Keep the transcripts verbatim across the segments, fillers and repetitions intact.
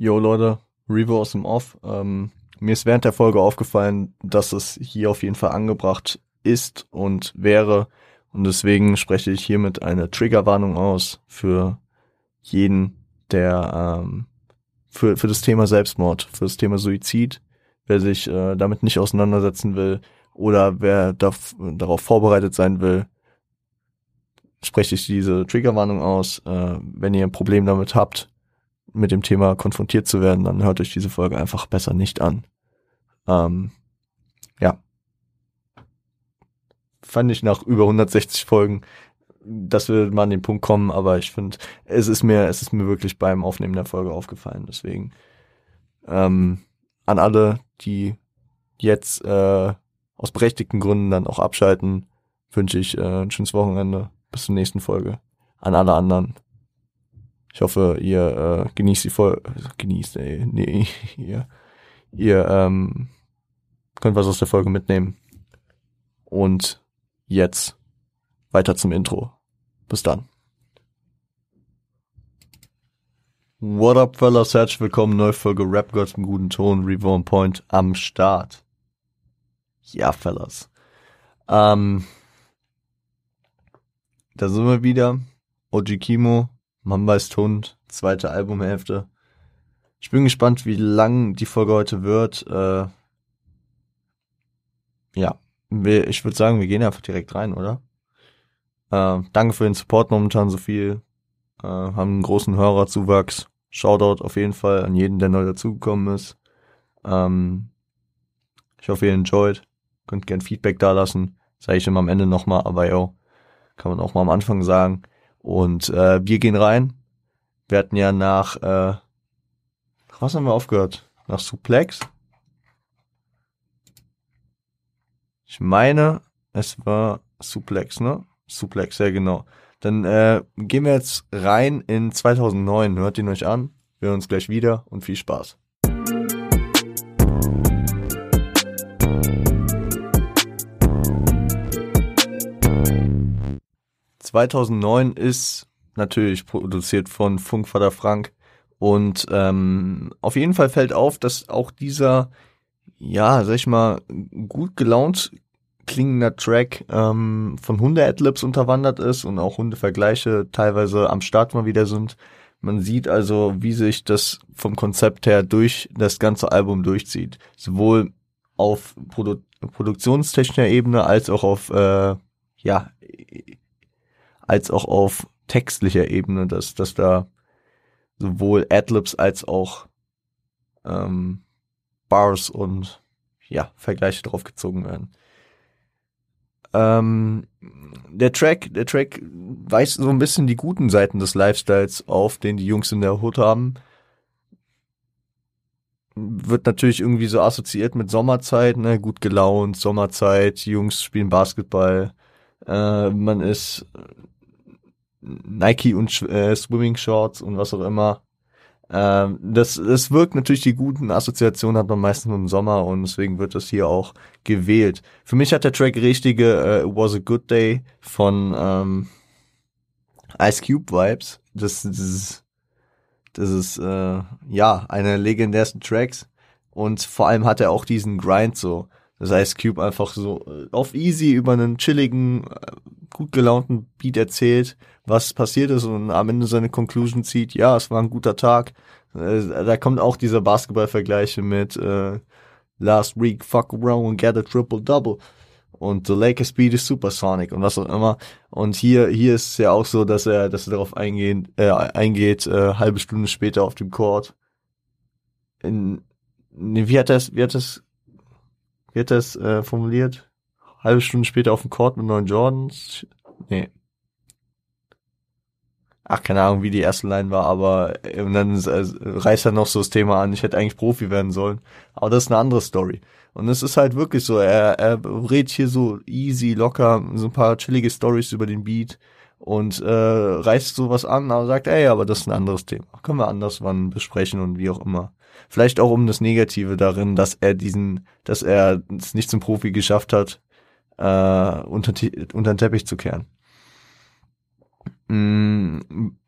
Jo Leute, Revo aus dem Off. Ähm, mir ist während der Folge aufgefallen, dass es hier auf jeden Fall angebracht ist und wäre. Und deswegen spreche ich hiermit eine Triggerwarnung aus für jeden, der ähm, für für das Thema Selbstmord, für das Thema Suizid, wer sich äh, damit nicht auseinandersetzen will oder wer darf, darauf vorbereitet sein will, spreche ich diese Triggerwarnung aus. Äh, wenn ihr ein Problem damit habt, mit dem Thema konfrontiert zu werden, dann hört euch diese Folge einfach besser nicht an. Ähm, ja. Fand ich nach über hundertsechzig Folgen, dass wir mal an den Punkt kommen, aber ich finde, es ist mir, es ist mir wirklich beim Aufnehmen der Folge aufgefallen. Deswegen ähm, an alle, die jetzt äh, aus berechtigten Gründen dann auch abschalten, wünsche ich äh, ein schönes Wochenende. Bis zur nächsten Folge. An alle anderen. Ich hoffe, ihr äh, genießt die Folge. Genießt, ey. Nee, ihr, ihr ähm, könnt was aus der Folge mitnehmen. Und jetzt weiter zum Intro. Bis dann. What up, fellas? Herzlich willkommen. Neue Folge Rap Gods im guten Ton. Revo on Point am Start. Ja, fellas. Ähm, da sind wir wieder. O G Kimo. Mamba ist Hund, zweite Albumhälfte. Ich bin gespannt, wie lang die Folge heute wird. Äh, ja, wir, ich würde sagen, wir gehen einfach direkt rein, oder? Äh, danke für den Support momentan so viel. Äh, haben einen großen Hörerzuwachs. Shoutout auf jeden Fall an jeden, der neu dazugekommen ist. Ähm, ich hoffe, ihr enjoyed. Könnt gern Feedback da lassen. Sage ich immer am Ende nochmal, aber yo, kann man auch mal am Anfang sagen. Und äh, wir gehen rein. Wir hatten ja nach, äh, was haben wir aufgehört? Nach Suplex? Ich meine, es war Suplex, ne? Suplex, ja genau. Dann äh, gehen wir jetzt rein in zweitausendneun. Hört ihn euch an. Wir hören uns gleich wieder und viel Spaß. zweitausendneun ist natürlich produziert von Funkvater Frank und ähm, auf jeden Fall fällt auf, dass auch dieser, ja, sag ich mal, gut gelaunt klingender Track ähm, von Hunde-Adlibs unterwandert ist und auch Hundevergleiche teilweise am Start mal wieder sind. Man sieht also, wie sich das vom Konzept her durch das ganze Album durchzieht. Sowohl auf Produ- produktionstechnischer Ebene als auch auf, äh, ja, als auch auf textlicher Ebene, dass, dass da sowohl Adlibs als auch ähm, Bars und ja, Vergleiche draufgezogen werden. Ähm, der Track, der Track weist so ein bisschen die guten Seiten des Lifestyles auf, den die Jungs in der Hood haben. Wird natürlich irgendwie so assoziiert mit Sommerzeit, ne, gut gelaunt, Sommerzeit, Jungs spielen Basketball, äh, man ist Nike und äh, Swimming Shorts und was auch immer. Ähm, das, das wirkt natürlich, die guten Assoziationen hat man meistens mit dem Sommer und deswegen wird das hier auch gewählt. Für mich hat der Track richtige äh, It Was a Good Day von ähm, Ice Cube Vibes. Das, das ist, das ist äh, ja einer der legendärsten Tracks und vor allem hat er auch diesen Grind so. Das Ice Cube einfach so äh, auf easy über einen chilligen, äh, gut gelaunten Beat erzählt, was passiert ist und am Ende seine Conclusion zieht, ja, es war ein guter Tag. Äh, da kommt auch dieser Basketball-Vergleiche mit äh, Last Week, fuck around and get a triple-double und the Lakers beat is supersonic und was auch immer. Und hier hier ist es ja auch so, dass er dass er darauf eingehen, äh, eingeht, äh, halbe Stunde später auf dem Court. In, nee, wie hat das, wie hat das Wie hat das äh, formuliert? Halbe Stunde später auf dem Court mit neuen Jordans? Nee. Ach, keine Ahnung, wie die erste Line war, aber äh, und dann äh, reißt er noch so das Thema an, ich hätte eigentlich Profi werden sollen. Aber das ist eine andere Story. Und es ist halt wirklich so, er, er redet hier so easy, locker, so ein paar chillige Stories über den Beat und äh, reißt sowas an, aber sagt, ey, aber das ist ein anderes Thema. Können wir anders wann besprechen und wie auch immer. Vielleicht auch um das Negative darin, dass er diesen, dass er es nicht zum Profi geschafft hat, äh, unter, unter den Teppich zu kehren. Mm,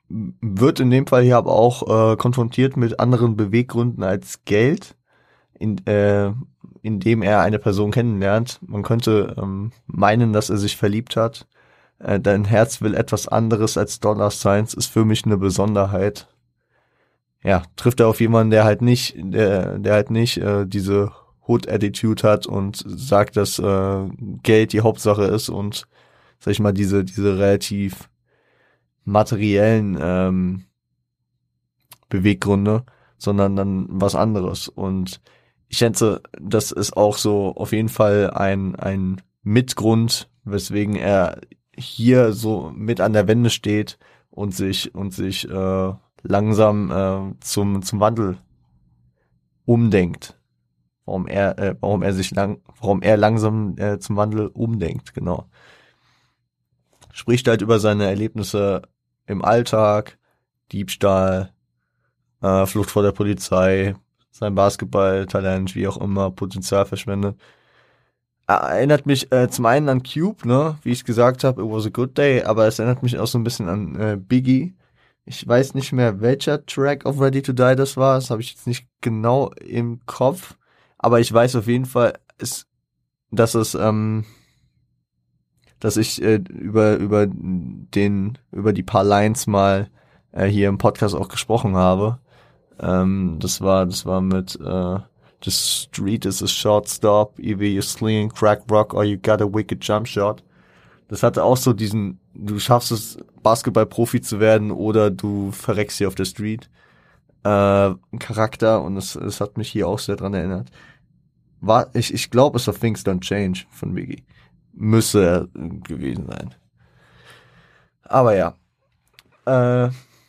wird in dem Fall hier aber auch äh, konfrontiert mit anderen Beweggründen als Geld, in, äh, indem er eine Person kennenlernt. Man könnte ähm, meinen, dass er sich verliebt hat. Äh, dein Herz will etwas anderes als Dollar Signs, ist für mich eine Besonderheit. Ja, trifft er auf jemanden, der halt nicht, der, der halt nicht äh, diese Hood-Attitude hat und sagt, dass äh, Geld die Hauptsache ist und, sag ich mal, diese, diese relativ materiellen ähm, Beweggründe, sondern dann was anderes. Und ich schätze, das ist auch so auf jeden Fall ein, ein Mitgrund, weswegen er hier so mit an der Wende steht und sich, und sich äh, langsam äh, zum, zum Wandel umdenkt. Warum er, äh, warum er sich lang, warum er langsam äh, zum Wandel umdenkt, genau. Spricht halt über seine Erlebnisse im Alltag, Diebstahl, äh, Flucht vor der Polizei, sein Basketballtalent, wie auch immer, Potenzial verschwendet. Erinnert mich äh, zum einen an Cube, ne, wie ich gesagt habe, it was a good day, aber es erinnert mich auch so ein bisschen an äh, Biggie. Ich weiß nicht mehr, welcher Track auf Ready to Die das war, das habe ich jetzt nicht genau im Kopf, aber ich weiß auf jeden Fall, ist, dass es, ähm, dass ich äh, über über den über die paar Lines mal äh, hier im Podcast auch gesprochen habe. Ähm, das war das war mit äh, The street is a shortstop, either you sling crack rock or you got a wicked jump shot. Das hatte auch so diesen, du schaffst es, Basketball-Profi zu werden oder du verreckst hier auf der Street äh, Charakter, und es, es hat mich hier auch sehr dran erinnert. War, ich ich glaube, es war Things Don't Change von Biggie. Müsse er gewesen sein. Aber ja. Äh,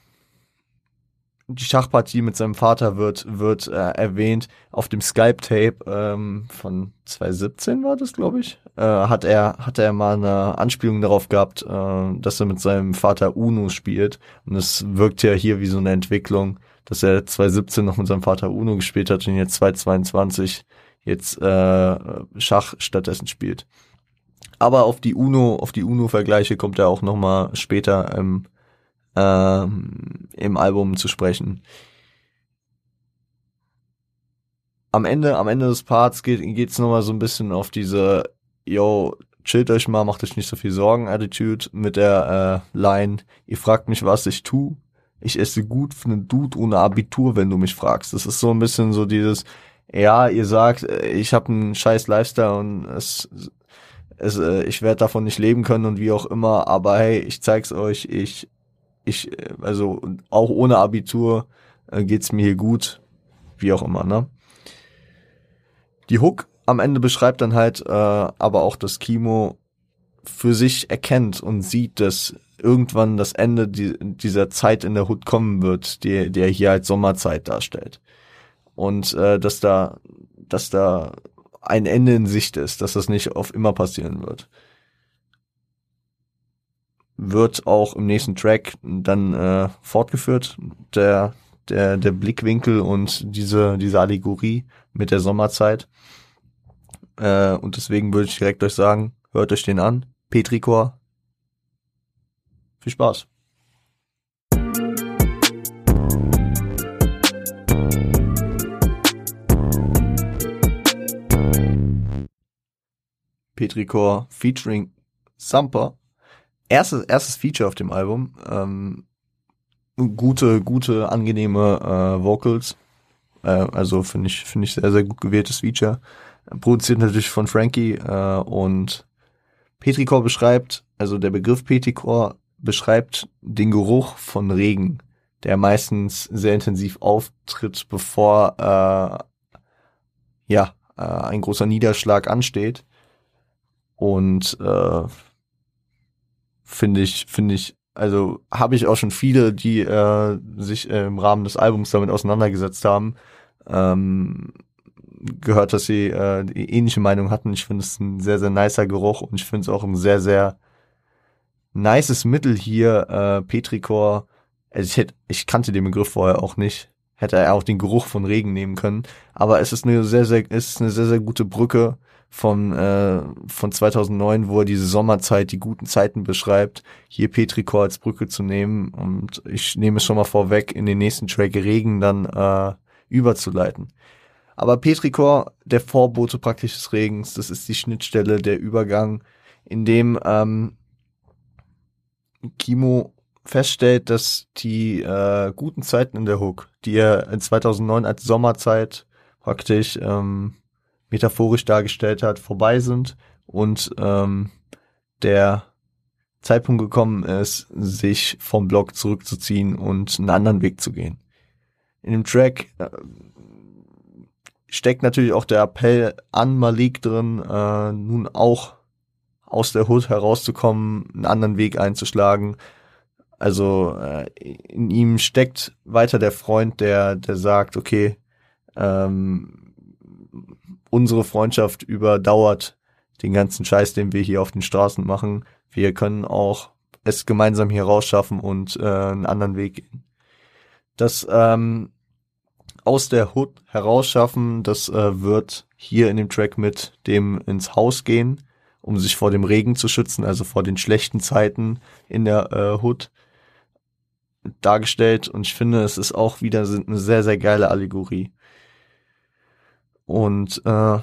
die Schachpartie mit seinem Vater wird wird äh, erwähnt. Auf dem Skype-Tape ähm, von zwanzig siebzehn war das, glaube ich. Äh, hat er hat er mal eine Anspielung darauf gehabt, äh, dass er mit seinem Vater Uno spielt. Und es wirkt ja hier wie so eine Entwicklung, dass er zwanzig siebzehn noch mit seinem Vater Uno gespielt hat und jetzt zwanzig zweiundzwanzig jetzt äh, Schach stattdessen spielt. Aber auf die Uno, auf die Uno-Vergleiche kommt er auch noch mal später im, ähm, im Album zu sprechen. Am Ende, am Ende des Parts geht geht's noch mal so ein bisschen auf diese, yo, chillt euch mal, macht euch nicht so viel Sorgen Attitude mit der äh, Line, ihr fragt mich, was ich tu. Ich esse gut für einen Dude ohne Abitur, wenn du mich fragst. Das ist so ein bisschen so dieses, ja, ihr sagt, ich habe einen scheiß Lifestyle und es Es, äh, ich werde davon nicht leben können und wie auch immer, aber hey, ich zeig's euch, ich, ich, also auch ohne Abitur äh, geht's mir hier gut, wie auch immer, ne? Die Hook am Ende beschreibt dann halt äh, aber auch, dass Kimo für sich erkennt und sieht, dass irgendwann das Ende die, dieser Zeit in der Hood kommen wird, die, der hier als Sommerzeit darstellt. Und äh, dass da, dass da ein Ende in Sicht ist, dass das nicht auf immer passieren wird. Wird auch im nächsten Track dann äh, fortgeführt, der der der Blickwinkel und diese diese Allegorie mit der Sommerzeit. Äh, und deswegen würde ich direkt euch sagen, hört euch den an. Petrichor. Viel Spaß. Petrichor featuring Samper. Erstes, erstes Feature auf dem Album. Ähm, gute, gute, angenehme äh, Vocals. Äh, also finde ich, finde ich sehr, sehr gut gewähltes Feature. Produziert natürlich von Frankie äh, und Petrichor beschreibt, also der Begriff Petrichor beschreibt den Geruch von Regen, der meistens sehr intensiv auftritt, bevor äh, ja äh, ein großer Niederschlag ansteht. Und äh, finde ich, finde ich, also habe ich auch schon viele, die äh, sich äh, im Rahmen des Albums damit auseinandergesetzt haben, ähm, gehört, dass sie äh, die ähnliche Meinung hatten. Ich finde es ein sehr, sehr nicer Geruch und ich finde es auch ein sehr, sehr nices Mittel hier, äh, Petrichor. Also ich hätte, ich kannte den Begriff vorher auch nicht. Hätte er auch den Geruch von Regen nehmen können. Aber es ist eine sehr, sehr, es ist eine sehr, sehr gute Brücke von äh, von zweitausendneun, wo er diese Sommerzeit, die guten Zeiten beschreibt, hier Petrichor als Brücke zu nehmen. Und ich nehme es schon mal vorweg, in den nächsten Track Regen dann äh, überzuleiten. Aber Petrichor, der Vorbote praktisch des Regens, das ist die Schnittstelle, der Übergang, in dem ähm, Kimo feststellt, dass die äh, guten Zeiten in der Hook, die er in zweitausendneun als Sommerzeit praktisch ähm, metaphorisch dargestellt hat, vorbei sind und ähm, der Zeitpunkt gekommen ist, sich vom Block zurückzuziehen und einen anderen Weg zu gehen. In dem Track äh, steckt natürlich auch der Appell an Malik drin, äh, nun auch aus der Hood herauszukommen, einen anderen Weg einzuschlagen. Also äh, in ihm steckt weiter der Freund, der der sagt, okay, ähm, unsere Freundschaft überdauert den ganzen Scheiß, den wir hier auf den Straßen machen. Wir können auch es gemeinsam hier rausschaffen und äh, einen anderen Weg gehen. Das ähm, aus der Hood herausschaffen, das äh, wird hier in dem Track mit dem ins Haus gehen, um sich vor dem Regen zu schützen, also vor den schlechten Zeiten in der äh, Hood dargestellt. Und ich finde, es ist auch wieder eine sehr, sehr geile Allegorie. Und äh,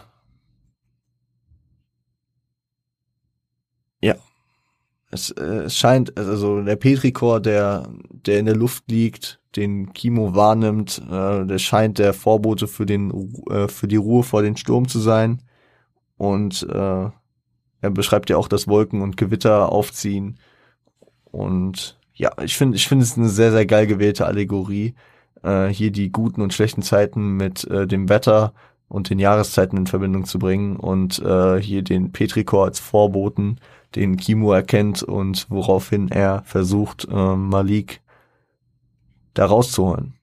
ja, es, äh, es scheint, also der Petrichor, der, der in der Luft liegt, den Kimo wahrnimmt, äh, der scheint der Vorbote für den äh, für die Ruhe vor den Sturm zu sein. Und äh, er beschreibt ja auch, dass Wolken und Gewitter aufziehen. Und ja, ich finde, ich finde es eine sehr, sehr geil gewählte Allegorie, äh, hier die guten und schlechten Zeiten mit äh, dem Wetter und den Jahreszeiten in Verbindung zu bringen und äh, hier den Petrichor als Vorboten, den Kimo erkennt und woraufhin er versucht, äh, Malik da rauszuholen.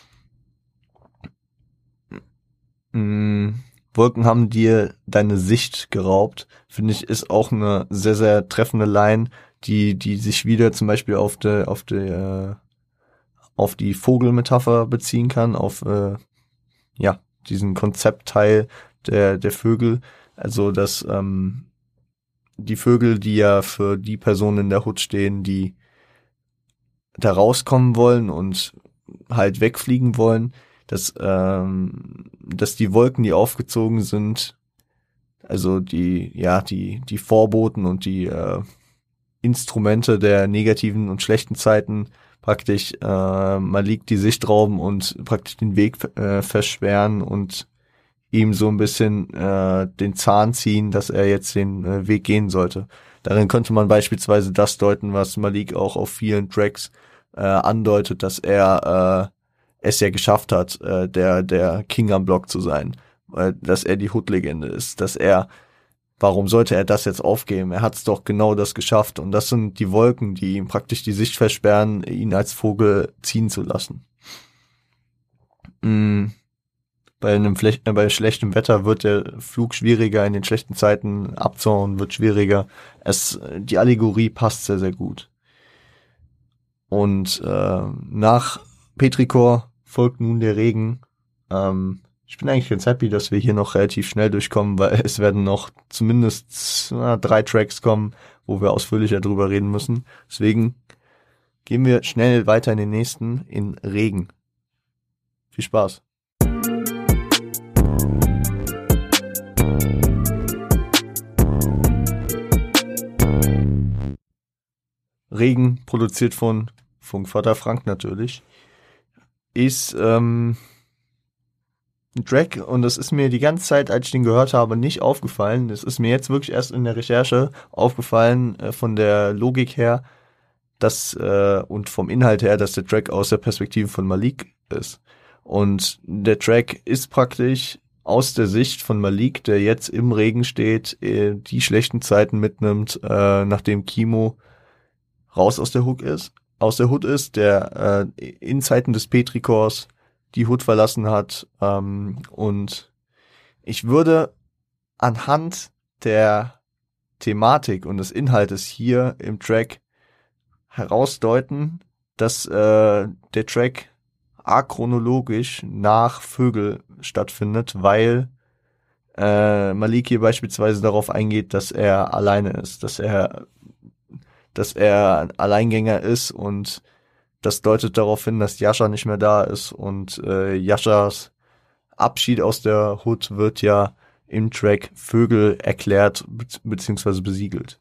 Mhm. Wolken haben dir deine Sicht geraubt, finde ich, ist auch eine sehr, sehr treffende Line, die, die sich wieder zum Beispiel auf die, auf die, äh, auf die Vogelmetapher beziehen kann, auf, äh, ja, diesen Konzeptteil der, der Vögel. Also, dass, ähm, die Vögel, die ja für die Personen in der Hut stehen, die da rauskommen wollen und halt wegfliegen wollen, dass, ähm, dass die Wolken, die aufgezogen sind, also die, ja, die, die Vorboten und die äh, Instrumente der negativen und schlechten Zeiten praktisch äh, Malik die Sicht rauben und praktisch den Weg äh, versperren und ihm so ein bisschen äh, den Zahn ziehen, dass er jetzt den äh, Weg gehen sollte. Darin könnte man beispielsweise das deuten, was Malik auch auf vielen Tracks äh, andeutet, dass er äh, es ja geschafft hat, äh, der der King am Block zu sein, äh, dass er die Hood-Legende ist, dass er, warum sollte er das jetzt aufgeben? Er hat es doch genau das geschafft und das sind die Wolken, die ihm praktisch die Sicht versperren, ihn als Vogel ziehen zu lassen. Mm. Bei einem Flech- äh, bei schlechtem Wetter wird der Flug schwieriger, in den schlechten Zeiten abzuhauen wird schwieriger. Es, die Allegorie passt sehr, sehr gut. Und äh, nach Petrichor folgt nun der Regen. Ähm, ich bin eigentlich ganz happy, dass wir hier noch relativ schnell durchkommen, weil es werden noch zumindest na, drei Tracks kommen, wo wir ausführlicher drüber reden müssen. Deswegen gehen wir schnell weiter in den nächsten, in Regen. Viel Spaß. Regen, produziert von Funkvater Frank natürlich, ist ähm, ein Track und das ist mir die ganze Zeit, als ich den gehört habe, nicht aufgefallen. Das ist mir jetzt wirklich erst in der Recherche aufgefallen, äh, von der Logik her, dass äh, und vom Inhalt her, dass der Track aus der Perspektive von Malik ist. Und der Track ist praktisch aus der Sicht von Malik, der jetzt im Regen steht, äh, die schlechten Zeiten mitnimmt, äh, nachdem Kimo raus aus der Hook ist, aus der Hood ist, der äh, in Zeiten des Petrichors die Hood verlassen hat. Ähm, und ich würde anhand der Thematik und des Inhaltes hier im Track herausdeuten, dass äh, der Track achronologisch nach Vögel stattfindet, weil äh, Malik hier beispielsweise darauf eingeht, dass er alleine ist, dass er, dass er ein Alleingänger ist und das deutet darauf hin, dass Yasha nicht mehr da ist und äh, Yashas Abschied aus der Hood wird ja im Track Vögel erklärt be- beziehungsweise besiegelt.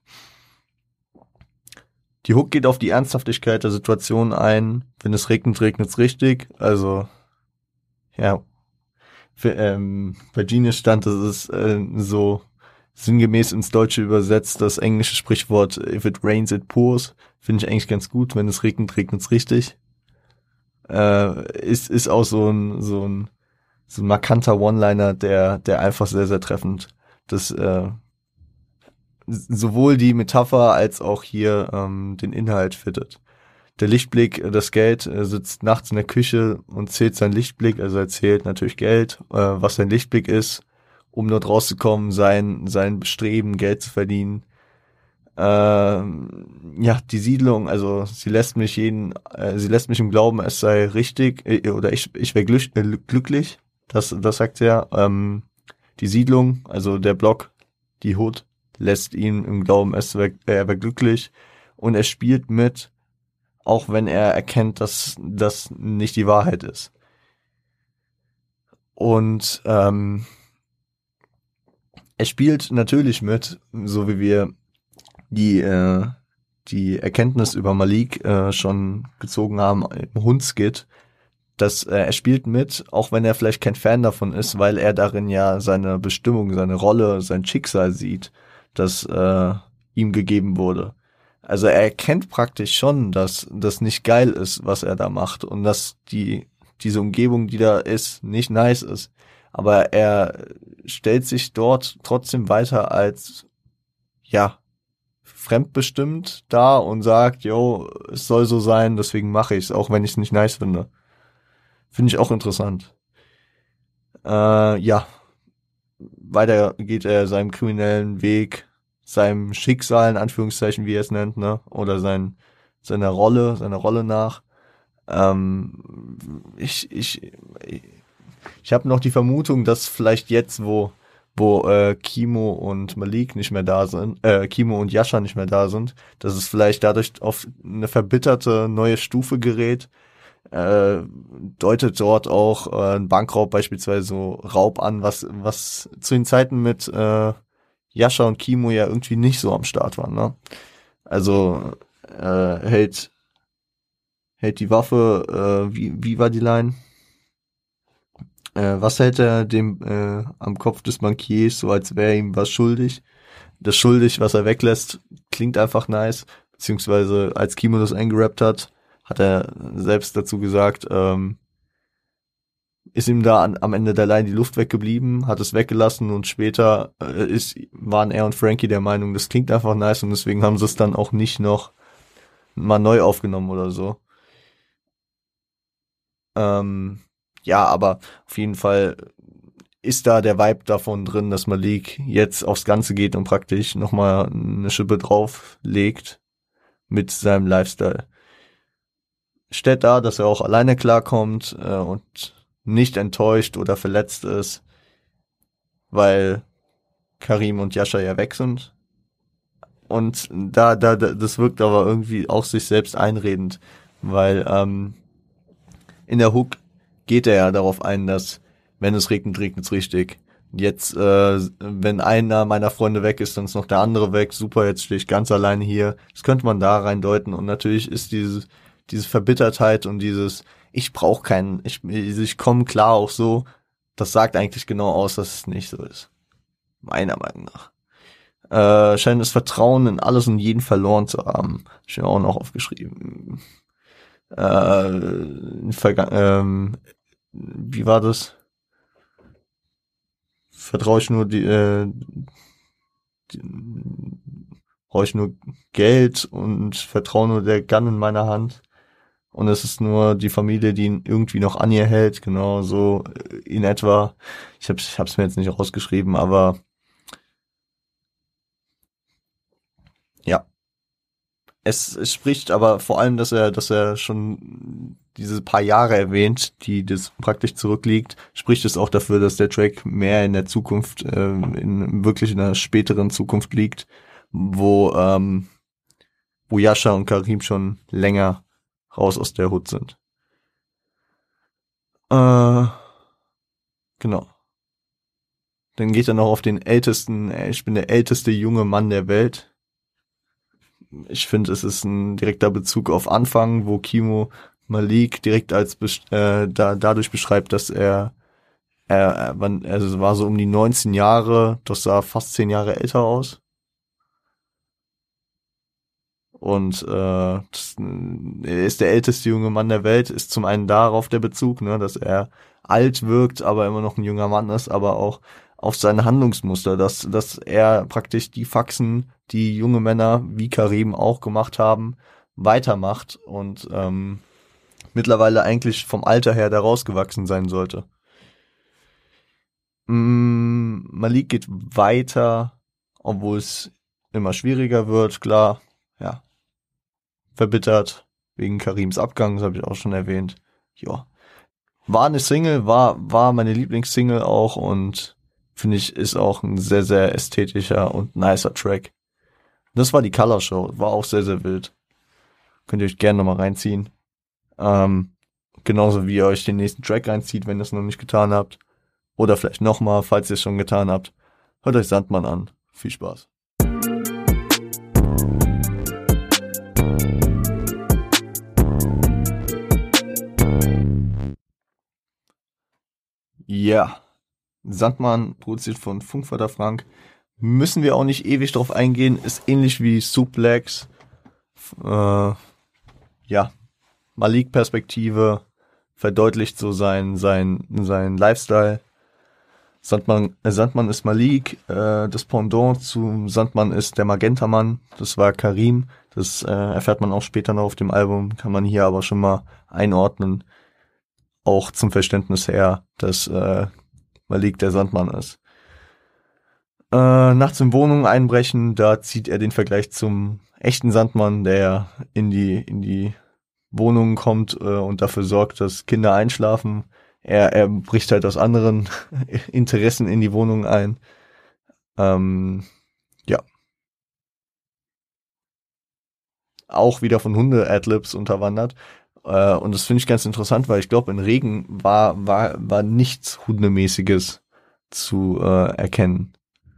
Die Hook geht auf die Ernsthaftigkeit der Situation ein. Wenn es regnet, regnet es richtig. Also, ja, für, ähm, bei Genius stand, das ist äh, so sinngemäß ins Deutsche übersetzt, das englische Sprichwort If it rains, it pours. Finde ich eigentlich ganz gut. Wenn es regnet, regnet es richtig. Äh, ist, ist auch so ein, so ein, so ein markanter One-Liner, der, der einfach sehr, sehr treffend das, äh, sowohl die Metapher als auch hier ähm, den Inhalt fittet. Der Lichtblick, äh, das Geld, äh, sitzt nachts in der Küche und zählt seinen Lichtblick, also er zählt natürlich Geld, äh, was sein Lichtblick ist, um dort rauszukommen, sein, sein Bestreben, Geld zu verdienen. Ähm, ja, die Siedlung, also sie lässt mich jeden, äh, sie lässt mich im Glauben, es sei richtig, äh, oder ich, ich wäre glück, äh, glücklich, das, das sagt er. Ähm, die Siedlung, also der Block, die Hood, lässt ihn im Glauben, es wär, er wäre glücklich und er spielt mit, auch wenn er erkennt, dass das nicht die Wahrheit ist. Und ähm, er spielt natürlich mit, so wie wir die äh, die Erkenntnis über Malik äh, schon gezogen haben im Hundskit, dass äh, er spielt mit, auch wenn er vielleicht kein Fan davon ist, weil er darin ja seine Bestimmung, seine Rolle, sein Schicksal sieht, das äh, ihm gegeben wurde. Also er erkennt praktisch schon, dass das nicht geil ist, was er da macht und dass die diese Umgebung, die da ist, nicht nice ist. Aber er stellt sich dort trotzdem weiter als, ja, fremdbestimmt da und sagt, yo, es soll so sein, deswegen mache ich es, auch wenn ich es nicht nice finde. Finde ich auch interessant. Äh, ja, weiter geht er seinem kriminellen Weg, seinem Schicksal, in Anführungszeichen, wie er es nennt, ne, oder sein, seiner Rolle, seiner Rolle nach. Ähm, ich, ich, ich habe noch die Vermutung, dass vielleicht jetzt, wo wo äh, Kimo und Malik nicht mehr da sind, äh, Kimo und Yasha nicht mehr da sind, dass es vielleicht dadurch auf eine verbitterte neue Stufe gerät, äh, deutet dort auch äh, ein Bankraub beispielsweise so Raub an, was was zu den Zeiten mit äh, Yasha und Kimo ja irgendwie nicht so am Start war, ne? Also äh, hält hält die Waffe, äh, wie wie war die Line? Äh, was hält er dem äh, am Kopf des Bankiers, so als wäre ihm was schuldig? Das schuldig, was er weglässt, klingt einfach nice. Beziehungsweise als Kimo das eingerappt hat, hat er selbst dazu gesagt, ähm, ist ihm da an, am Ende der Line die Luft weggeblieben, hat es weggelassen und später äh, ist, waren er und Frankie der Meinung, das klingt einfach nice und deswegen haben sie es dann auch nicht noch mal neu aufgenommen oder so. Ähm, ja, aber auf jeden Fall ist da der Vibe davon drin, dass Malik jetzt aufs Ganze geht und praktisch nochmal eine Schippe drauflegt mit seinem Lifestyle. Stellt dar, dass er auch alleine klarkommt äh, und nicht enttäuscht oder verletzt ist, weil Karim und Yasha ja weg sind. Und da, da, da das wirkt aber irgendwie auch sich selbst einredend, weil ähm, in der Hook geht er ja darauf ein, dass wenn es regnet, regnet es richtig. Jetzt, äh, wenn einer meiner Freunde weg ist, dann ist noch der andere weg. Super, jetzt stehe ich ganz alleine hier. Das könnte man da reindeuten. Und natürlich ist dieses, diese Verbittertheit und dieses, ich brauche keinen, ich, ich komme klar auch so, das sagt eigentlich genau aus, dass es nicht so ist. Meiner Meinung nach. Äh, scheint das Vertrauen in alles und jeden verloren zu haben. Hab ich mir auch noch aufgeschrieben. Äh, Verga ähm, wie war das? Vertraue ich nur die, äh, die brauche ich nur Geld und vertraue nur der Gun in meiner Hand. Und es ist nur die Familie, die ihn irgendwie noch an ihr hält, genau so in etwa. Ich hab's, ich hab's mir jetzt nicht rausgeschrieben, aber ja. Es, es spricht aber vor allem, dass er, dass er schon diese paar Jahre erwähnt, die das praktisch zurückliegt, spricht es auch dafür, dass der Track mehr in der Zukunft, äh, in wirklich in einer späteren Zukunft liegt, wo ähm, wo Yasha und Karim schon länger raus aus der Hood sind. Äh, genau. Dann geht er noch auf den ältesten, äh, ich bin der älteste junge Mann der Welt. Ich finde, es ist ein direkter Bezug auf Anfang, wo Kimo Malik direkt als äh, da, dadurch beschreibt, dass er er, er wann, also war so um die neunzehn Jahre, das sah fast zehn Jahre älter aus. Und äh, das, er ist der älteste junge Mann der Welt, ist zum einen darauf der Bezug, ne, dass er alt wirkt, aber immer noch ein junger Mann ist, aber auch auf seine Handlungsmuster, dass dass er praktisch die Faxen, die junge Männer wie Karim auch gemacht haben, weitermacht und ähm, mittlerweile eigentlich vom Alter her da rausgewachsen sein sollte. Mm, Malik geht weiter, obwohl es immer schwieriger wird, klar, ja, verbittert wegen Karims Abgang, das habe ich auch schon erwähnt. Ja, war eine Single, war war meine Lieblingssingle auch und finde ich, ist auch ein sehr, sehr ästhetischer und nicer Track. Das war die Color Show, war auch sehr, sehr wild. Könnt ihr euch gerne nochmal reinziehen. Ähm, genauso wie ihr euch den nächsten Track reinzieht, wenn ihr es noch nicht getan habt. Oder vielleicht nochmal, falls ihr es schon getan habt. Hört euch Sandmann an. Viel Spaß. Ja, Sandmann, produziert von Funkvater Frank. Müssen wir auch nicht ewig drauf eingehen. Ist ähnlich wie Suplex. Äh, ja, Malik-Perspektive. Verdeutlicht so sein, sein, sein Lifestyle. Sandmann, äh, Sandmann ist Malik. Äh, das Pendant zu Sandmann ist der Magentamann. Das war Karim. Das äh, erfährt man auch später noch auf dem Album. Kann man hier aber schon mal einordnen. Auch zum Verständnis her, dass äh, Malik der Sandmann ist. Äh, nachts in Wohnungen einbrechen, da zieht er den Vergleich zum echten Sandmann, der in die in die Wohnungen kommt äh, und dafür sorgt, dass Kinder einschlafen. Er, er bricht halt aus anderen Interessen in die Wohnung ein. Ähm, ja. Auch wieder von Hunde-Adlibs unterwandert. Äh, und das finde ich ganz interessant, weil ich glaube, in Regen war, war, war nichts Hundemäßiges zu äh, erkennen.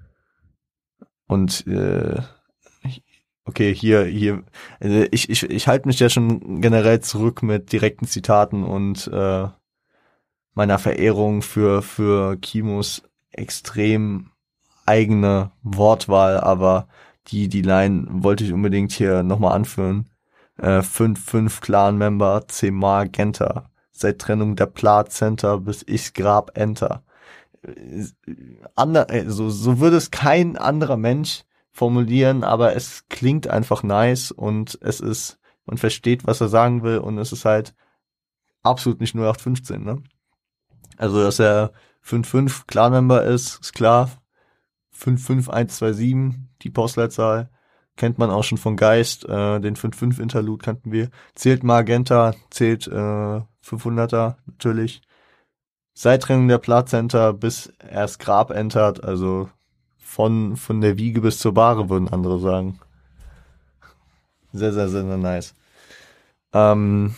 Und äh, okay, hier, hier, also ich, ich, ich halte mich ja schon generell zurück mit direkten Zitaten und äh, meiner Verehrung für, für Kimos extrem eigene Wortwahl, aber die, die Line wollte ich unbedingt hier nochmal anführen. Äh, fünf, fünf Clan-Member, zehnmal Genta. Seit Trennung der Plazenta bis ich's Grab enter. Ander, so, so würde es kein anderer Mensch formulieren, aber es klingt einfach nice und es ist, man versteht, was er sagen will und es ist halt absolut nicht null acht fünfzehn, ne? Also, dass er fünf fünf Clan-Member ist, ist klar. fünf fünf eins zwei sieben, die Postleitzahl, kennt man auch schon von Geist, äh, den fünf fünf Interlude kannten wir. Zählt Magenta, zählt äh, fünfhunderter natürlich. Seit Trennung der Plazenta bis erst Grab entert, also von von der Wiege bis zur Bahre, würden andere sagen. Sehr, sehr, sehr, sehr nice. Ähm,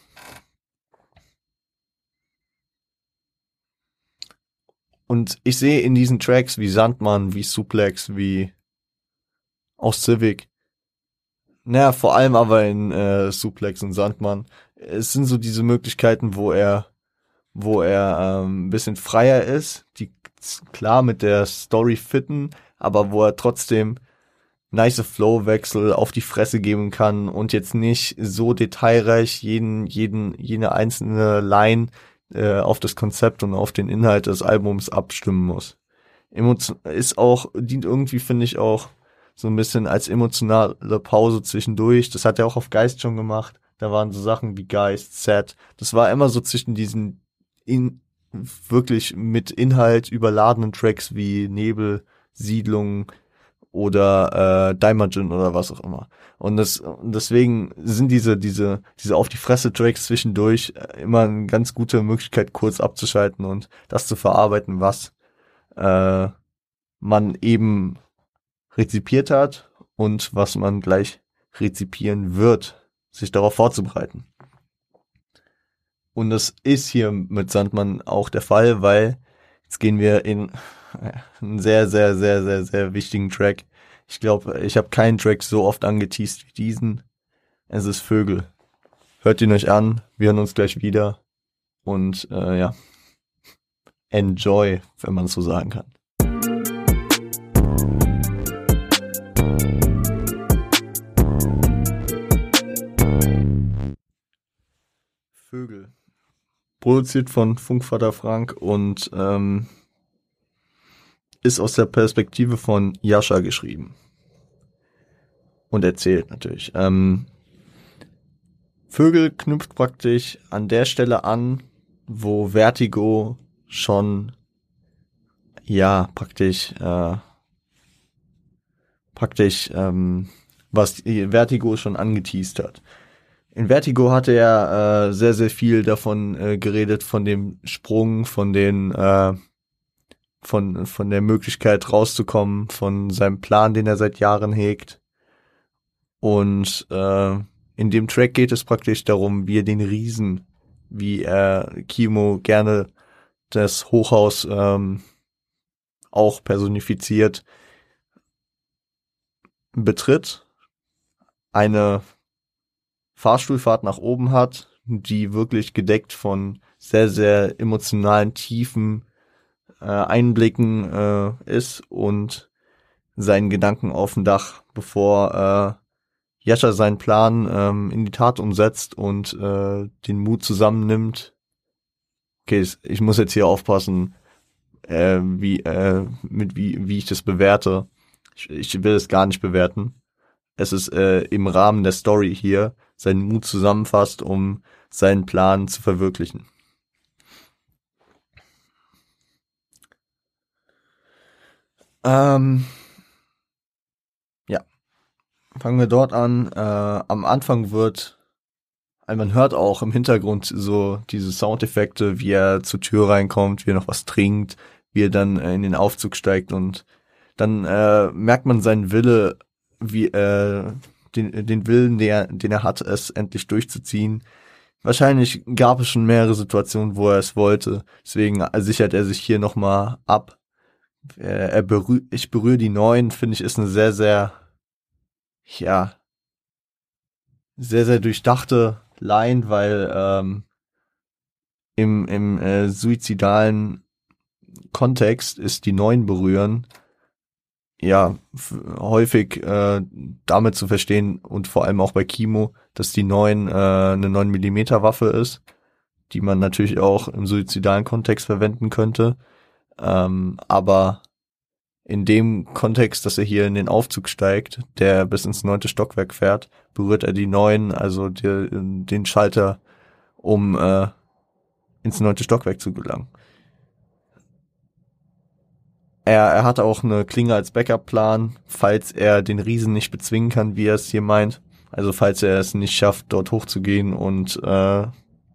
und ich sehe in diesen Tracks wie Sandmann, wie Suplex, wie auch Civic, naja, vor allem aber in äh, Suplex und Sandmann, es sind so diese Möglichkeiten, wo er wo er ähm, ein bisschen freier ist, die klar mit der Story fitten, aber wo er trotzdem nice Flow-Wechsel auf die Fresse geben kann und jetzt nicht so detailreich jeden, jeden, jede einzelne Line äh, auf das Konzept und auf den Inhalt des Albums abstimmen muss. Emotion ist auch, dient irgendwie, finde ich, auch so ein bisschen als emotionale Pause zwischendurch. Das hat er auch auf Geist schon gemacht. Da waren so Sachen wie Geist, Set. Das war immer so zwischen diesen in wirklich mit Inhalt überladenen Tracks wie Nebel, Siedlung oder äh, Daimajin oder was auch immer. Und das und deswegen sind diese diese diese auf die Fresse Tracks zwischendurch immer eine ganz gute Möglichkeit, kurz abzuschalten und das zu verarbeiten, was äh, man eben rezipiert hat und was man gleich rezipieren wird, sich darauf vorzubereiten. Und das ist hier mit Sandmann auch der Fall, weil jetzt gehen wir in einen sehr, sehr, sehr, sehr, sehr wichtigen Track. Ich glaube, ich habe keinen Track so oft angeteased wie diesen. Es ist Vögel. Hört ihn euch an, wir hören uns gleich wieder. Und äh, ja, enjoy, wenn man es so sagen kann. Vögel. Produziert von Funkvater Frank und ähm, ist aus der Perspektive von Yasha geschrieben. Und erzählt natürlich. Ähm, Vögel knüpft praktisch an der Stelle an, wo Vertigo schon, ja, praktisch, äh, praktisch, ähm, was Vertigo schon angeteased hat. In Vertigo hatte er äh, sehr, sehr viel davon äh, geredet, von dem Sprung, von den, äh, von, von der Möglichkeit rauszukommen, von seinem Plan, den er seit Jahren hegt. Und äh, in dem Track geht es praktisch darum, wie er den Riesen, wie er Kimo gerne das Hochhaus ähm, auch personifiziert, betritt, eine Fahrstuhlfahrt nach oben hat, die wirklich gedeckt von sehr, sehr emotionalen, tiefen äh, Einblicken äh, ist und seinen Gedanken auf dem Dach, bevor äh, Yasha seinen Plan ähm, in die Tat umsetzt und äh, den Mut zusammennimmt. Okay, ich muss jetzt hier aufpassen, äh, wie äh, mit wie wie ich das bewerte. Ich, ich will es gar nicht bewerten. Es ist äh, im Rahmen der Story hier seinen Mut zusammenfasst, um seinen Plan zu verwirklichen. Ähm, ja, fangen wir dort an. Äh, am Anfang wird, also man hört auch im Hintergrund so diese Soundeffekte, wie er zur Tür reinkommt, wie er noch was trinkt, wie er dann äh, in den Aufzug steigt und dann äh, merkt man seinen Wille, wie äh, den den Willen, den er, den er hat, es endlich durchzuziehen. Wahrscheinlich gab es schon mehrere Situationen, wo er es wollte. Deswegen sichert er sich hier nochmal ab. Er, er berühr, ich berühre die Neuen, finde ich, ist eine sehr, sehr, ja, sehr, sehr durchdachte Line, weil ähm, im, im äh, suizidalen Kontext ist die Neuen berühren ja f- häufig äh, damit zu verstehen und vor allem auch bei Kimo, dass die neun äh, eine neun Millimeter Waffe ist, die man natürlich auch im suizidalen Kontext verwenden könnte. Ähm, aber in dem Kontext, dass er hier in den Aufzug steigt, der bis ins neunte Stockwerk fährt, berührt er die neun, also die, den Schalter, um äh, ins neunte Stockwerk zu gelangen. Er, er hat auch eine Klinge als Backup-Plan, falls er den Riesen nicht bezwingen kann, wie er es hier meint. Also falls er es nicht schafft, dort hochzugehen und äh,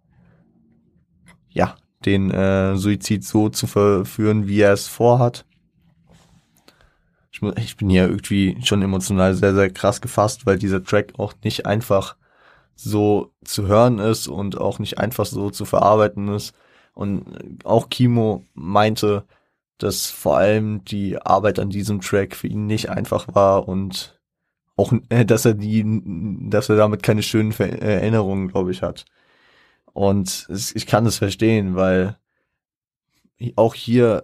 ja, den äh, Suizid so zu verführen, wie er es vorhat. Ich, mu- ich bin hier irgendwie schon emotional sehr, sehr krass gefasst, weil dieser Track auch nicht einfach so zu hören ist und auch nicht einfach so zu verarbeiten ist. Und auch Kimo meinte, dass vor allem die Arbeit an diesem Track für ihn nicht einfach war und auch, äh, dass er die, dass er damit keine schönen Ver- Erinnerungen, glaube ich, hat. Und es, ich kann das verstehen, weil auch hier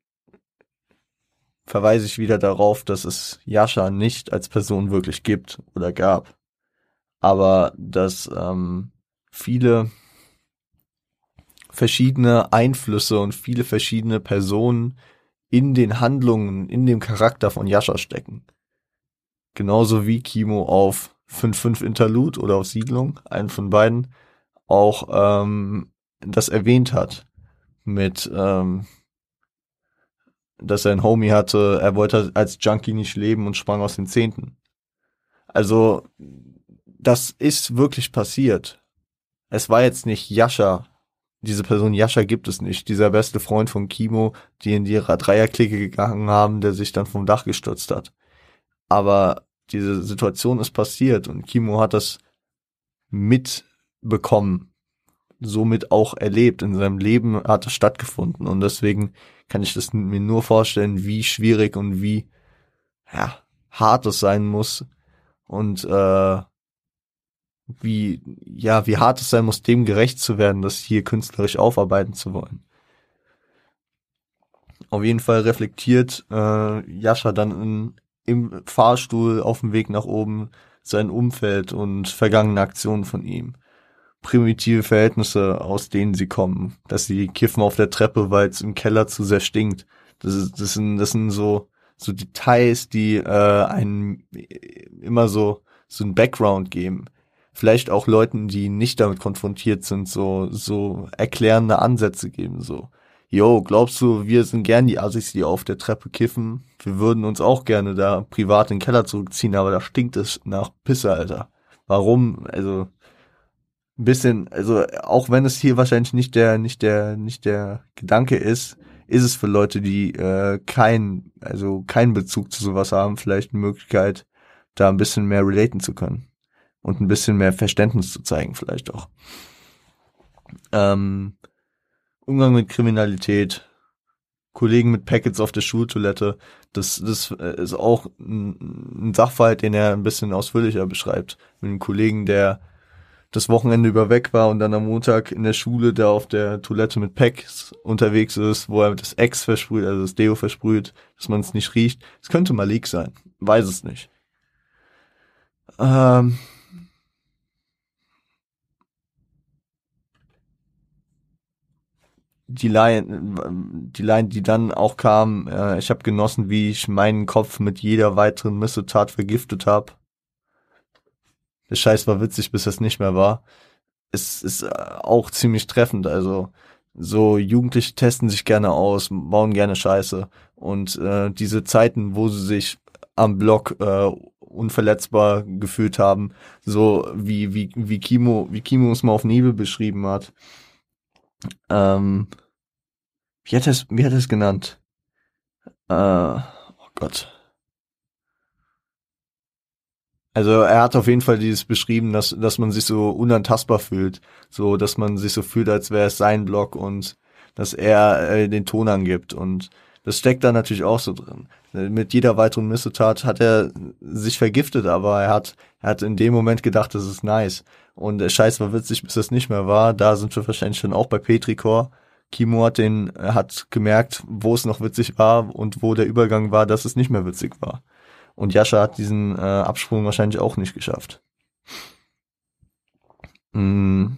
verweise ich wieder darauf, dass es Yasha nicht als Person wirklich gibt oder gab, aber dass ähm, viele verschiedene Einflüsse und viele verschiedene Personen in den Handlungen, in dem Charakter von Yasha stecken. Genauso wie Kimo auf fünf fünf Interlude oder auf Siedlung, einen von beiden, auch ähm, das erwähnt hat mit ähm, dass er einen Homie hatte, er wollte als Junkie nicht leben und sprang aus den Zehnten. Also, das ist wirklich passiert. Es war jetzt nicht Yasha. Diese Person Yasha gibt es nicht. Dieser beste Freund von Kimo, die in ihrer Dreierklicke gegangen haben, der sich dann vom Dach gestürzt hat. Aber diese Situation ist passiert und Kimo hat das mitbekommen, somit auch erlebt. In seinem Leben hat es stattgefunden und deswegen kann ich das mir nur vorstellen, wie schwierig und wie ja, hart es sein muss und äh, wie ja wie hart es sein muss, dem gerecht zu werden, das hier künstlerisch aufarbeiten zu wollen. Auf jeden Fall reflektiert äh, Yasha dann in, im Fahrstuhl auf dem Weg nach oben sein Umfeld und vergangene Aktionen von ihm. Primitive Verhältnisse, aus denen sie kommen. Dass sie kiffen auf der Treppe, weil es im Keller zu sehr stinkt. Das, ist, das, sind, das sind so, so Details, die äh, einen immer so, so ein Background geben. Vielleicht auch Leuten, die nicht damit konfrontiert sind, so, so erklärende Ansätze geben, so. Jo, glaubst du, wir sind gern die Assis, die auf der Treppe kiffen? Wir würden uns auch gerne da privat in den Keller zurückziehen, aber da stinkt es nach Pisse, Alter. Warum? Also, ein bisschen, also, auch wenn es hier wahrscheinlich nicht der, nicht der, nicht der Gedanke ist, ist es für Leute, die äh, kein, also keinen Bezug zu sowas haben, vielleicht eine Möglichkeit, da ein bisschen mehr relaten zu können. Und ein bisschen mehr Verständnis zu zeigen, vielleicht auch. Ähm, Umgang mit Kriminalität, Kollegen mit Packets auf der Schultoilette, das, das ist auch ein, ein Sachverhalt, den er ein bisschen ausführlicher beschreibt. Mit einem Kollegen, der das Wochenende über weg war und dann am Montag in der Schule, der auf der Toilette mit Packs unterwegs ist, wo er das Ex versprüht, also das Deo versprüht, dass man es nicht riecht. Es könnte Malik sein, weiß es nicht. Ähm, die Line, die Line, die dann auch kam, äh, ich habe genossen, wie ich meinen Kopf mit jeder weiteren Missetat vergiftet habe. Der Scheiß war witzig, bis es nicht mehr war. Es ist äh, auch ziemlich treffend, also so Jugendliche testen sich gerne aus, bauen gerne Scheiße und äh, diese Zeiten, wo sie sich am Block äh, unverletzbar gefühlt haben, so wie wie wie Kimo, wie Kimo es mal auf Nebel beschrieben hat. Ähm, wie hat er es, wie hat er es genannt? Äh, oh Gott. Also er hat auf jeden Fall dieses beschrieben, dass dass man sich so unantastbar fühlt, so dass man sich so fühlt, als wäre es sein Block und dass er äh, den Ton angibt und das steckt da natürlich auch so drin. Mit jeder weiteren Missetat hat er sich vergiftet, aber er hat er hat in dem Moment gedacht, das ist nice und der Scheiß war witzig, bis das nicht mehr war. Da sind wir wahrscheinlich schon auch bei Petrichor. Kimo hat den hat gemerkt, wo es noch witzig war und wo der Übergang war, dass es nicht mehr witzig war. Und Yasha hat diesen äh, Absprung wahrscheinlich auch nicht geschafft. Mm,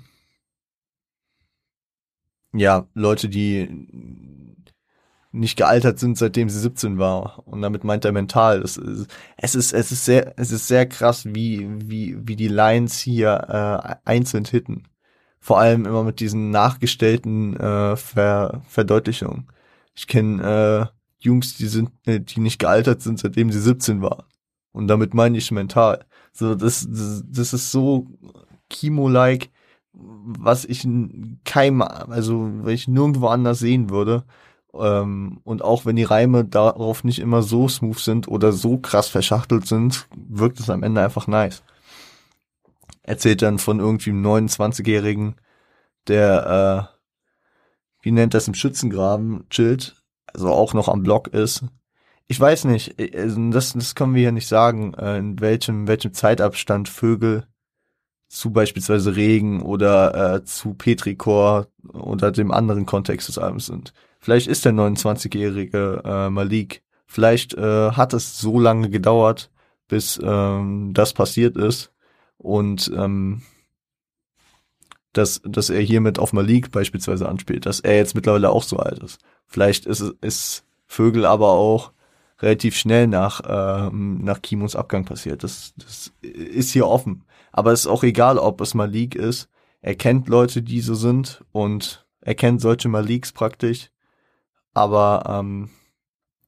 ja, Leute, die nicht gealtert sind, seitdem sie siebzehn war. Und damit meint er mental. Das ist, es ist, es ist sehr, es ist sehr krass, wie, wie, wie die Lines hier äh, einzeln hitten. Vor allem immer mit diesen nachgestellten äh, Ver Verdeutlichungen. Ich kenne äh, Jungs, die sind, äh, die nicht gealtert sind, seitdem sie siebzehn waren. Und damit meine ich mental. So, das, das, das ist so Kimo-like, was ich in keinem, also, wenn ich nirgendwo anders sehen würde. Ähm, und auch wenn die Reime darauf nicht immer so smooth sind oder so krass verschachtelt sind, wirkt es am Ende einfach nice. Erzählt dann von irgendwie einem neunundzwanzigjährigen, der, äh, wie nennt das, im Schützengraben chillt, also auch noch am Block ist. Ich weiß nicht, also das, das können wir ja nicht sagen, äh, in welchem, welchem Zeitabstand Vögel zu beispielsweise Regen oder äh, zu Petrichor oder dem anderen Kontext des Albums sind. Vielleicht ist der neunundzwanzigjährige äh, Malik, vielleicht äh, hat es so lange gedauert, bis ähm, das passiert ist und ähm, dass, dass er hiermit auf Malik beispielsweise anspielt, dass er jetzt mittlerweile auch so alt ist. Vielleicht ist es ist Vögel aber auch relativ schnell nach ähm, nach Kimos Abgang passiert. Das, das ist hier offen. Aber es ist auch egal, ob es Malik ist. Er kennt Leute, die so sind und er kennt solche Maliks praktisch. Aber ähm,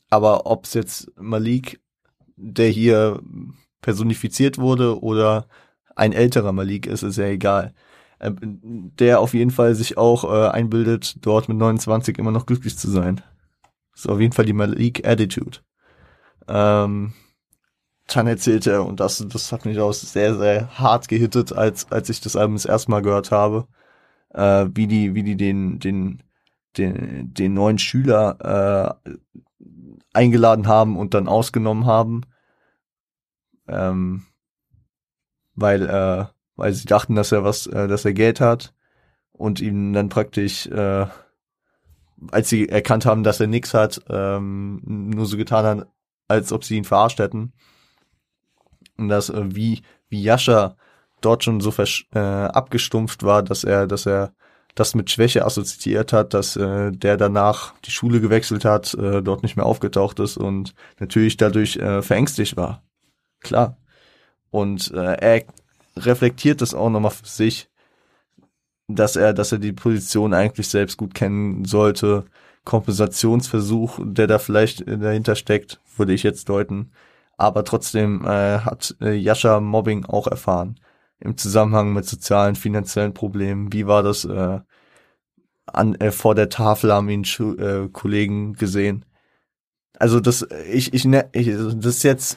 Aber ob es jetzt Malik, der hier personifiziert wurde, oder ein älterer Malik ist, ist ja egal. Äh, der auf jeden Fall sich auch äh, einbildet, dort mit neunundzwanzig immer noch glücklich zu sein. Das ist auf jeden Fall die Malik-Attitude. Ähm, dann erzählt er, und das, das hat mich auch sehr, sehr hart gehittet, als, als ich das Album das erste Mal gehört habe, äh, wie die, wie die den, den, den, den neuen Schüler äh, eingeladen haben und dann ausgenommen haben, ähm, weil, äh, weil sie dachten, dass er was, äh, dass er Geld hat, und ihm dann praktisch, äh, als sie erkannt haben, dass er nichts hat, ähm, nur so getan haben, als ob sie ihn verarscht hätten. Und dass äh, wie wie Yasha dort schon so versch- äh, abgestumpft war, dass er dass er das mit Schwäche assoziiert hat, dass äh, der danach die Schule gewechselt hat, äh, dort nicht mehr aufgetaucht ist und natürlich dadurch äh, verängstigt war. Klar. Und äh, er reflektiert das auch nochmal für sich, dass er, dass er die Position eigentlich selbst gut kennen sollte. Kompensationsversuch, der da vielleicht dahinter steckt, würde ich jetzt deuten. Aber trotzdem äh, hat äh, Yasha Mobbing auch erfahren. Im Zusammenhang mit sozialen, finanziellen Problemen. Wie war das äh, an äh, vor der Tafel haben ihn Schu- äh, Kollegen gesehen. Also das, ich, ich, ne, ich, das ist jetzt,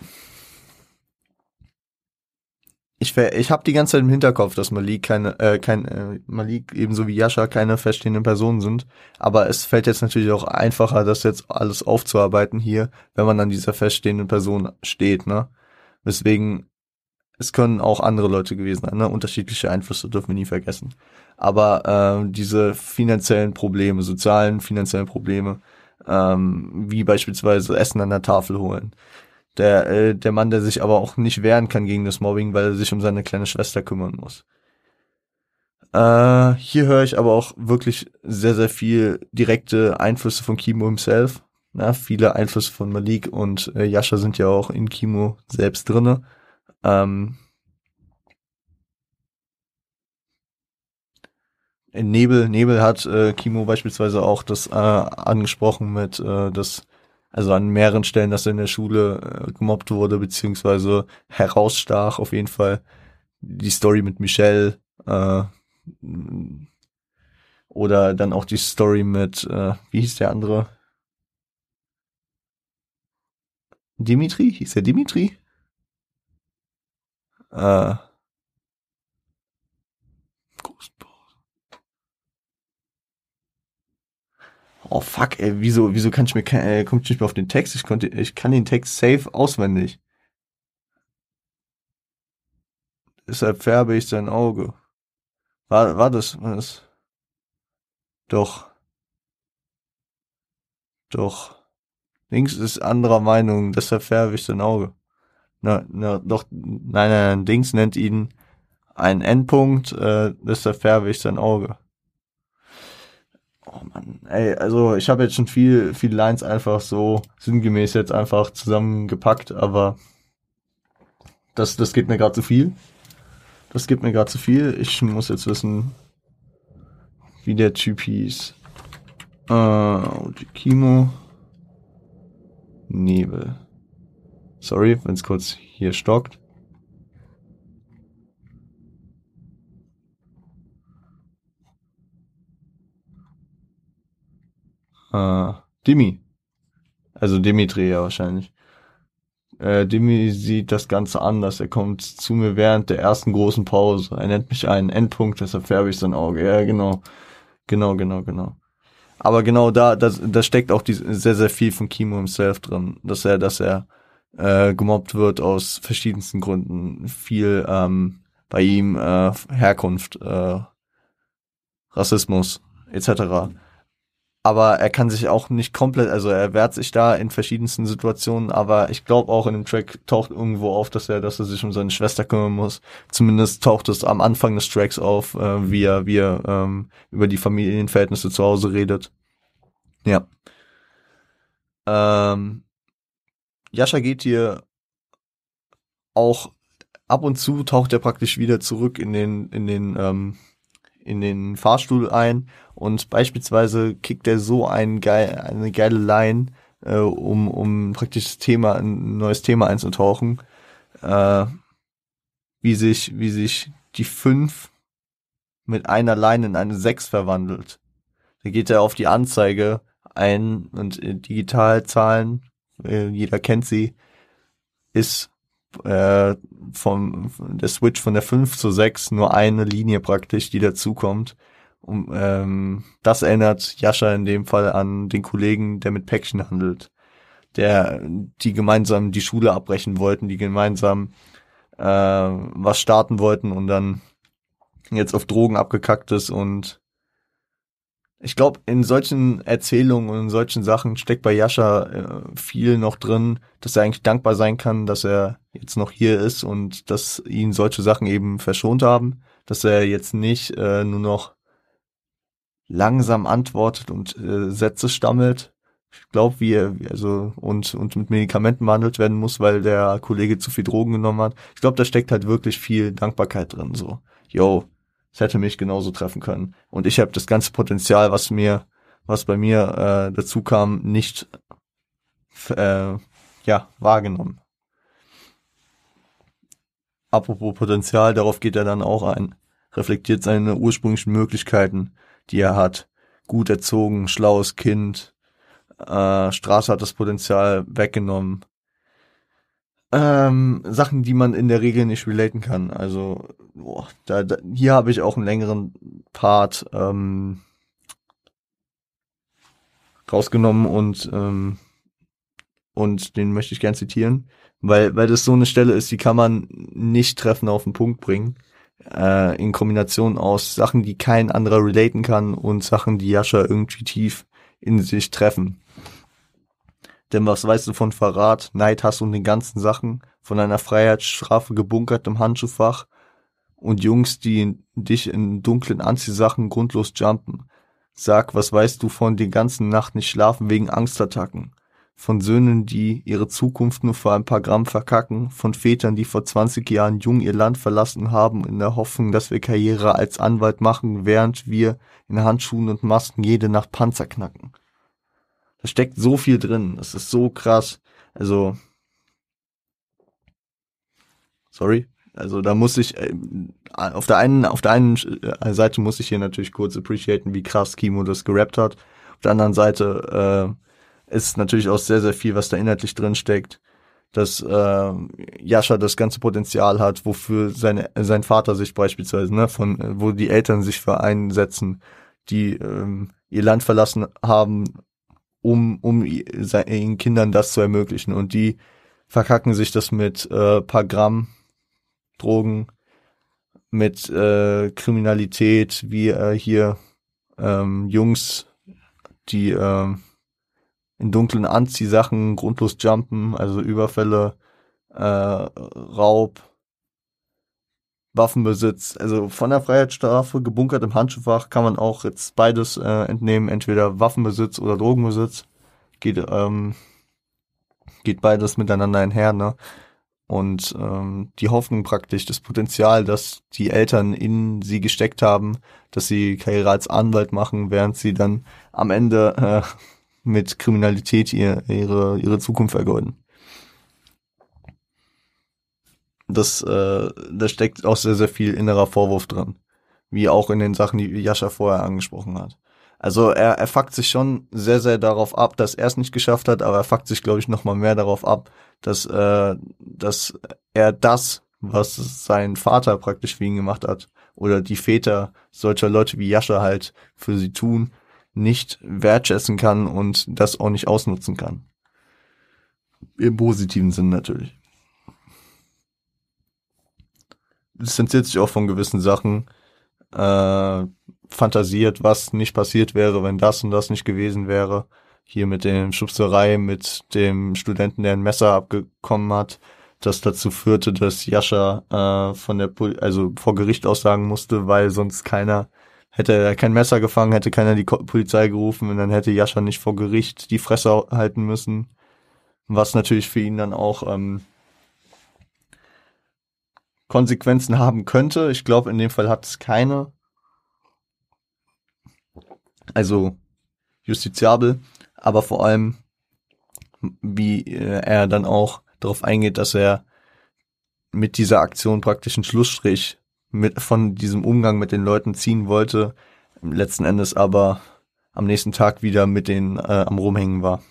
ich, ver- ich habe die ganze Zeit im Hinterkopf, dass Malik keine, äh, kein, äh, Malik ebenso wie Yasha keine feststehenden Personen sind. Aber es fällt jetzt natürlich auch einfacher, das jetzt alles aufzuarbeiten hier, wenn man an dieser feststehenden Person steht, ne? Weswegen, es können auch andere Leute gewesen sein, ne? Unterschiedliche Einflüsse dürfen wir nie vergessen. Aber äh, diese finanziellen Probleme, sozialen finanziellen Probleme, ähm, wie beispielsweise Essen an der Tafel holen. Der, äh, der Mann, der sich aber auch nicht wehren kann gegen das Mobbing, weil er sich um seine kleine Schwester kümmern muss. Äh, hier höre ich aber auch wirklich sehr, sehr viel direkte Einflüsse von Kimo himself. Na, viele Einflüsse von Malik und äh, Yasha sind ja auch in Kimo selbst drinne. Ähm, in Nebel, Nebel hat äh, Kimo beispielsweise auch das äh, angesprochen mit, äh, das, also an mehreren Stellen, dass er in der Schule äh, gemobbt wurde, beziehungsweise herausstach auf jeden Fall. Die Story mit Michelle, äh, oder dann auch die Story mit, äh, wie hieß der andere? Dimitri? Hieß der Dimitri? Äh, oh fuck, ey, wieso, wieso kann ich mir, äh, kommt ich nicht mehr auf den Text? Ich konnte, ich kann den Text safe auswendig. Deshalb färbe ich sein Auge. War, war das, war das? Doch, doch. Links ist anderer Meinung, deshalb färbe ich sein Auge. Na, na, doch, nein, nein, nein, Dings nennt ihn einen Endpunkt, äh, deshalb färbe ich sein Auge. Oh Mann, ey, also ich habe jetzt schon viel, viele Lines einfach so sinngemäß jetzt einfach zusammengepackt, aber das, das geht mir gerade zu viel. Das gibt mir gerade zu viel. Ich muss jetzt wissen, wie der Typ hieß. Äh, Kimo Nebel. Sorry, wenn es kurz hier stockt. Äh, Dimi. Also Dimitri ja wahrscheinlich. Äh, Dimi sieht das Ganze anders. Er kommt zu mir während der ersten großen Pause. Er nennt mich einen Endpunkt, deshalb färbe ich sein Auge. Ja, genau. Genau, genau, genau. Aber genau da, da, da steckt auch die, sehr, sehr viel von Kimo himself drin. Dass er, dass er äh, gemobbt wird aus verschiedensten Gründen. Viel ähm, bei ihm äh, Herkunft, äh, Rassismus et cetera. Aber er kann sich auch nicht komplett, also er wehrt sich da in verschiedensten Situationen, aber ich glaube auch in dem Track taucht irgendwo auf, dass er, dass er sich um seine Schwester kümmern muss. Zumindest taucht es am Anfang des Tracks auf, äh, wie er, wie er ähm, über die Familienverhältnisse zu Hause redet. Ja. Ähm, Yasha geht hier auch ab und zu taucht er praktisch wieder zurück in den, in den, ähm, in den Fahrstuhl ein und beispielsweise kickt er so ein geil, eine geile Line, äh, um, um praktisch das Thema, ein neues Thema einzutauchen, äh, wie sich, wie sich die fünf mit einer Line in eine sechs verwandelt. Da geht er auf die Anzeige ein und äh, Digitalzahlen, äh, jeder kennt sie, ist äh, vom der Switch von der fünf zur sechs nur eine Linie praktisch, die dazukommt. Um, ähm, das erinnert Jascha in dem Fall an den Kollegen, der mit Päckchen handelt, der die gemeinsam die Schule abbrechen wollten, die gemeinsam äh, was starten wollten und dann jetzt auf Drogen abgekackt ist. Und ich glaube, in solchen Erzählungen und in solchen Sachen steckt bei Jascha äh, viel noch drin, dass er eigentlich dankbar sein kann, dass er jetzt noch hier ist und dass ihn solche Sachen eben verschont haben, dass er jetzt nicht äh, nur noch langsam antwortet und äh, Sätze stammelt. Ich glaube, wie er also und und mit Medikamenten behandelt werden muss, weil der Kollege zu viel Drogen genommen hat. Ich glaube, da steckt halt wirklich viel Dankbarkeit drin. So, yo, es hätte mich genauso treffen können. Und ich habe das ganze Potenzial, was mir, was bei mir äh, dazu kam, nicht äh, ja wahrgenommen. Apropos Potenzial, darauf geht er dann auch ein. Reflektiert seine ursprünglichen Möglichkeiten, die er hat. Gut erzogen, schlaues Kind. Äh, Straße hat das Potenzial weggenommen. Ähm, Sachen, die man in der Regel nicht relaten kann. Also boah, da, da, hier habe ich auch einen längeren Part ähm, rausgenommen und ähm, und den möchte ich gern zitieren, weil weil das so eine Stelle ist, die kann man nicht treffend auf den Punkt bringen. Äh, in Kombination aus Sachen, die kein anderer relaten kann und Sachen, die Jascha irgendwie tief in sich treffen. Denn was weißt du von Verrat, Neid, Hass und den ganzen Sachen, von einer Freiheitsstrafe gebunkert im Handschuhfach und Jungs, die dich in dunklen Anziehsachen grundlos jumpen. Sag, was weißt du von den ganzen Nacht nicht schlafen wegen Angstattacken? Von Söhnen, die ihre Zukunft nur für ein paar Gramm verkacken, von Vätern, die vor zwanzig Jahren jung ihr Land verlassen haben, in der Hoffnung, dass wir Karriere als Anwalt machen, während wir in Handschuhen und Masken jede Nacht Panzer knacken. Da steckt so viel drin, das ist so krass. Also, sorry, also da muss ich, äh, auf der einen, auf der einen Seite muss ich hier natürlich kurz appreciaten, wie krass Kimo das gerappt hat. Auf der anderen Seite äh, ist natürlich auch sehr, sehr viel, was da inhaltlich drin steckt, dass äh, Jascha das ganze Potenzial hat, wofür seine, sein Vater sich beispielsweise, ne, von wo die Eltern sich für einsetzen, die ähm, ihr Land verlassen haben, um um ihren Kindern das zu ermöglichen. Und die verkacken sich das mit äh, paar Gramm Drogen, mit äh, Kriminalität, wie äh, hier ähm, Jungs, die äh, in dunklen Anziehsachen grundlos jumpen, also Überfälle, äh, Raub, Waffenbesitz, also von der Freiheitsstrafe, gebunkert im Handschuhfach, kann man auch jetzt beides äh, entnehmen, entweder Waffenbesitz oder Drogenbesitz. Geht, ähm, geht beides miteinander einher, ne? Und ähm, die Hoffnung praktisch, das Potenzial, das die Eltern in sie gesteckt haben, dass sie Karriere als Anwalt machen, während sie dann am Ende äh, mit Kriminalität ihr, ihre ihre Zukunft vergeuden. Das, äh, da steckt auch sehr, sehr viel innerer Vorwurf dran. Wie auch in den Sachen, die Jascha vorher angesprochen hat. Also er, er fuckt sich schon sehr, sehr darauf ab, dass er es nicht geschafft hat, aber er fuckt sich, glaube ich, noch mal mehr darauf ab, dass, äh, dass er das, was sein Vater praktisch für ihn gemacht hat, oder die Väter solcher Leute wie Jascha halt für sie tun, nicht wertschätzen kann und das auch nicht ausnutzen kann. Im positiven Sinn natürlich. Distanziert sich auch von gewissen Sachen, äh, fantasiert, was nicht passiert wäre, wenn das und das nicht gewesen wäre. Hier mit dem Schubserei, mit dem Studenten, der ein Messer abgekommen hat, das dazu führte, dass Jascha äh, von der Pol- also vor Gericht aussagen musste, weil sonst keiner, hätte er kein Messer gefangen, hätte keiner die Ko- Polizei gerufen und dann hätte Jascha nicht vor Gericht die Fresse halten müssen. Was natürlich für ihn dann auch ähm, Konsequenzen haben könnte. Ich glaube, in dem Fall hat es keine. Also justiziabel, aber vor allem wie äh, er dann auch darauf eingeht, dass er mit dieser Aktion praktisch einen Schlussstrich mit von diesem Umgang mit den Leuten ziehen wollte, letzten Endes aber am nächsten Tag wieder mit denen äh, am Rumhängen war.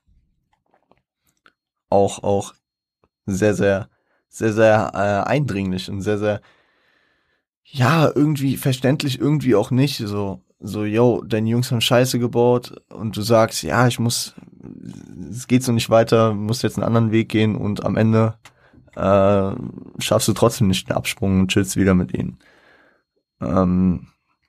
Auch auch sehr, sehr, sehr, sehr äh, eindringlich und sehr, sehr, ja, irgendwie verständlich, irgendwie auch nicht. So, so, yo, deine Jungs haben Scheiße gebaut und du sagst, ja, ich muss, es geht so nicht weiter, muss jetzt einen anderen Weg gehen und am Ende äh, schaffst du trotzdem nicht den Absprung und chillst wieder mit ihnen. Ähm,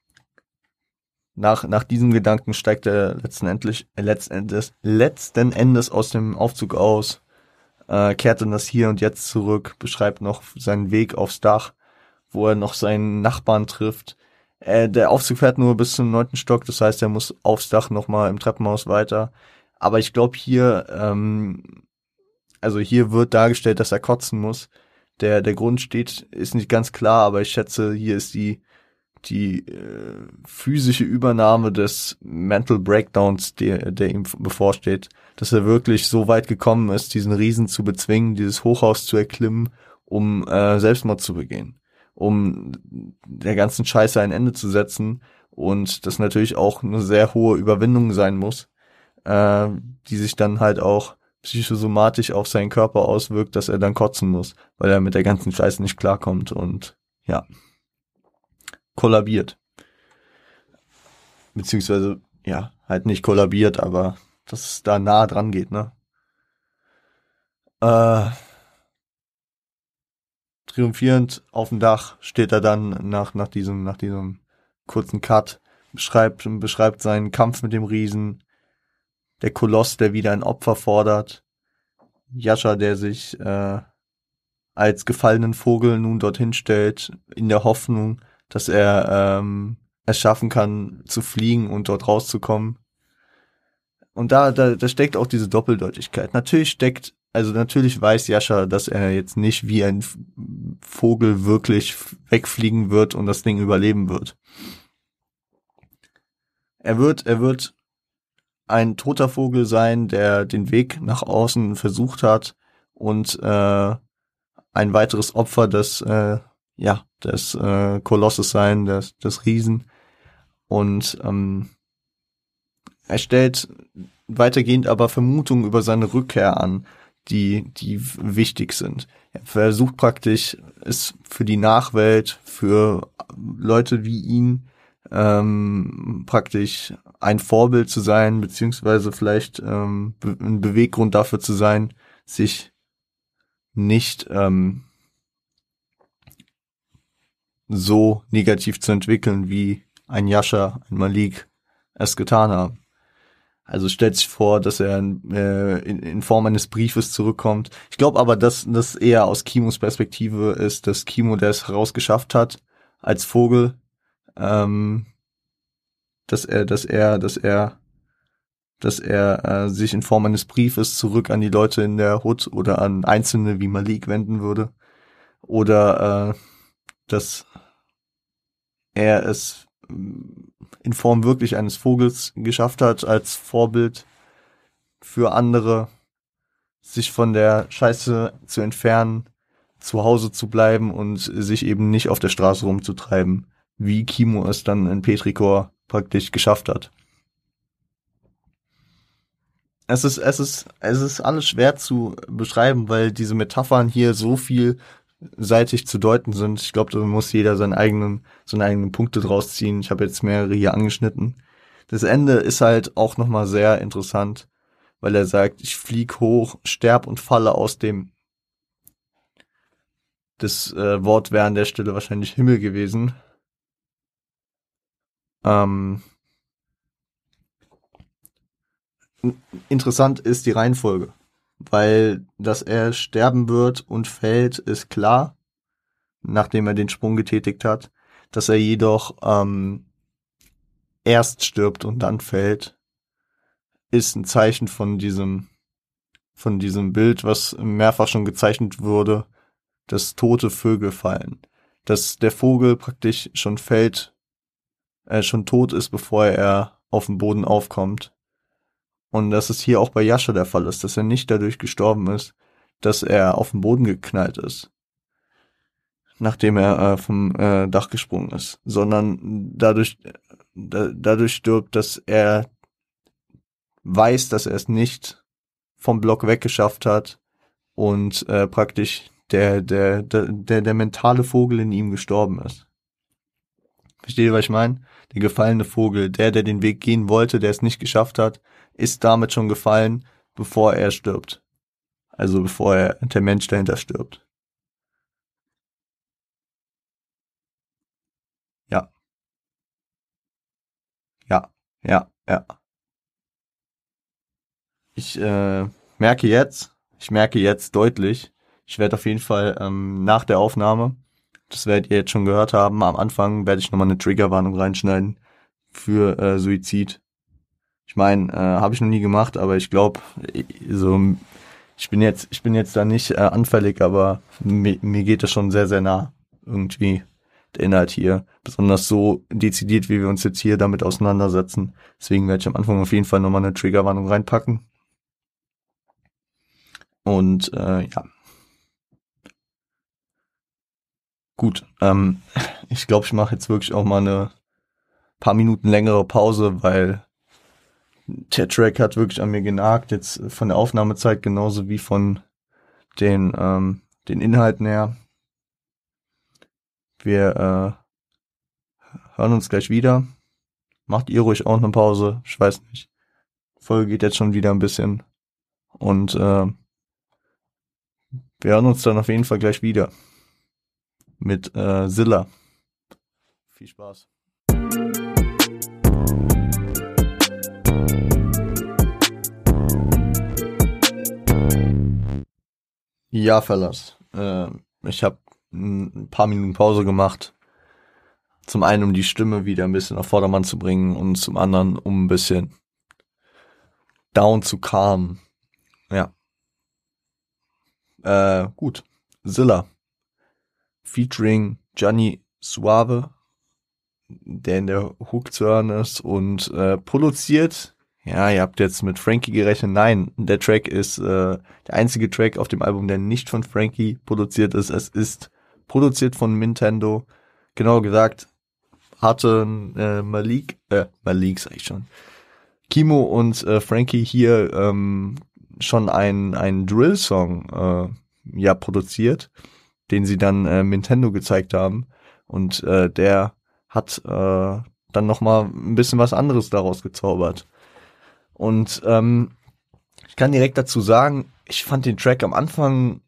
nach, nach diesem Gedanken steigt er letztendlich, äh, letzten Endes, letzten Endes aus dem Aufzug aus, äh, kehrt in das Hier und Jetzt zurück, beschreibt noch seinen Weg aufs Dach, wo er noch seinen Nachbarn trifft. Äh, der Aufzug fährt nur bis zum neunten Stock, das heißt, er muss aufs Dach nochmal im Treppenhaus weiter. Aber ich glaube hier, ähm, also hier wird dargestellt, dass er kotzen muss. Der, der Grund steht, ist nicht ganz klar, aber ich schätze, hier ist die, die äh, physische Übernahme des Mental Breakdowns, der, der ihm bevorsteht, dass er wirklich so weit gekommen ist, diesen Riesen zu bezwingen, dieses Hochhaus zu erklimmen, um äh, Selbstmord zu begehen, um der ganzen Scheiße ein Ende zu setzen und das natürlich auch eine sehr hohe Überwindung sein muss, äh, die sich dann halt auch psychosomatisch auf seinen Körper auswirkt, dass er dann kotzen muss, weil er mit der ganzen Scheiße nicht klarkommt und ja, kollabiert. Beziehungsweise, ja, halt nicht kollabiert, aber dass es da nah dran geht, ne? Äh, triumphierend auf dem Dach steht er dann nach, nach diesem, nach diesem kurzen Cut, beschreibt, beschreibt seinen Kampf mit dem Riesen, der Koloss, der wieder ein Opfer fordert, Jascha, der sich äh, als gefallenen Vogel nun dorthin stellt, in der Hoffnung, dass er ähm, es schaffen kann, zu fliegen und dort rauszukommen. Und da, da, da steckt auch diese Doppeldeutigkeit. Natürlich steckt, also natürlich weiß Jascha, dass er jetzt nicht wie ein Vogel wirklich wegfliegen wird und das Ding überleben wird. Er wird, er wird ein toter Vogel sein, der den Weg nach außen versucht hat und äh, ein weiteres Opfer des, äh, ja, des äh, Kolosses sein, des, des Riesen. Und ähm, er stellt weitergehend aber Vermutungen über seine Rückkehr an, die, die wichtig sind. Er versucht praktisch, es für die Nachwelt, für Leute wie ihn, ähm, praktisch ein Vorbild zu sein, beziehungsweise vielleicht ähm, ein Beweggrund dafür zu sein, sich nicht ähm, so negativ zu entwickeln, wie ein Jascha, ein Malik es getan haben. Also stellt sich vor, dass er äh, in, in Form eines Briefes zurückkommt. Ich glaube aber, dass das eher aus Kimos Perspektive ist, dass Kimo, der es herausgeschafft hat, als Vogel, ähm, dass er, dass er, dass er, dass er äh, sich in Form eines Briefes zurück an die Leute in der Hood oder an Einzelne wie Malik wenden würde. Oder äh, dass er es in Form wirklich eines Vogels geschafft hat, als Vorbild für andere, sich von der Scheiße zu entfernen, zu Hause zu bleiben und sich eben nicht auf der Straße rumzutreiben, wie Kimo es dann in Petrichor praktisch geschafft hat. Es ist, es ist, es ist alles schwer zu beschreiben, weil diese Metaphern hier so vielseitig zu deuten sind. Ich glaube, da muss jeder seinen eigenen, seine eigenen Punkte draus ziehen. Ich habe jetzt mehrere hier angeschnitten. Das Ende ist halt auch nochmal sehr interessant, weil er sagt, ich flieg hoch, sterb und falle aus dem, das äh, Wort wäre an der Stelle wahrscheinlich Himmel gewesen. Ähm, interessant ist die Reihenfolge, weil dass er sterben wird und fällt, ist klar, nachdem er den Sprung getätigt hat, dass er jedoch ähm, erst stirbt und dann fällt, ist ein Zeichen von diesem von diesem Bild, was mehrfach schon gezeichnet wurde, dass tote Vögel fallen. Dass der Vogel praktisch schon fällt, äh, schon tot ist, bevor er auf dem Boden aufkommt. Und dass es hier auch bei Yasha der Fall ist, dass er nicht dadurch gestorben ist, dass er auf den Boden geknallt ist, nachdem er äh, vom äh, Dach gesprungen ist, sondern dadurch, da, dadurch stirbt, dass er weiß, dass er es nicht vom Block weggeschafft hat und äh, praktisch der, der, der, der, der mentale Vogel in ihm gestorben ist. Versteht ihr, was ich meine? Der gefallene Vogel, der, der den Weg gehen wollte, der es nicht geschafft hat, ist damit schon gefallen, bevor er stirbt. Also bevor er, der Mensch dahinter stirbt. Ja, ja, ja, ja. Ich äh, merke jetzt, ich merke jetzt deutlich, ich werde auf jeden Fall ähm, nach der Aufnahme, das werdet ihr jetzt schon gehört haben, am Anfang werde ich nochmal eine Triggerwarnung reinschneiden für äh, Suizid. Ich meine, äh, habe ich noch nie gemacht, aber ich glaube, so, ich bin jetzt, ich bin jetzt da nicht äh, anfällig, aber mir, mir geht das schon sehr, sehr nah irgendwie, der Inhalt hier. Besonders so dezidiert, wie wir uns jetzt hier damit auseinandersetzen. Deswegen werde ich am Anfang auf jeden Fall nochmal eine Triggerwarnung reinpacken. Und äh, ja. Gut, ähm, ich glaube, ich mache jetzt wirklich auch mal eine paar Minuten längere Pause, weil der Track hat wirklich an mir genagt, jetzt von der Aufnahmezeit genauso wie von den, ähm, den Inhalten her. Wir äh, hören uns gleich wieder. Macht ihr ruhig auch eine Pause, ich weiß nicht. Die Folge geht jetzt schon wieder ein bisschen. Und äh, wir hören uns dann auf jeden Fall gleich wieder. Mit äh, Zilla. Viel Spaß. Ja, Fellas. Äh, ich habe ein paar Minuten Pause gemacht. Zum einen, um die Stimme wieder ein bisschen auf Vordermann zu bringen und zum anderen, um ein bisschen down zu calmen. Ja. Äh, gut. Zilla. Featuring Gianni Suave, der in der Hook zu hören ist und äh, produziert. Ja, ihr habt jetzt mit Frankie gerechnet. Nein, der Track ist äh, der einzige Track auf dem Album, der nicht von Frankie produziert ist. Es ist produziert von Nintendo. Genau gesagt, hatten äh, Malik, äh, Malik sag ich schon, Kimo und äh, Frankie hier ähm, schon einen einen Drill-Song äh, ja produziert, den sie dann äh, Nintendo gezeigt haben. Und äh, der hat äh, dann nochmal ein bisschen was anderes daraus gezaubert. Und ähm, ich kann direkt dazu sagen, ich fand den Track am Anfang,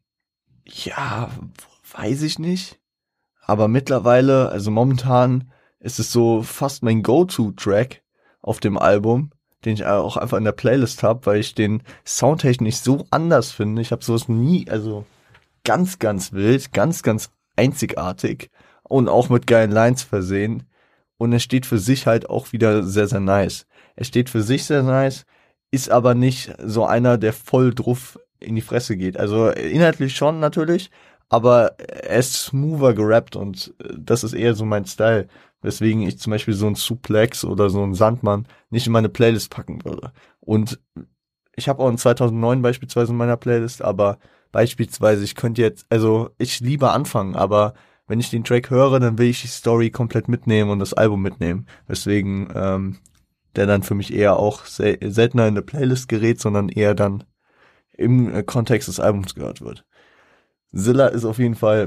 ja, weiß ich nicht. Aber mittlerweile, also momentan, ist es so fast mein Go-To-Track auf dem Album, den ich auch einfach in der Playlist habe, weil ich den soundtechnisch so anders finde. Ich habe sowas nie, also ganz, ganz wild, ganz, ganz einzigartig und auch mit geilen Lines versehen. Und er steht für sich halt auch wieder sehr, sehr nice. Er steht für sich sehr nice, ist aber nicht so einer, der voll drauf in die Fresse geht. Also inhaltlich schon natürlich, aber er ist smoother gerappt und das ist eher so mein Style. Weswegen ich zum Beispiel so einen Suplex oder so einen Sandmann nicht in meine Playlist packen würde. Und ich habe auch einen zweitausendneun beispielsweise in meiner Playlist, aber beispielsweise, ich könnte jetzt, also ich liebe anfangen, aber wenn ich den Track höre, dann will ich die Story komplett mitnehmen und das Album mitnehmen. Weswegen ähm, der dann für mich eher auch sel- seltener in eine Playlist gerät, sondern eher dann im äh, Kontext des Albums gehört wird. Zilla ist auf jeden Fall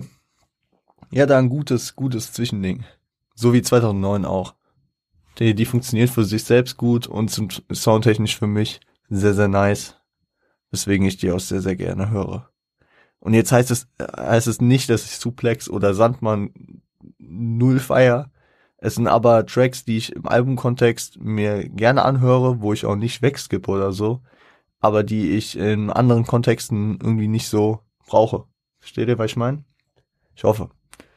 ja da ein gutes, gutes Zwischending. So wie zweitausendneun auch. Die, die funktioniert für sich selbst gut und sind soundtechnisch für mich sehr, sehr nice. Weswegen ich die auch sehr, sehr gerne höre. Und jetzt heißt es, heißt es nicht, dass ich Suplex oder Sandmann null feier. Es sind aber Tracks, die ich im Albumkontext mir gerne anhöre, wo ich auch nicht wegskippe oder so, aber die ich in anderen Kontexten irgendwie nicht so brauche. Versteht ihr, was ich meine? Ich hoffe.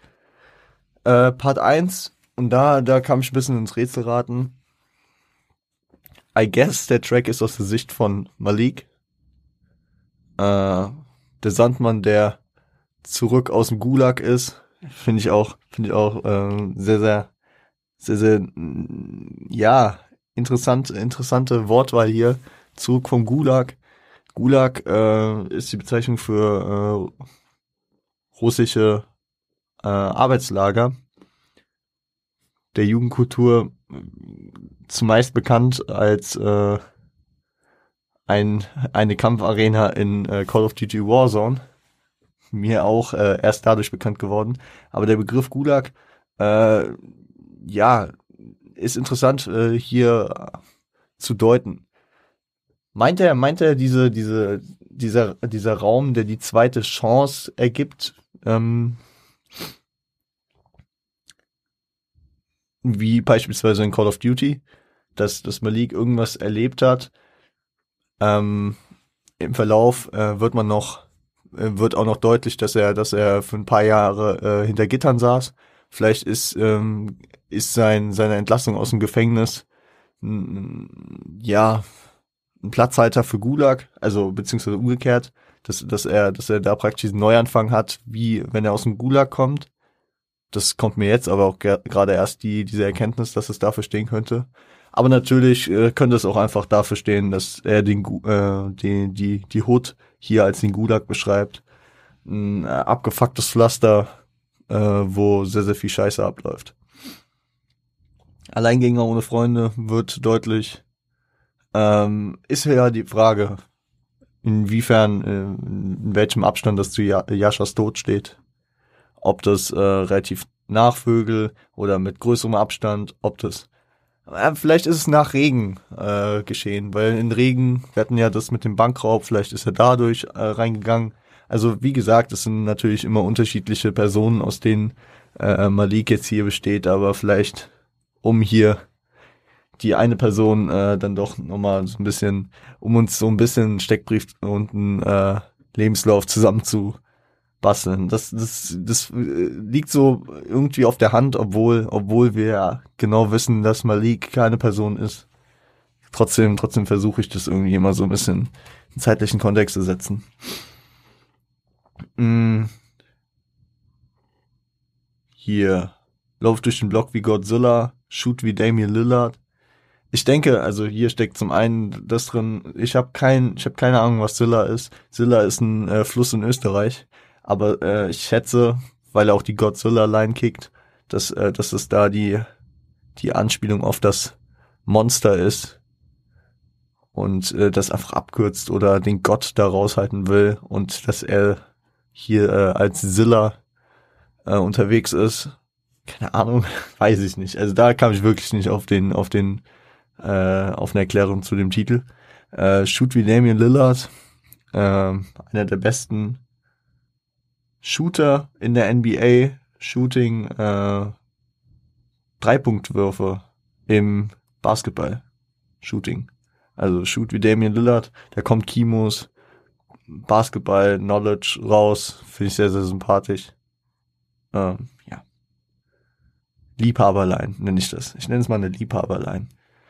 Äh, Part eins, und da, da kam ich ein bisschen ins Rätselraten. I guess der Track ist aus der Sicht von Malik. Äh, der Sandmann, der zurück aus dem Gulag ist, finde ich auch, finde ich auch äh, sehr, sehr, sehr, sehr, ja, interessant, interessante Wortwahl hier. Zurück vom Gulag. Gulag äh, ist die Bezeichnung für äh, russische äh, Arbeitslager der Jugendkultur, zumeist bekannt als äh, ein eine Kampfarena in äh, Call of Duty Warzone. Mir auch äh, erst dadurch bekannt geworden. Aber der Begriff Gulag, äh, ja, ist interessant äh, hier zu deuten. Meint er, meint er diese, diese, dieser, dieser Raum, der die zweite Chance ergibt, ähm, wie beispielsweise in Call of Duty, dass, dass Malik irgendwas erlebt hat, ähm, im Verlauf äh, wird man noch, äh, wird auch noch deutlich, dass er, dass er für ein paar Jahre äh, hinter Gittern saß. Vielleicht ist, ähm, ist sein, seine Entlassung aus dem Gefängnis, n, ja, ein Platzhalter für Gulag, also beziehungsweise umgekehrt, dass, dass er, dass er da praktisch einen Neuanfang hat, wie wenn er aus dem Gulag kommt. Das kommt mir jetzt aber auch ger- gerade erst die, diese Erkenntnis, dass es dafür stehen könnte. Aber natürlich äh, könnte es auch einfach dafür stehen, dass er den, Gu- äh, die, die, die Hood hier als den Gulag beschreibt. Ein äh, abgefucktes Pflaster, äh, wo sehr, sehr viel Scheiße abläuft. Alleingänger ohne Freunde wird deutlich. Ähm, ist ja die Frage, inwiefern, äh, in welchem Abstand das zu ja- Jaschas Tod steht. Ob das äh, relativ nach Vögel oder mit größerem Abstand, ob das äh, vielleicht ist es nach Regen äh, geschehen, weil in Regen, wir hatten ja das mit dem Bankraub, vielleicht ist er dadurch äh, reingegangen. Also wie gesagt, es sind natürlich immer unterschiedliche Personen, aus denen äh, Malik jetzt hier besteht, aber vielleicht um hier die eine Person äh, dann doch nochmal so ein bisschen, um uns so ein bisschen Steckbrief und einen äh, Lebenslauf zusammen zu basteln. Das, das, das liegt so irgendwie auf der Hand, obwohl, obwohl wir ja genau wissen, dass Malik keine Person ist. Trotzdem, trotzdem versuche ich das irgendwie immer so ein bisschen in zeitlichen Kontext zu setzen. Mm. Hier. Lauf durch den Block wie Godzilla, shoot wie Damian Lillard. Ich denke, also hier steckt zum einen das drin, ich habe kein, ich habe keine Ahnung, was Zilla ist. Zilla ist ein äh, Fluss in Österreich. Aber äh, ich schätze, weil er auch die Godzilla-Line kickt, dass, äh, dass es da die, die Anspielung auf das Monster ist und äh, das einfach abkürzt oder den Gott da raushalten will und dass er hier äh, als Zilla äh, unterwegs ist. Keine Ahnung, weiß ich nicht. Also da kam ich wirklich nicht auf den, auf den, äh, auf eine Erklärung zu dem Titel. Äh, Shoot wie Damian Lillard, äh, einer der besten Shooter in der N B A, Shooting, äh, Dreipunktwürfe im Basketball, Shooting. Also Shoot wie Damian Lillard, da kommt Kimos Basketball Knowledge raus, finde ich sehr, sehr sympathisch. Ähm, ja. Liebhaberlein nenne ich das. Ich nenne es mal eine Liebhaberlein.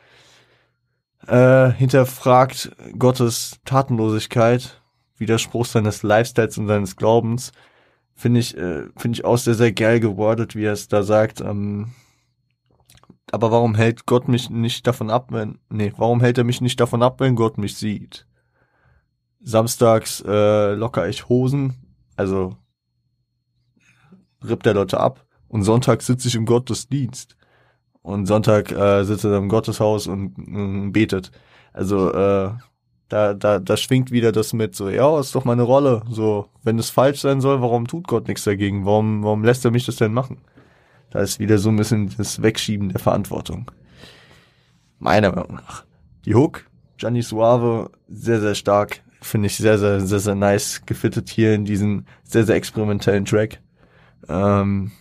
Äh, hinterfragt Gottes Tatenlosigkeit, Widerspruch seines Lifestyles und seines Glaubens. Finde ich, äh, finde ich auch sehr, sehr geil gewordet, wie er es da sagt. Ähm, aber warum hält Gott mich nicht davon ab, wenn, nee, warum hält er mich nicht davon ab, wenn Gott mich sieht? Samstags äh, locker ich Hosen, also rippt er Leute ab. Und Sonntag sitze ich im Gottesdienst. Und Sonntag äh, sitzt er im Gotteshaus und äh, betet. Also äh, Da, da, da schwingt wieder das mit, so, ja, ist doch meine Rolle. So, wenn es falsch sein soll, warum tut Gott nichts dagegen? Warum, warum lässt er mich das denn machen? Da ist wieder so ein bisschen das Wegschieben der Verantwortung. Meiner Meinung nach. Die Hook, Gianni Suave, sehr, sehr stark. Finde ich sehr, sehr, sehr, sehr nice gefittet hier in diesen sehr, sehr experimentellen Track. Ähm,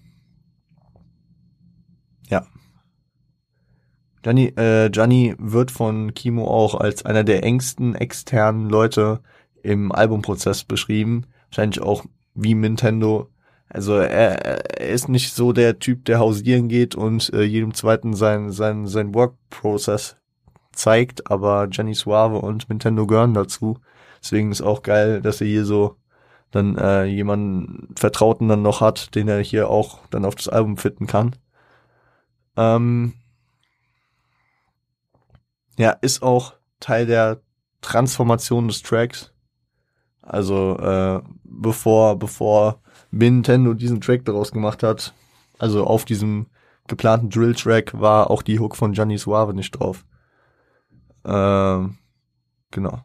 ja. Gianni, äh, Gianni wird von Kimo auch als einer der engsten externen Leute im Albumprozess beschrieben. Wahrscheinlich auch wie Nintendo. Also er, er ist nicht so der Typ, der hausieren geht und äh, jedem zweiten sein sein sein Work-Process zeigt, aber Gianni Suave und Nintendo gehören dazu. Deswegen ist auch geil, dass er hier so dann äh, jemanden Vertrauten dann noch hat, den er hier auch dann auf das Album fitten kann. Ähm, Ja, ist auch Teil der Transformation des Tracks. Also äh, bevor bevor Nintendo diesen Track daraus gemacht hat, also auf diesem geplanten Drill-Track war auch die Hook von Gianni Suave nicht drauf. Ähm, genau.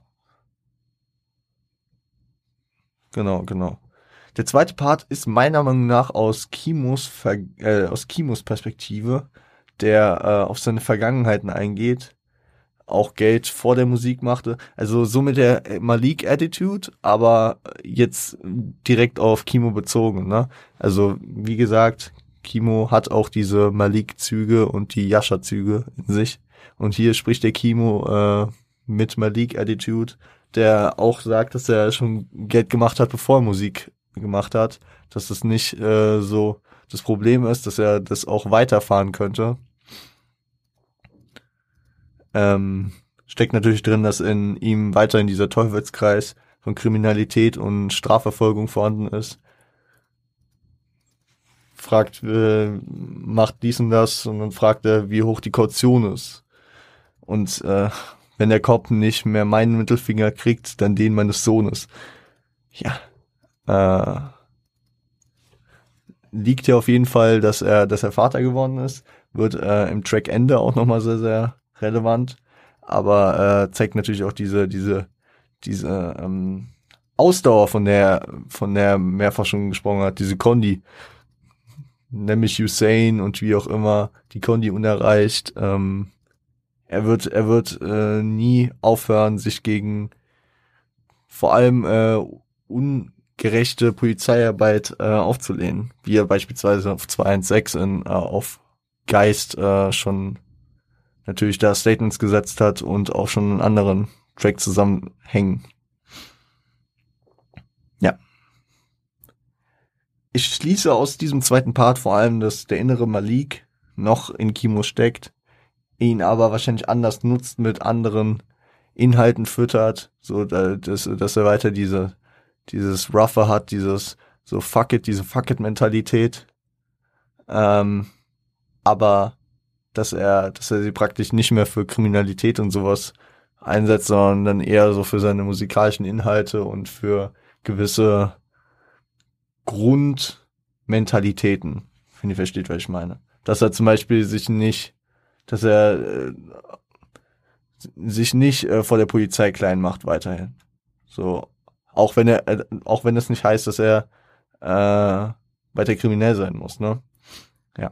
Genau, genau. Der zweite Part ist meiner Meinung nach aus Kimos, Ver äh, aus Kimos Perspektive, der äh, auf seine Vergangenheiten eingeht, auch Geld vor der Musik machte. Also so mit der Malik-Attitude, aber jetzt direkt auf Kimo bezogen. Ne? Also wie gesagt, Kimo hat auch diese Malik-Züge und die Yasha-Züge in sich. Und hier spricht der Kimo äh, mit Malik-Attitude, der auch sagt, dass er schon Geld gemacht hat, bevor er Musik gemacht hat. Dass das nicht äh, so das Problem ist, dass er das auch weiterfahren könnte. Ähm, steckt natürlich drin, dass in ihm weiterhin dieser Teufelskreis von Kriminalität und Strafverfolgung vorhanden ist. Fragt, äh, macht dies und das und dann fragt er, wie hoch die Kaution ist. Und äh, wenn der Cop nicht mehr meinen Mittelfinger kriegt, dann den meines Sohnes. Ja. Äh, liegt ja auf jeden Fall, dass er, dass er Vater geworden ist. Wird äh, im Trackende auch nochmal sehr, sehr relevant. Aber äh, zeigt natürlich auch diese, diese, diese ähm, Ausdauer, von der, von der mehrfach schon gesprochen hat, diese Kondi. Nämlich Hussein und wie auch immer, die Kondi unerreicht. Ähm, er wird, er wird äh, nie aufhören, sich gegen vor allem äh, ungerechte Polizeiarbeit äh, aufzulehnen, wie er beispielsweise auf zwei eins sechs in, äh, auf Geist äh, schon natürlich da Statements gesetzt hat und auch schon einen anderen Track zusammenhängen. Ja. Ich schließe aus diesem zweiten Part vor allem, dass der innere Malik noch in Kimo steckt, ihn aber wahrscheinlich anders nutzt, mit anderen Inhalten füttert, so dass, dass er weiter diese dieses Rougher hat, dieses so fuck it, diese fuck it Mentalität, ähm, aber dass er dass er sie praktisch nicht mehr für Kriminalität und sowas einsetzt, sondern eher so für seine musikalischen Inhalte und für gewisse Grundmentalitäten, wenn ihr versteht, was ich meine. Dass er zum Beispiel sich nicht, dass er äh, sich nicht äh, vor der Polizei klein macht weiterhin. So, auch wenn er, äh, auch wenn es nicht heißt, dass er äh, weiter kriminell sein muss, ne? Ja.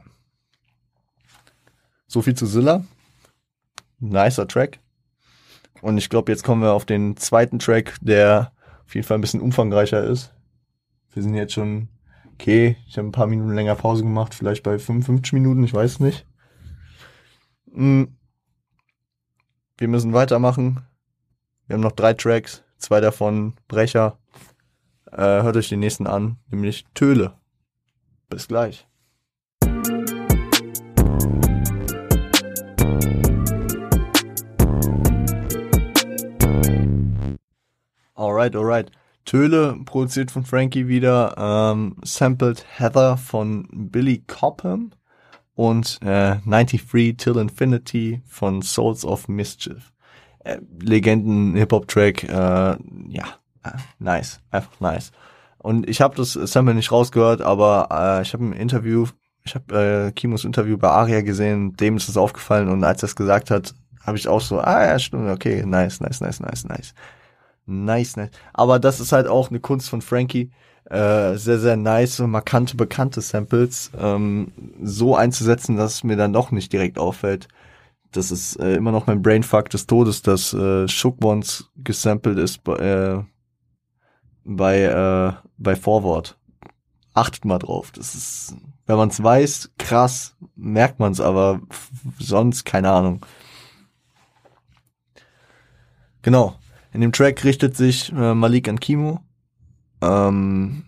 So viel zu Zilla. Nicer Track. Und ich glaube, jetzt kommen wir auf den zweiten Track, der auf jeden Fall ein bisschen umfangreicher ist. Wir sind jetzt schon, okay, ich habe ein paar Minuten länger Pause gemacht, vielleicht bei fünfundfünfzig Minuten, ich weiß nicht. Wir müssen weitermachen. Wir haben noch drei Tracks, zwei davon Brecher. Äh, hört euch den nächsten an, nämlich Töle. Bis gleich. Alright, alright. Töle, produziert von Frankie wieder, ähm, sampled Heather von Billy Cobham und äh, ninety-three Till Infinity von Souls of Mischief. Äh, Legenden-Hip-Hop-Track, äh, ja, äh, nice, einfach nice. Und ich habe das Sample nicht rausgehört, aber äh, ich habe ein Interview, ich habe äh, Kimos Interview bei Aria gesehen, dem ist das aufgefallen und als er es gesagt hat, habe ich auch so, ah ja, stimmt, okay, nice, nice, nice, nice, nice. Nice, nice. Aber das ist halt auch eine Kunst von Frankie. Äh, sehr, sehr nice, markante, bekannte Samples ähm, so einzusetzen, dass es mir dann doch nicht direkt auffällt. Das ist äh, immer noch mein Brainfuck des Todes, dass äh, Shook Ones gesampelt ist bei, äh, bei, äh, bei Forward. Achtet mal drauf. Das ist, wenn man es weiß, krass, merkt man es, aber f- sonst keine Ahnung. Genau. In dem Track richtet sich äh, Malik an Kimo. Ähm,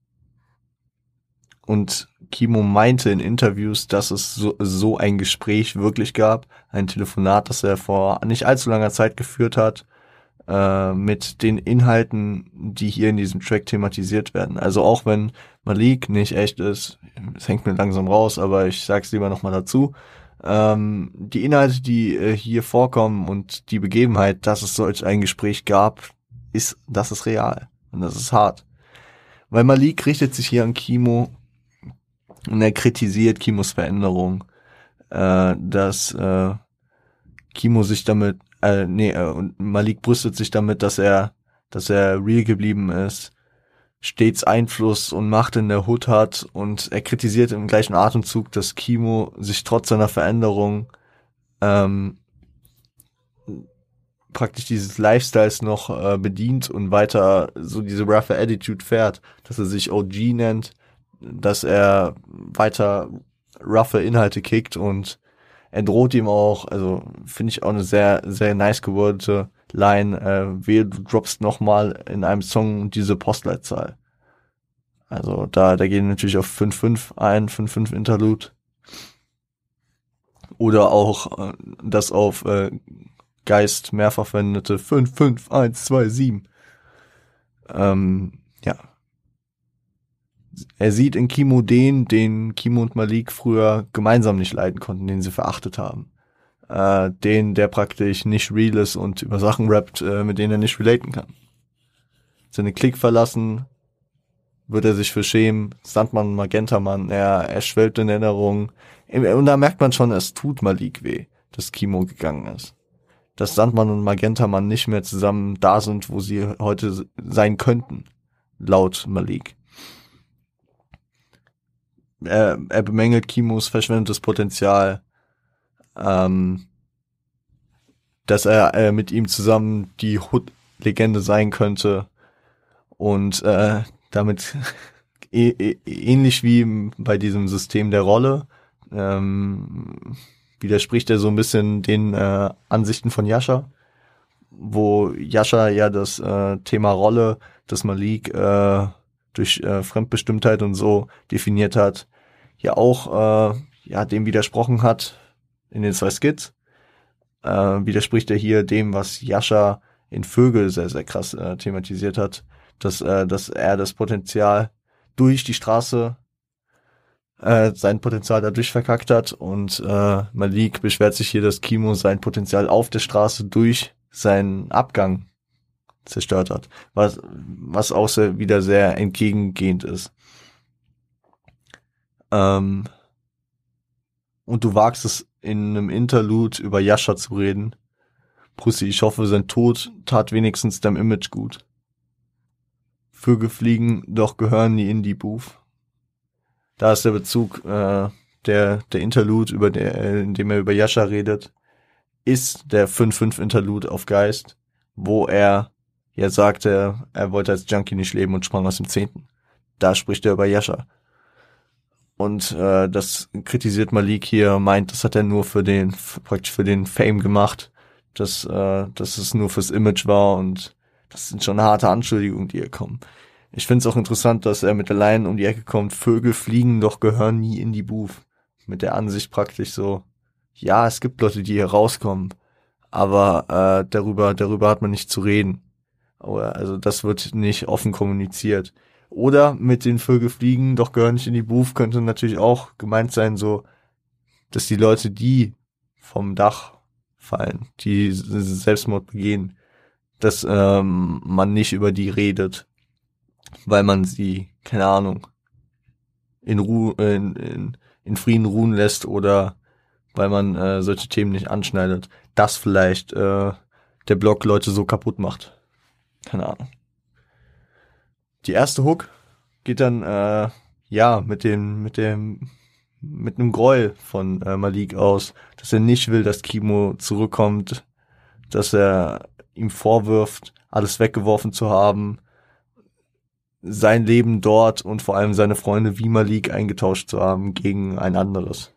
und Kimo meinte in Interviews, dass es so, so ein Gespräch wirklich gab. Ein Telefonat, das er vor nicht allzu langer Zeit geführt hat. Äh, mit den Inhalten, die hier in diesem Track thematisiert werden. Also auch wenn Malik nicht echt ist, es hängt mir langsam raus, aber ich sag's lieber nochmal dazu. ähm, die Inhalte, die äh, hier vorkommen und die Begebenheit, dass es solch ein Gespräch gab, ist, das ist real. Und das ist hart. Weil Malik richtet sich hier an Kimo und er kritisiert Kimos Veränderung, äh, dass äh, Kimo sich damit, äh, nee, äh, und Malik brüstet sich damit, dass er, dass er real geblieben ist, stets Einfluss und Macht in der Hood hat, und er kritisiert im gleichen Atemzug, dass Kimo sich trotz seiner Veränderung ähm, praktisch dieses Lifestyles noch äh, bedient und weiter so diese roughe Attitude fährt, dass er sich O G nennt, dass er weiter roughe Inhalte kickt, und er droht ihm auch, also finde ich auch eine sehr, sehr nice gewordete Line, äh, wehe, du droppst nochmal in einem Song diese Postleitzahl. Also da, da gehen natürlich auf fünf fünf ein, fünf fünf Interlude. Oder auch äh, das auf äh, Geist mehrfach verwendete fünf fünf eins zwei sieben. Ähm, ja. Er sieht in Kimo den, den Kimo und Malik früher gemeinsam nicht leiden konnten, den sie verachtet haben. Äh, den, der praktisch nicht real ist und über Sachen rappt, äh, mit denen er nicht relaten kann. Seine Klick verlassen, wird er sich für schämen. Sandmann, Magentamann, er, er schwelgt in Erinnerungen. Und da merkt man schon, es tut Malik weh, dass Kimo gegangen ist. Dass Sandmann und Magentamann nicht mehr zusammen da sind, wo sie heute sein könnten, laut Malik. Er, er bemängelt Kimos verschwendetes Potenzial, ähm, dass er äh, mit ihm zusammen die Hood-Legende sein könnte, und äh, damit ä- ä- ähnlich wie bei diesem System der Rolle ähm, widerspricht er so ein bisschen den äh, Ansichten von Yasha, wo Yasha ja das äh, Thema Rolle, das Malik äh, durch äh, Fremdbestimmtheit und so definiert hat, ja auch äh, ja dem widersprochen hat in den zwei Skits. Äh, widerspricht er hier dem, was Yasha in Vögel sehr, sehr krass äh, thematisiert hat, dass, äh, dass er das Potenzial durch die Straße äh, sein Potenzial dadurch verkackt hat, und äh, Malik beschwert sich hier, dass Kimo sein Potenzial auf der Straße durch seinen Abgang zerstört hat, was was auch sehr, wieder sehr entgegengehend ist. Ähm, und du wagst es in einem Interlude über Yasha zu reden. Pussy, ich hoffe, sein Tod tat wenigstens deinem Image gut. Vögel fliegen, doch gehören nie in die Booth. Da ist der Bezug, äh, der der Interlude, über der, äh, in dem er über Yasha redet, ist der fünf fünf Interlude auf Geist, wo er ja sagte, er wollte als Junkie nicht leben und sprang aus dem Zehnten. Da spricht er über Yasha. Und äh, das kritisiert Malik hier, meint, das hat er nur für den, praktisch für den Fame gemacht, dass, äh, dass es nur fürs Image war, und das sind schon harte Anschuldigungen, die hier kommen. Ich finde es auch interessant, dass er mit der Line um die Ecke kommt, Vögel fliegen, doch gehören nie in die Booth. Mit der Ansicht praktisch so, ja, es gibt Leute, die hier rauskommen, aber äh, darüber, darüber hat man nicht zu reden. Aber also das wird nicht offen kommuniziert. Oder mit den Vögel fliegen, doch gehören nicht in die Booth, könnte natürlich auch gemeint sein, so, dass die Leute, die vom Dach fallen, die Selbstmord begehen, dass ähm, man nicht über die redet, weil man sie, keine Ahnung, in Ruhe, in, in, in Frieden ruhen lässt, oder weil man äh, solche Themen nicht anschneidet, dass vielleicht äh, der Blog Leute so kaputt macht. Keine Ahnung. Die erste Hook geht dann äh, ja mit dem mit dem mit einem Groll von äh, Malik aus, dass er nicht will, dass Kimo zurückkommt, dass er ihm vorwirft, alles weggeworfen zu haben, sein Leben dort und vor allem seine Freunde wie Malik eingetauscht zu haben gegen ein anderes.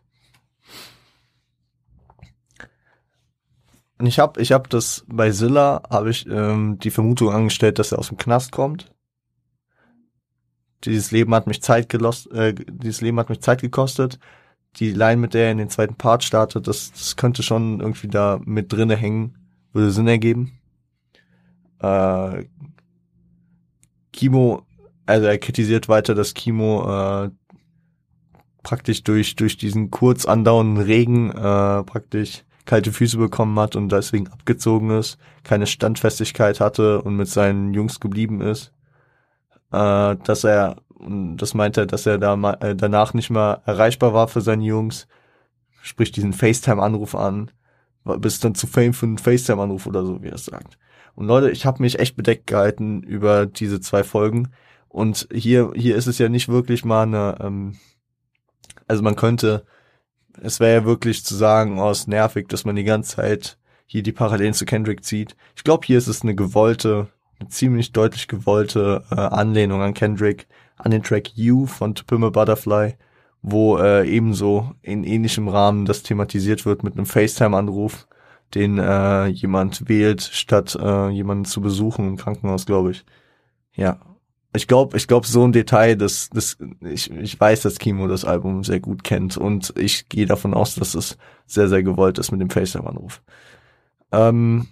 Und ich habe ich hab das bei Zilla, habe ich ähm, die Vermutung angestellt, dass er aus dem Knast kommt. Dieses Leben hat mich Zeit gelost, äh, dieses Leben hat mich Zeit gekostet. Die Line, mit der er in den zweiten Part startet, das, das könnte schon irgendwie da mit drinne hängen, würde Sinn ergeben. Äh, Kimo, also er kritisiert weiter, dass Kimo äh, praktisch durch durch diesen kurz andauernden Regen äh, praktisch kalte Füße bekommen hat und deswegen abgezogen ist, keine Standfestigkeit hatte und mit seinen Jungs geblieben ist, äh, dass er, das meint er, dass er da ma- äh, danach nicht mehr erreichbar war für seine Jungs, spricht diesen FaceTime-Anruf an, bis dann zu Fame für einen FaceTime-Anruf oder so, wie er es sagt. Und Leute, ich habe mich echt bedeckt gehalten über diese zwei Folgen und hier hier ist es ja nicht wirklich mal eine, ähm, also man könnte, es wäre ja wirklich zu sagen, oh, ist nervig, dass man die ganze Zeit hier die Parallelen zu Kendrick zieht. Ich glaube, hier ist es eine gewollte, eine ziemlich deutlich gewollte äh, Anlehnung an Kendrick, an den Track You von To Pimp a Butterfly, wo äh, ebenso in ähnlichem Rahmen das thematisiert wird mit einem FaceTime-Anruf, den äh, jemand wählt, statt äh, jemanden zu besuchen im Krankenhaus, glaube ich. Ja. Ich glaube, ich glaube, so ein Detail, das, das, ich, ich weiß, dass Kimo das Album sehr gut kennt und ich gehe davon aus, dass es sehr, sehr gewollt ist mit dem FaceTime-Anruf. Ähm,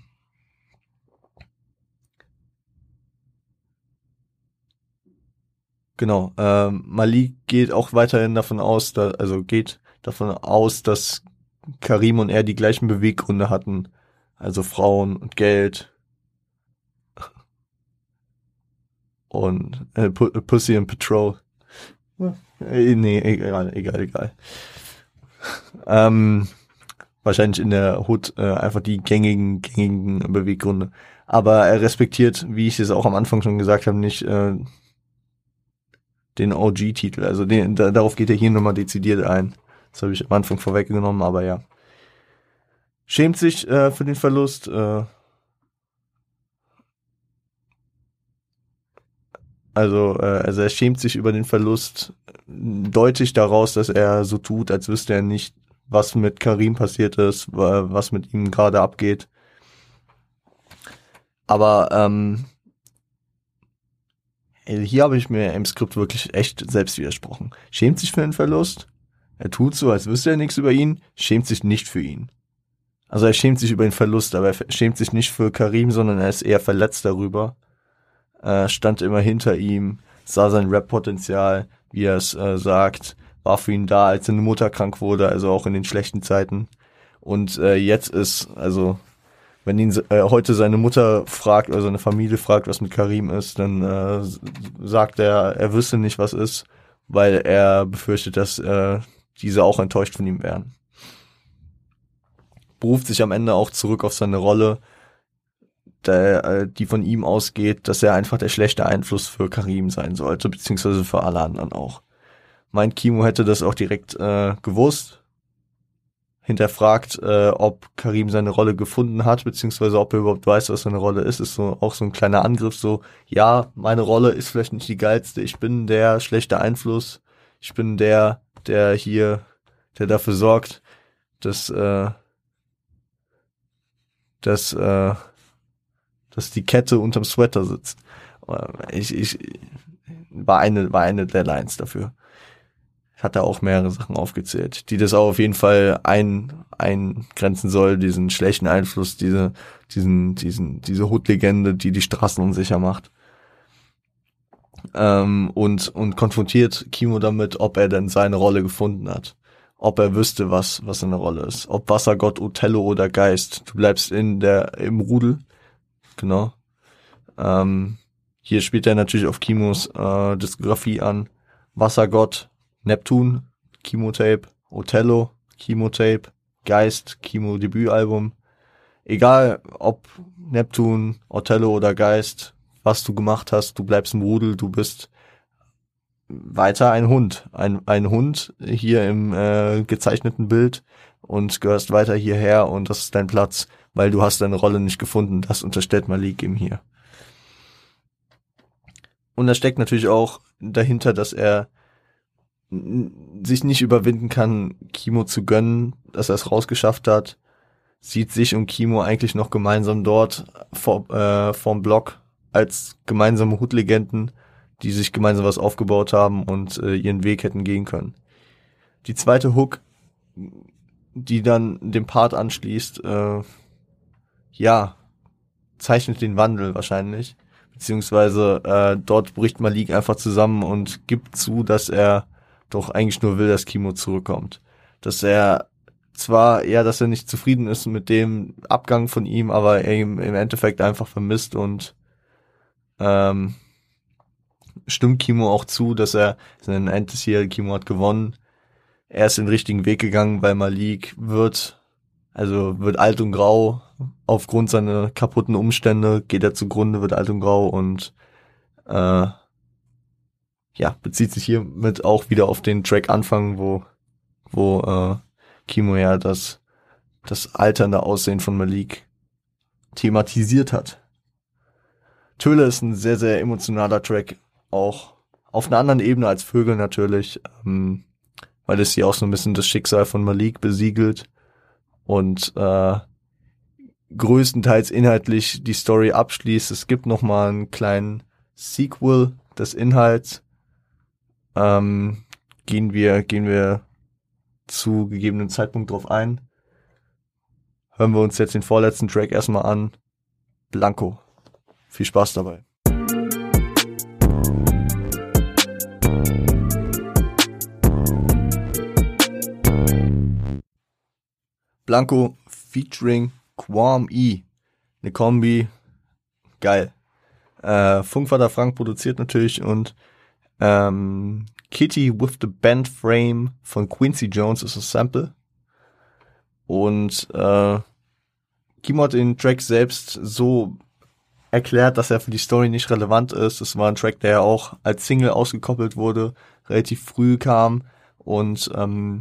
genau, ähm, Malik geht auch weiterhin davon aus, da, also geht davon aus, dass Karim und er die gleichen Beweggründe hatten, also Frauen und Geld und äh, Pussy and Patrol. Äh, nee, egal, egal, egal. Ähm, wahrscheinlich in der Hood äh, einfach die gängigen, gängigen Beweggründe. Aber er respektiert, wie ich es auch am Anfang schon gesagt habe, nicht äh, den O G-Titel. Also den, da, darauf geht er hier nochmal dezidiert ein. Das habe ich am Anfang vorweggenommen, aber ja. Schämt sich äh, für den Verlust. Äh, also, äh, also er schämt sich über den Verlust deutlich daraus, dass er so tut, als wüsste er nicht, was mit Karim passiert ist, was mit ihm gerade abgeht. Aber ähm, hier habe ich mir im Skript wirklich echt selbst widersprochen. Schämt sich für den Verlust. Er tut so, als wüsste er nichts über ihn, schämt sich nicht für ihn. Also er schämt sich über den Verlust, aber er schämt sich nicht für Karim, sondern er ist eher verletzt darüber. Äh, stand immer hinter ihm, sah sein Rap-Potenzial, wie er es äh, sagt, war für ihn da, als seine Mutter krank wurde, also auch in den schlechten Zeiten. Und äh, jetzt ist, also wenn ihn äh, heute seine Mutter fragt oder seine Familie fragt, was mit Karim ist, dann äh, sagt er, er wüsste nicht, was ist, weil er befürchtet, dass äh, diese auch enttäuscht von ihm wären. Beruft sich am Ende auch zurück auf seine Rolle, der, äh, die von ihm ausgeht, dass er einfach der schlechte Einfluss für Karim sein sollte, beziehungsweise für alle anderen auch. Meint Kimo hätte das auch direkt äh, gewusst, hinterfragt, äh, ob Karim seine Rolle gefunden hat, beziehungsweise ob er überhaupt weiß, was seine Rolle ist. Ist so auch so ein kleiner Angriff, so, ja, meine Rolle ist vielleicht nicht die geilste, ich bin der schlechte Einfluss, ich bin der, der hier, der dafür sorgt, dass, äh, dass, äh, dass die Kette unterm Sweater sitzt. Ich, ich, war eine, war eine der Lines dafür. Hat er auch mehrere Sachen aufgezählt, die das auch auf jeden Fall ein, eingrenzen soll, diesen schlechten Einfluss, diese, diesen, diesen, diese Hood-Legende, die die Straßen unsicher macht. Ähm, und, und konfrontiert Kimo damit, ob er denn seine Rolle gefunden hat. Ob er wüsste, was, was seine Rolle ist. Ob Wassergott, Othello oder Geist. Du bleibst in der, im Rudel. Genau. Ähm, hier spielt er natürlich auf Kimos äh, Diskografie an. Wassergott, Neptun, Kimo-Tape, Othello, Kimo-Tape, Geist, Kimo-Debütalbum. Egal ob Neptun, Othello oder Geist, was du gemacht hast, du bleibst im Rudel, du bist weiter ein Hund. Ein, ein Hund hier im äh, gezeichneten Bild und gehörst weiter hierher und das ist dein Platz, weil du hast deine Rolle nicht gefunden. Das unterstellt Malik ihm hier. Und da steckt natürlich auch dahinter, dass er sich nicht überwinden kann, Kimo zu gönnen, dass er es rausgeschafft hat, sieht sich und Kimo eigentlich noch gemeinsam dort vor, äh, vorm Block als gemeinsame Hood-Legenden, die sich gemeinsam was aufgebaut haben und äh, ihren Weg hätten gehen können. Die zweite Hook, die dann dem Part anschließt, äh, ja, zeichnet den Wandel wahrscheinlich, beziehungsweise äh, dort bricht Malik einfach zusammen und gibt zu, dass er doch eigentlich nur will, dass Kimo zurückkommt. Dass er zwar, ja, dass er nicht zufrieden ist mit dem Abgang von ihm, aber er ihm im Endeffekt einfach vermisst und ähm, stimmt Kimo auch zu, dass er sein Endes hier, Kimo hat gewonnen, er ist den richtigen Weg gegangen, weil Malik wird, also wird alt und grau, aufgrund seiner kaputten Umstände geht er zugrunde, wird alt und grau und äh, ja, bezieht sich hiermit auch wieder auf den Track Anfang, wo wo äh, Kimo ja das das alternde Aussehen von Malik thematisiert hat. Töle ist ein sehr, sehr emotionaler Track, auch auf einer anderen Ebene als Vögel natürlich, ähm, weil es hier auch so ein bisschen das Schicksal von Malik besiegelt und äh, größtenteils inhaltlich die Story abschließt. Es gibt noch mal einen kleinen Sequel des Inhalts. Ähm, gehen wir gehen wir zu gegebenen Zeitpunkt drauf ein. Hören wir uns jetzt den vorletzten Track erstmal an. Blanco. Viel Spaß dabei. Blanco featuring Quam E. Eine Kombi. Geil. Äh, Funkvater Frank produziert natürlich und ähm, Kitty with the Band Frame von Quincy Jones ist das Sample. Und äh, Kimo hat den Track selbst so erklärt, dass er für die Story nicht relevant ist. Es war ein Track, der auch als Single ausgekoppelt wurde, relativ früh kam und ähm,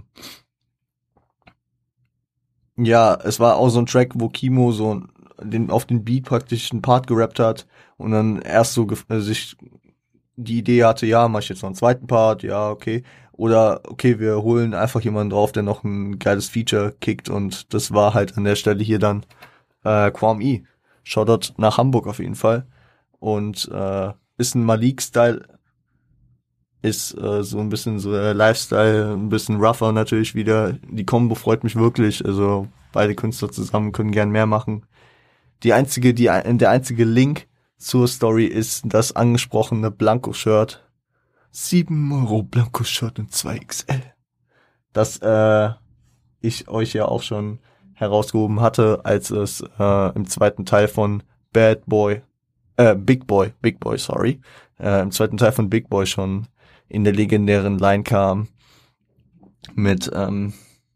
ja, es war auch so ein Track, wo Kimo so den, auf den Beat praktisch einen Part gerappt hat und dann erst so gef- äh, sich die Idee hatte, ja, mach ich jetzt noch einen zweiten Part, ja, okay. Oder, okay, wir holen einfach jemanden drauf, der noch ein geiles Feature kickt und das war halt an der Stelle hier dann äh, Quam E. Shoutout nach Hamburg auf jeden Fall. Und äh, ist ein Malik-Style, ist äh, so ein bisschen so der Lifestyle, ein bisschen rougher natürlich wieder. Die Kombo freut mich wirklich, also beide Künstler zusammen können gern mehr machen. Die einzige, die der einzige Link zur Story ist das angesprochene Blanco-Shirt. sieben Euro Blanco-Shirt in zwei X L. Das äh, ich euch ja auch schon herausgehoben hatte, als es äh, im zweiten Teil von Bad Boy, äh, Big Boy, Big Boy, sorry, äh, im zweiten Teil von Big Boy schon in der legendären Line kam mit ähm,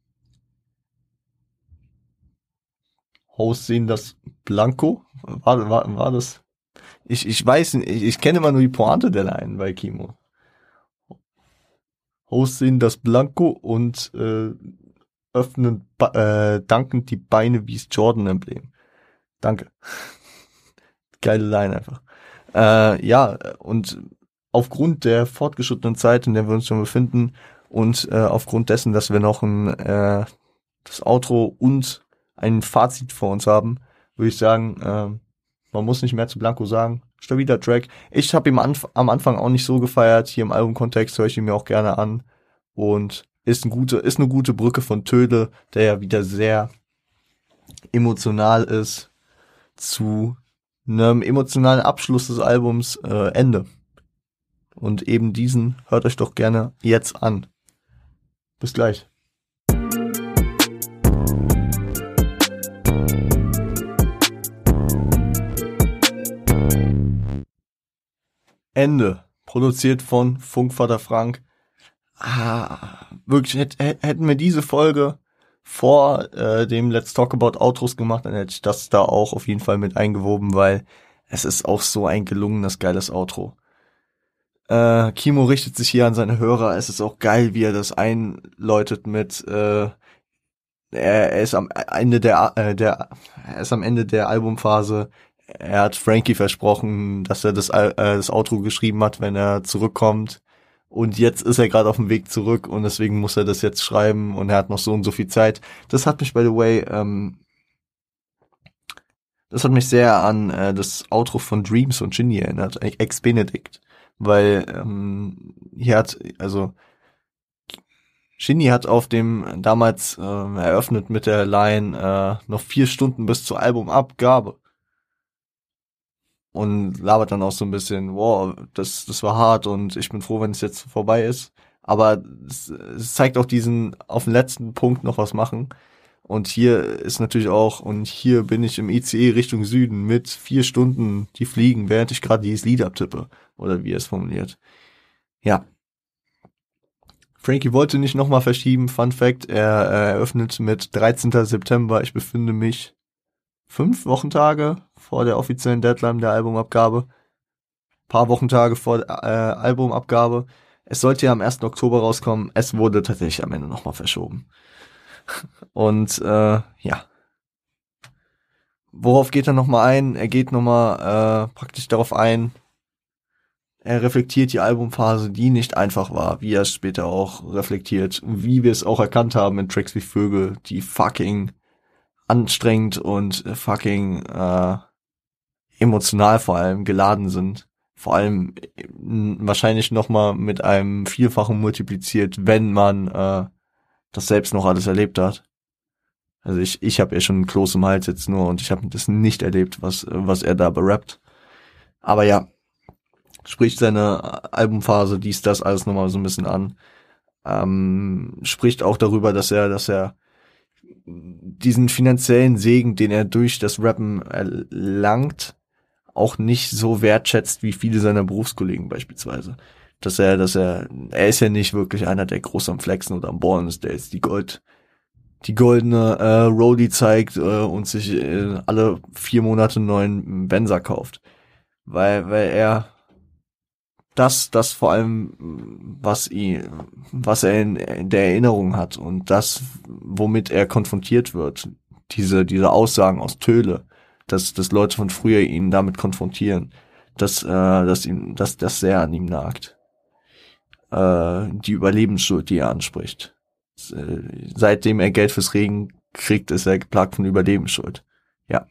Host sehen das Blanco, war, war, war das? Ich, ich weiß nicht, ich, ich kenne immer nur die Pointe der Line bei Kimo. Host sehen das Blanco und äh, öffnen äh, dankend die Beine wie das Jordan-Emblem. Danke. Geile Line einfach. Äh, ja, und aufgrund der fortgeschrittenen Zeit, in der wir uns schon befinden und äh, aufgrund dessen, dass wir noch ein äh, das Outro und ein Fazit vor uns haben, würde ich sagen, äh, man muss nicht mehr zu Blanco sagen. Stabiler Track. Ich habe ihn anf- am Anfang auch nicht so gefeiert. Hier im Albumkontext höre ich ihn mir auch gerne an. Und ist, ein gute, ist eine gute Brücke von Töle, der ja wieder sehr emotional ist, zu einem emotionalen Abschluss des Albums äh, Ende. Und eben diesen hört euch doch gerne jetzt an. Bis gleich. Ende. Produziert von Funkvater Frank. Ah, wirklich, hätt, hätten wir diese Folge vor äh, dem Let's Talk About Outros gemacht, dann hätte ich das da auch auf jeden Fall mit eingewoben, weil es ist auch so ein gelungenes, geiles Outro. Äh, Kimo richtet sich hier an seine Hörer. Es ist auch geil, wie er das einläutet mit äh, er, er ist am Ende der äh, der er ist am Ende der Albumphase. Er hat Frankie versprochen, dass er das äh, das Outro geschrieben hat, wenn er zurückkommt. Und jetzt ist er gerade auf dem Weg zurück und deswegen muss er das jetzt schreiben und er hat noch so und so viel Zeit. Das hat mich, by the way, ähm, das hat mich sehr an äh, das Outro von Dreams und Shindy erinnert, Ex-Benedict. Weil ähm, hier hat, also Shindy hat auf dem damals äh, eröffnet mit der Line äh, noch vier Stunden bis zur Albumabgabe. Und labert dann auch so ein bisschen, wow, das das war hart und ich bin froh, wenn es jetzt vorbei ist. Aber es, es zeigt auch diesen, auf den letzten Punkt noch was machen. Und hier ist natürlich auch, und hier bin ich im I C E Richtung Süden mit vier Stunden, die fliegen, während ich gerade dieses Lied abtippe. Oder wie er es formuliert. Ja. Frankie wollte nicht nochmal verschieben. Fun Fact, er äh, eröffnet mit dreizehnten September. Ich befinde mich fünf Wochentage vor der offiziellen Deadline der Albumabgabe. Paar Wochentage vor der äh, Albumabgabe. Es sollte ja am ersten Oktober rauskommen. Es wurde tatsächlich am Ende nochmal verschoben. Und äh, ja. Worauf geht er nochmal ein? Er geht nochmal äh, praktisch darauf ein, er reflektiert die Albumphase, die nicht einfach war, wie er es später auch reflektiert, wie wir es auch erkannt haben in Tracks wie Vögel, die fucking anstrengend und fucking äh, emotional vor allem geladen sind. Vor allem äh, wahrscheinlich nochmal mit einem Vielfachen multipliziert, wenn man äh, das selbst noch alles erlebt hat. Also ich ich habe ja schon einen Kloß im Hals jetzt nur und ich habe das nicht erlebt, was was er da berappt. Aber ja, spricht seine Albumphase, dies, das, alles nochmal so ein bisschen an. Ähm, spricht auch darüber, dass er, dass er diesen finanziellen Segen, den er durch das Rappen erlangt, auch nicht so wertschätzt wie viele seiner Berufskollegen beispielsweise. Dass er, dass er, er ist ja nicht wirklich einer, der groß am Flexen oder am Ballen ist, der jetzt die Gold, die goldene äh, Roadie zeigt äh, und sich äh, alle vier Monate einen neuen Benzer kauft. Weil, weil er das, das vor allem, was ihn, was er in, in der Erinnerung hat und das, womit er konfrontiert wird, diese, diese Aussagen aus Töle, dass, dass Leute von früher ihn damit konfrontieren, dass, äh, dass ihm, dass das sehr an ihm nagt. Äh, die Überlebensschuld, die er anspricht. Äh, seitdem er Geld fürs Regen kriegt, ist er geplagt von Überlebensschuld. Ja.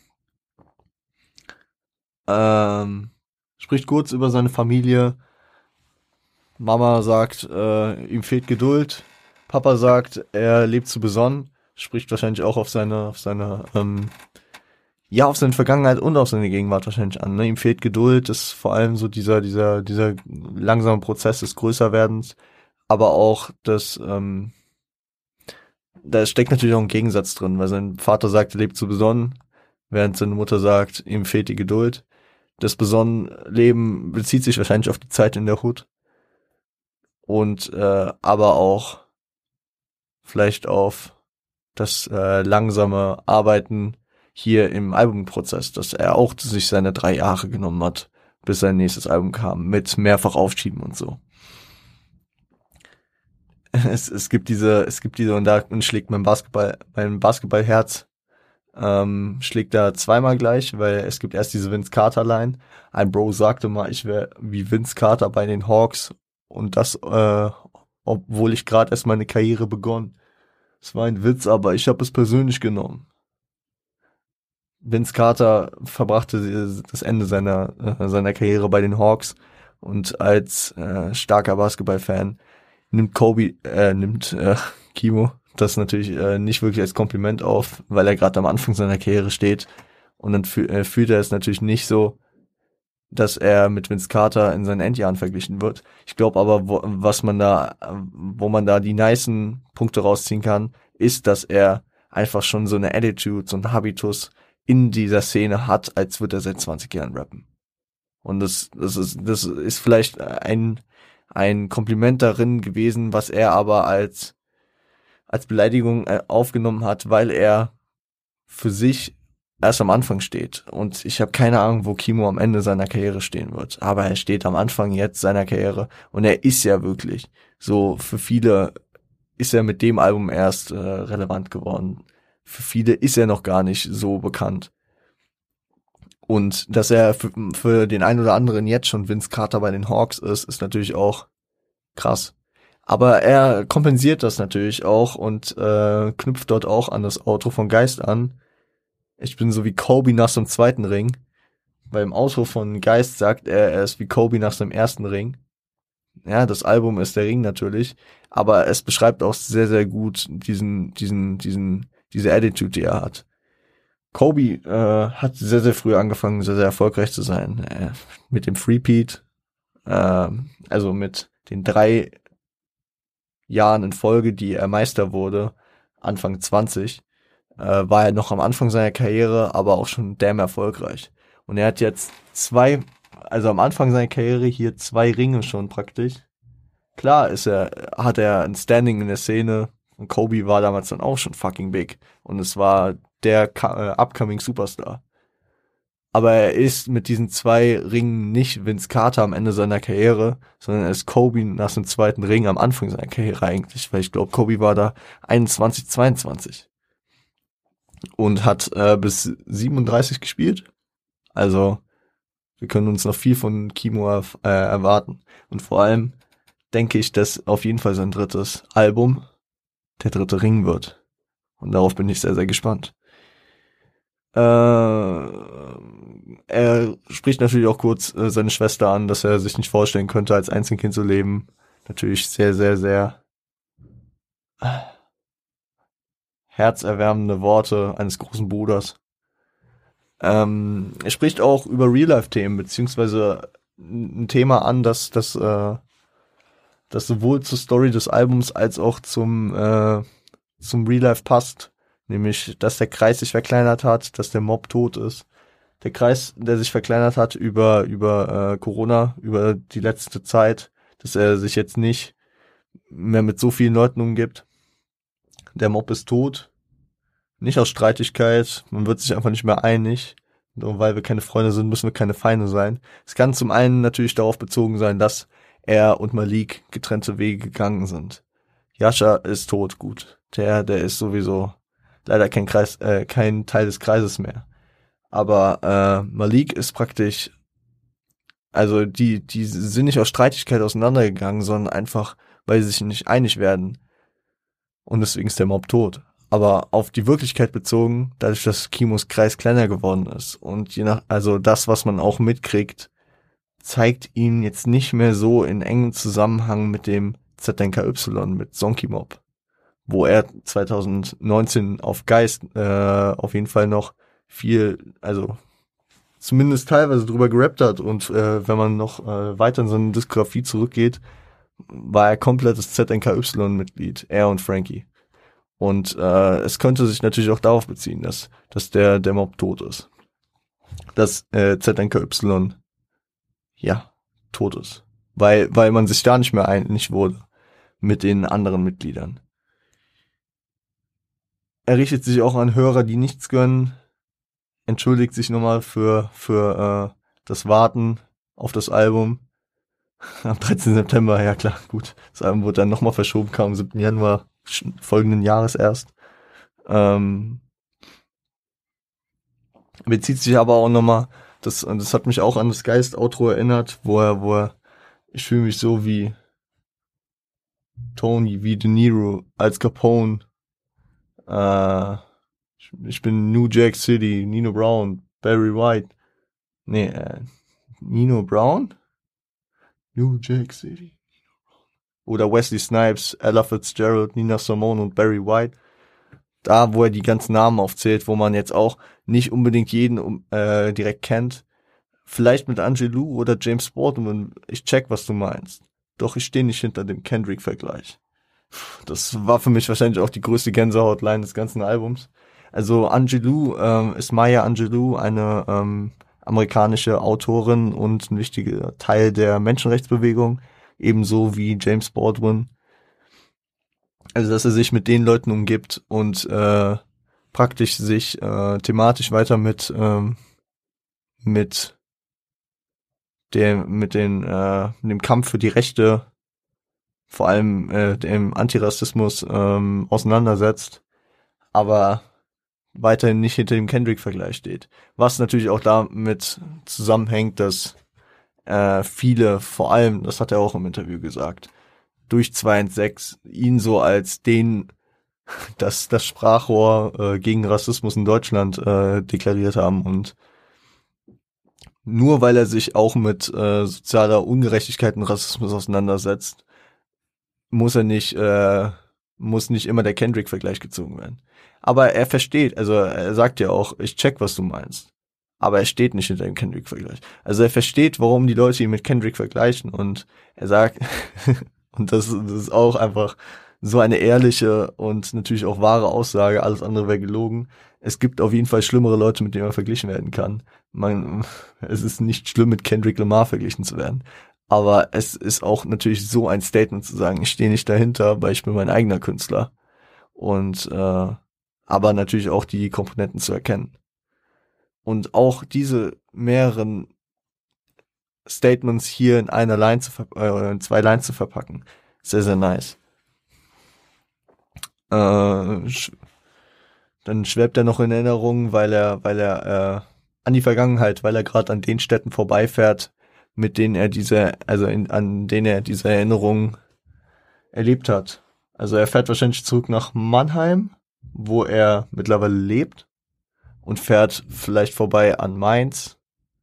Ähm, spricht kurz über seine Familie. Mama sagt, äh, ihm fehlt Geduld. Papa sagt, er lebt zu besonnen. Spricht wahrscheinlich auch auf seine, auf seine, ähm, ja, auf seine Vergangenheit und auf seine Gegenwart wahrscheinlich an. Ne? Ihm fehlt Geduld, ist vor allem so dieser, dieser, dieser langsame Prozess des Größerwerdens, aber auch das, ähm, da steckt natürlich auch ein Gegensatz drin, weil sein Vater sagt, er lebt zu besonnen, während seine Mutter sagt, ihm fehlt die Geduld. Das Besonnenleben bezieht sich wahrscheinlich auf die Zeit in der Hood und äh, aber auch vielleicht auf das äh, langsame Arbeiten hier im Albumprozess, dass er auch sich seine drei Jahre genommen hat, bis sein nächstes Album kam, mit mehrfach Aufschieben und so. Es, es gibt diese, es gibt diese, und da schlägt mein Basketball, mein Basketballherz ähm, schlägt da zweimal gleich, weil es gibt erst diese Vince Carter Line. Ein Bro sagte mal, ich wäre wie Vince Carter bei den Hawks und das, äh, obwohl ich gerade erst meine Karriere begonnen. Es war ein Witz, aber ich habe es persönlich genommen. Vince Carter verbrachte das Ende seiner äh, seiner Karriere bei den Hawks und als äh, starker Basketballfan nimmt Kobe, äh, nimmt äh, Kimo das natürlich äh, nicht wirklich als Kompliment auf, weil er gerade am Anfang seiner Karriere steht und dann fü- äh, fühlt er es natürlich nicht so, dass er mit Vince Carter in seinen Endjahren verglichen wird. Ich glaube aber, wo, was man da, wo man da die nicen Punkte rausziehen kann, ist, dass er einfach schon so eine Attitude, so ein Habitus in dieser Szene hat, als würde er seit zwanzig Jahren rappen. Und das, das ist, das ist vielleicht ein, ein Kompliment darin gewesen, was er aber als, als Beleidigung aufgenommen hat, weil er für sich erst am Anfang steht. Und ich habe keine Ahnung, wo Kimo am Ende seiner Karriere stehen wird. Aber er steht am Anfang jetzt seiner Karriere und er ist ja wirklich so, für viele ist er mit dem Album erst äh, relevant geworden. Für viele ist er noch gar nicht so bekannt. Und dass er für, für den einen oder anderen jetzt schon Vince Carter bei den Hawks ist, ist natürlich auch krass. Aber er kompensiert das natürlich auch und äh, knüpft dort auch an das Outro von Geist an. Ich bin so wie Kobe nach seinem zweiten Ring. Weil im Outro von Geist sagt er, er ist wie Kobe nach seinem ersten Ring. Ja, das Album ist der Ring natürlich, aber es beschreibt auch sehr, sehr gut diesen, diesen, diesen, diese Attitude, die er hat. Kobe äh, hat sehr, sehr früh angefangen, sehr, sehr erfolgreich zu sein. Äh, mit dem Three-Peat, äh, also mit den drei Jahren in Folge, die er Meister wurde, Anfang zwanzig, äh, war er noch am Anfang seiner Karriere, aber auch schon damn erfolgreich. Und er hat jetzt zwei, also am Anfang seiner Karriere hier zwei Ringe schon praktisch. Klar ist er, hat er ein Standing in der Szene und Kobe war damals dann auch schon fucking big und es war der äh, upcoming Superstar. Aber er ist mit diesen zwei Ringen nicht Vince Carter am Ende seiner Karriere, sondern er ist Kobe nach dem zweiten Ring am Anfang seiner Karriere eigentlich, weil ich glaube, Kobe war da einundzwanzig, zweiundzwanzig und hat äh, bis siebenunddreißig gespielt. Also wir können uns noch viel von Kimo äh, erwarten. Und vor allem denke ich, dass auf jeden Fall sein drittes Album der dritte Ring wird. Und darauf bin ich sehr, sehr gespannt. Äh, er spricht natürlich auch kurz äh, seine Schwester an, dass er sich nicht vorstellen könnte, als Einzelkind zu leben. Natürlich sehr, sehr, sehr äh, herzerwärmende Worte eines großen Bruders. Ähm, er spricht auch über Real-Life-Themen, beziehungsweise ein Thema an, das, das, äh, das sowohl zur Story des Albums als auch zum, äh, zum Real-Life passt. Nämlich, dass der Kreis sich verkleinert hat, dass der Mob tot ist. Der Kreis, der sich verkleinert hat über über äh, Corona, über die letzte Zeit, dass er sich jetzt nicht mehr mit so vielen Leuten umgibt. Der Mob ist tot. Nicht aus Streitigkeit, man wird sich einfach nicht mehr einig. Nur weil wir keine Freunde sind, müssen wir keine Feinde sein. Es kann zum einen natürlich darauf bezogen sein, dass er und Malik getrennte Wege gegangen sind. Yasha ist tot, gut. Der, der ist sowieso leider kein Kreis, äh, kein Teil des Kreises mehr. Aber äh, Malik ist praktisch, also die, die sind nicht aus Streitigkeit auseinandergegangen, sondern einfach, weil sie sich nicht einig werden. Und deswegen ist der Mob tot. Aber auf die Wirklichkeit bezogen, dadurch, dass Kimos Kreis kleiner geworden ist und je nach, also das, was man auch mitkriegt, zeigt ihn jetzt nicht mehr so in engem Zusammenhang mit dem Z N K Y, mit Zonky Mob, wo er zwanzig neunzehn auf Geist äh, auf jeden Fall noch viel, also zumindest teilweise drüber gerappt hat und äh, wenn man noch äh, weiter in seine Diskografie zurückgeht, war er komplettes Z N K Y-Mitglied, er und Frankie. Und äh, es könnte sich natürlich auch darauf beziehen, dass dass der der Mob tot ist. Dass äh, Z N K Y ja tot ist. Weil weil man sich da nicht mehr einig wurde mit den anderen Mitgliedern. Er richtet sich auch an Hörer, die nichts gönnen, entschuldigt sich nochmal für für äh, das Warten auf das Album. Am dreizehnten September, ja klar, gut. Das Album wurde dann nochmal verschoben, kam am siebten Januar folgenden Jahres erst. Ähm, bezieht sich aber auch nochmal, das, das hat mich auch an das Geist-Outro erinnert, wo er, wo er, ich fühle mich so wie Tony, wie De Niro, als Capone. Äh, ich bin New Jack City, Nino Brown, Barry White. Nee, äh, Nino Brown? New Jack City. Oder Wesley Snipes, Ella Fitzgerald, Nina Simone und Barry White. Da, wo er die ganzen Namen aufzählt, wo man jetzt auch nicht unbedingt jeden äh, direkt kennt. Vielleicht mit Angelou oder James Baldwin. Ich check, was du meinst. Doch ich stehe nicht hinter dem Kendrick-Vergleich. Das war für mich wahrscheinlich auch die größte Gänsehautline des ganzen Albums. Also Angelou ähm, ist Maya Angelou, eine ähm, amerikanische Autorin und ein wichtiger Teil der Menschenrechtsbewegung, ebenso wie James Baldwin. Also dass er sich mit den Leuten umgibt und äh, praktisch sich äh, thematisch weiter mit ähm, mit dem mit den äh, mit dem Kampf für die Rechte, vor allem äh, dem Antirassismus ähm, auseinandersetzt, aber weiterhin nicht hinter dem Kendrick-Vergleich steht. Was natürlich auch damit zusammenhängt, dass äh, viele, vor allem, das hat er auch im Interview gesagt, durch zwei eins sechs ihn so als den, das, das Sprachrohr äh, gegen Rassismus in Deutschland äh, deklariert haben. Und nur weil er sich auch mit äh, sozialer Ungerechtigkeit und Rassismus auseinandersetzt, muss er nicht, äh, muss nicht immer der Kendrick-Vergleich gezogen werden. Aber er versteht, also er sagt ja auch, ich check, was du meinst. Aber er steht nicht hinter dem Kendrick-Vergleich. Also er versteht, warum die Leute ihn mit Kendrick vergleichen. Und er sagt, und das, das ist auch einfach so eine ehrliche und natürlich auch wahre Aussage, alles andere wäre gelogen. Es gibt auf jeden Fall schlimmere Leute, mit denen man verglichen werden kann. Man, es ist nicht schlimm, mit Kendrick Lamar verglichen zu werden. Aber es ist auch natürlich so ein Statement zu sagen, ich stehe nicht dahinter, weil ich bin mein eigener Künstler. Und äh, aber natürlich auch die Komponenten zu erkennen. Und auch diese mehreren Statements hier in einer Line zu ver äh, in zwei Lines zu verpacken. Sehr, sehr nice. Äh, sch dann schwebt er noch in Erinnerung, weil er, weil er äh, an die Vergangenheit, weil er gerade an den Städten vorbeifährt, mit denen er diese, also in, an denen er diese Erinnerungen erlebt hat. Also er fährt wahrscheinlich zurück nach Mannheim, wo er mittlerweile lebt, und fährt vielleicht vorbei an Mainz,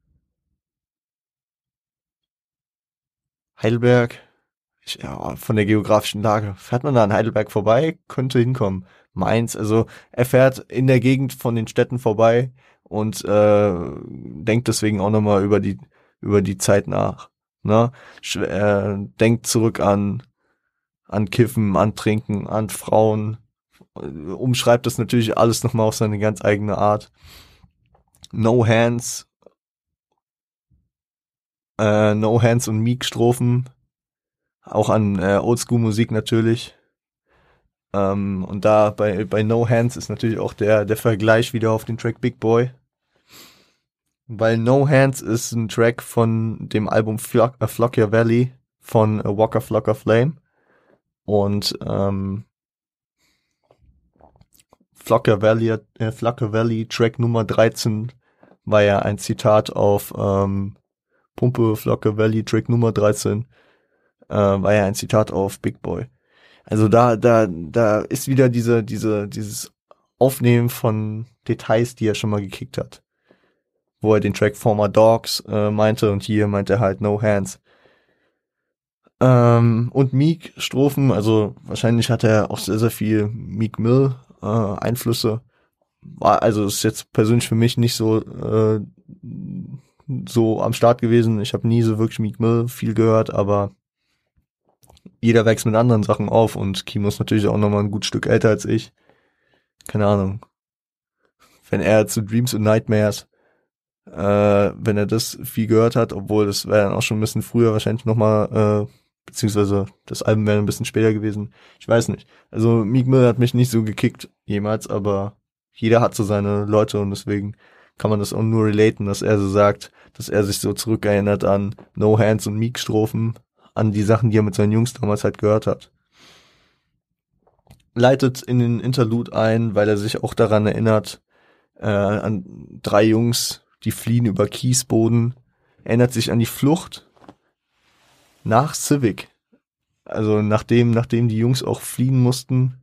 Heidelberg. Ich, ja, von der geografischen Lage. Fährt man da an Heidelberg vorbei, könnte hinkommen. Mainz, also er fährt in der Gegend von den Städten vorbei und äh, denkt deswegen auch nochmal über die über die Zeit nach. Ne? Sch äh, denkt zurück an an Kiffen, an Trinken, an Frauen. Umschreibt das natürlich alles nochmal auf seine ganz eigene Art. No Hands, äh, No Hands und Meek Strophen. Auch an äh, Oldschool-Musik natürlich. Ähm, und da bei, bei No Hands ist natürlich auch der, der Vergleich wieder auf den Track Big Boy. Weil No Hands ist ein Track von dem Album Flock, äh, Flocker Valley von äh, Walker Flocker Flame. Und ähm, Flocker Valley, äh, Flocker Valley Track Nummer dreizehn war ja ein Zitat auf ähm, Pumpe Flocker Valley Track Nummer dreizehn äh, war ja ein Zitat auf Big Boy. Also da, da, da ist wieder diese, diese, dieses Aufnehmen von Details, die er schon mal gekickt hat. Wo er den Track Former Dogs äh, meinte und hier meint er halt No Hands. Ähm, und Meek Strophen, also wahrscheinlich hat er auch sehr, sehr viel Meek Mill äh, Einflüsse. War, also ist jetzt persönlich für mich nicht so äh, so am Start gewesen. Ich habe nie so wirklich Meek Mill viel gehört, aber jeder wächst mit anderen Sachen auf und Kimo ist natürlich auch nochmal ein gut Stück älter als ich. Keine Ahnung. Wenn er zu Dreams und Nightmares, äh, wenn er das viel gehört hat, obwohl das wäre dann auch schon ein bisschen früher wahrscheinlich nochmal, äh, beziehungsweise das Album wäre ein bisschen später gewesen. Ich weiß nicht. Also Meek Mill hat mich nicht so gekickt jemals, aber jeder hat so seine Leute und deswegen kann man das auch nur relaten, dass er so sagt, dass er sich so zurückerinnert an No Hands und Meek Strophen, an die Sachen, die er mit seinen Jungs damals halt gehört hat. Leitet in den Interlude ein, weil er sich auch daran erinnert, äh, an drei Jungs, die fliehen über Kiesboden, erinnert sich an die Flucht nach Civic. Also nachdem, nachdem die Jungs auch fliehen mussten,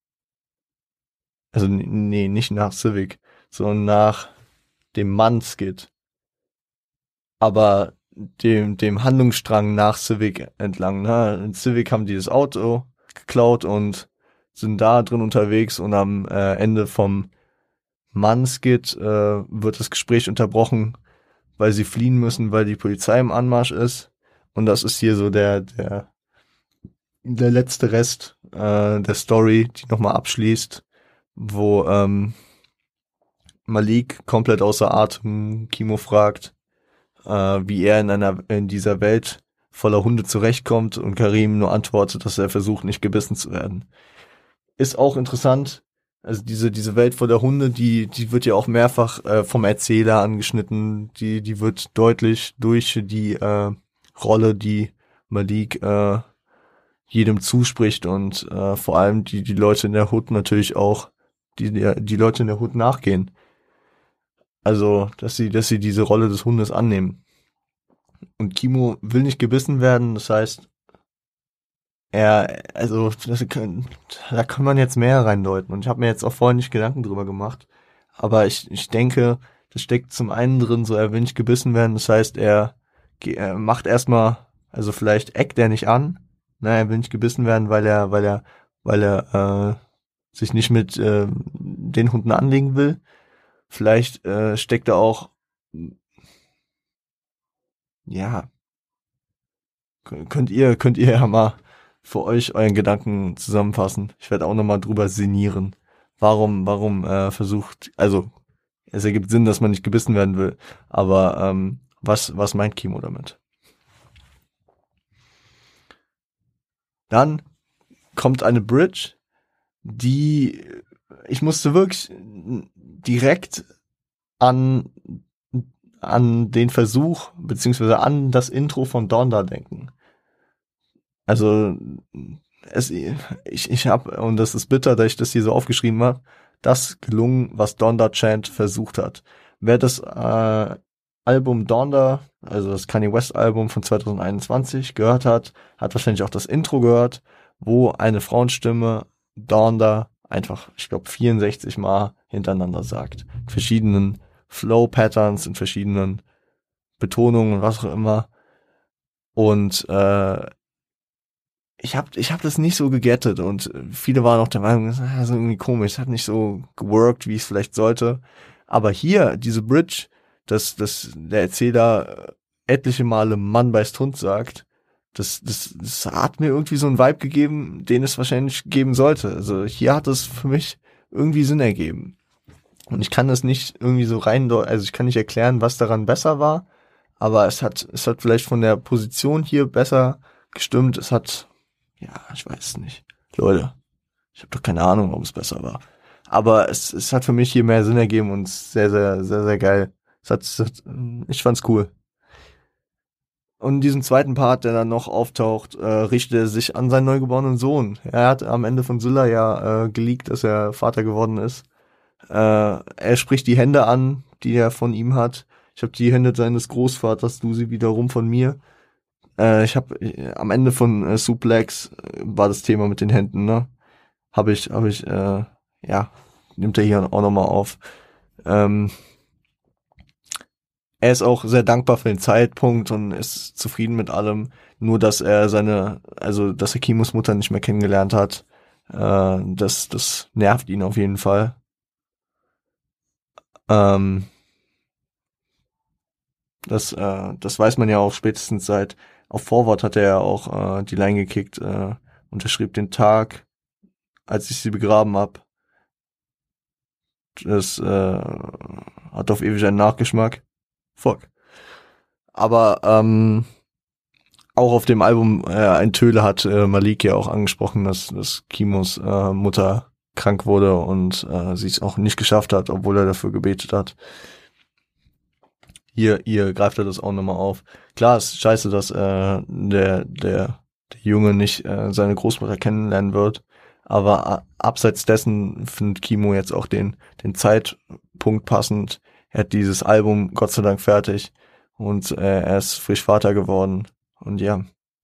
also nee, nicht nach Civic, sondern nach dem Mann-Skit. Aber dem, dem Handlungsstrang nach Civic entlang. Ne? In Civic haben die das Auto geklaut und sind da drin unterwegs und am äh, Ende vom Mann-Skit äh, wird das Gespräch unterbrochen, weil sie fliehen müssen, weil die Polizei im Anmarsch ist. Und das ist hier so der, der, der letzte Rest äh, der Story, die nochmal abschließt, wo ähm, Malik komplett außer Atem Kimo fragt, äh, wie er in einer in dieser Welt voller Hunde zurechtkommt und Karim nur antwortet, dass er versucht, nicht gebissen zu werden. Ist auch interessant. Also diese diese Welt voller Hunde, die die wird ja auch mehrfach äh, vom Erzähler angeschnitten. Die die wird deutlich durch die äh, Rolle, die Malik äh, jedem zuspricht und äh, vor allem die die Leute in der Hood natürlich auch die die, die Leute in der Hood nachgehen. Also dass sie dass sie diese Rolle des Hundes annehmen. Und Kimo will nicht gebissen werden, das heißt, er, also das können, da kann man jetzt mehr reindeuten. Und ich habe mir jetzt auch vorher nicht Gedanken drüber gemacht. Aber ich, ich denke, das steckt zum einen drin, so er will nicht gebissen werden. Das heißt, er, er macht erstmal, also vielleicht eckt er nicht an. Ne, er will nicht gebissen werden, weil er, weil er, weil er äh, sich nicht mit äh, den Hunden anlegen will. Vielleicht äh, steckt er auch, ja, könnt ihr, könnt ihr ja mal für euch euren Gedanken zusammenfassen. Ich werde auch nochmal drüber sinnieren. Warum, warum äh, versucht, also es ergibt Sinn, dass man nicht gebissen werden will, aber ähm, was, was meint Kimo damit? Dann kommt eine Bridge, die ich musste wirklich direkt an an den Versuch beziehungsweise an das Intro von Donda denken. Also es ich ich habe, und das ist bitter, dass ich das hier so aufgeschrieben habe, das gelungen, was Donda Chant versucht hat. Wer das äh, Album Donda, also das Kanye West Album von zwanzig einundzwanzig gehört hat, hat wahrscheinlich auch das Intro gehört, wo eine Frauenstimme Donda einfach, ich glaube, vierundsechzig Mal hintereinander sagt. In verschiedenen Flow-Patterns, in verschiedenen Betonungen, was auch immer. Und äh, ich habe ich hab das nicht so gegettet und viele waren auch der Meinung, das ist irgendwie komisch, es hat nicht so geworkt, wie es vielleicht sollte. Aber hier, diese Bridge, dass, dass der Erzähler etliche Male Mann beißt Hund sagt, das, das, das hat mir irgendwie so einen Vibe gegeben, den es wahrscheinlich geben sollte. Also hier hat es für mich irgendwie Sinn ergeben. Und ich kann das nicht irgendwie so rein, also ich kann nicht erklären, was daran besser war, aber es hat, es hat vielleicht von der Position hier besser gestimmt. Es hat, ja, ich weiß es nicht. Leute, ich habe doch keine Ahnung, warum es besser war. Aber es, es hat für mich hier mehr Sinn ergeben und sehr, sehr, sehr, sehr geil. Es hat, es hat, ich fand's cool. Und in diesem zweiten Part, der dann noch auftaucht, äh, richtet er sich an seinen neugeborenen Sohn. Er hat am Ende von Zilla ja äh, geleakt, dass er Vater geworden ist. Äh, er spricht die Hände an, die er von ihm hat. Ich habe die Hände seines Großvaters, du sie wiederum von mir. Äh, ich habe äh, am Ende von äh, Suplex äh, war das Thema mit den Händen, ne? Habe ich, habe ich, äh, ja, nimmt er hier auch nochmal auf. Ähm, er ist auch sehr dankbar für den Zeitpunkt und ist zufrieden mit allem. Nur, dass er seine, also, dass er Kimos Mutter nicht mehr kennengelernt hat, äh, das, das nervt ihn auf jeden Fall. Ähm, das, äh, das weiß man ja auch spätestens seit, auf Forward hat er ja auch äh, die Line gekickt, äh, unterschrieb den Tag, als ich sie begraben hab. Das äh, hat auf ewig einen Nachgeschmack. Fuck. Aber ähm, auch auf dem Album äh, ein Töle hat äh, Malik ja auch angesprochen, dass, dass Kimos äh, Mutter krank wurde und äh, sie es auch nicht geschafft hat, obwohl er dafür gebetet hat. Hier, hier greift er das auch nochmal auf. Klar, es ist scheiße, dass äh, der, der, der Junge nicht äh, seine Großmutter kennenlernen wird. Aber äh, abseits dessen findet Kimo jetzt auch den, den Zeitpunkt passend. Er hat dieses Album Gott sei Dank fertig und äh, er ist frisch Vater geworden. Und ja.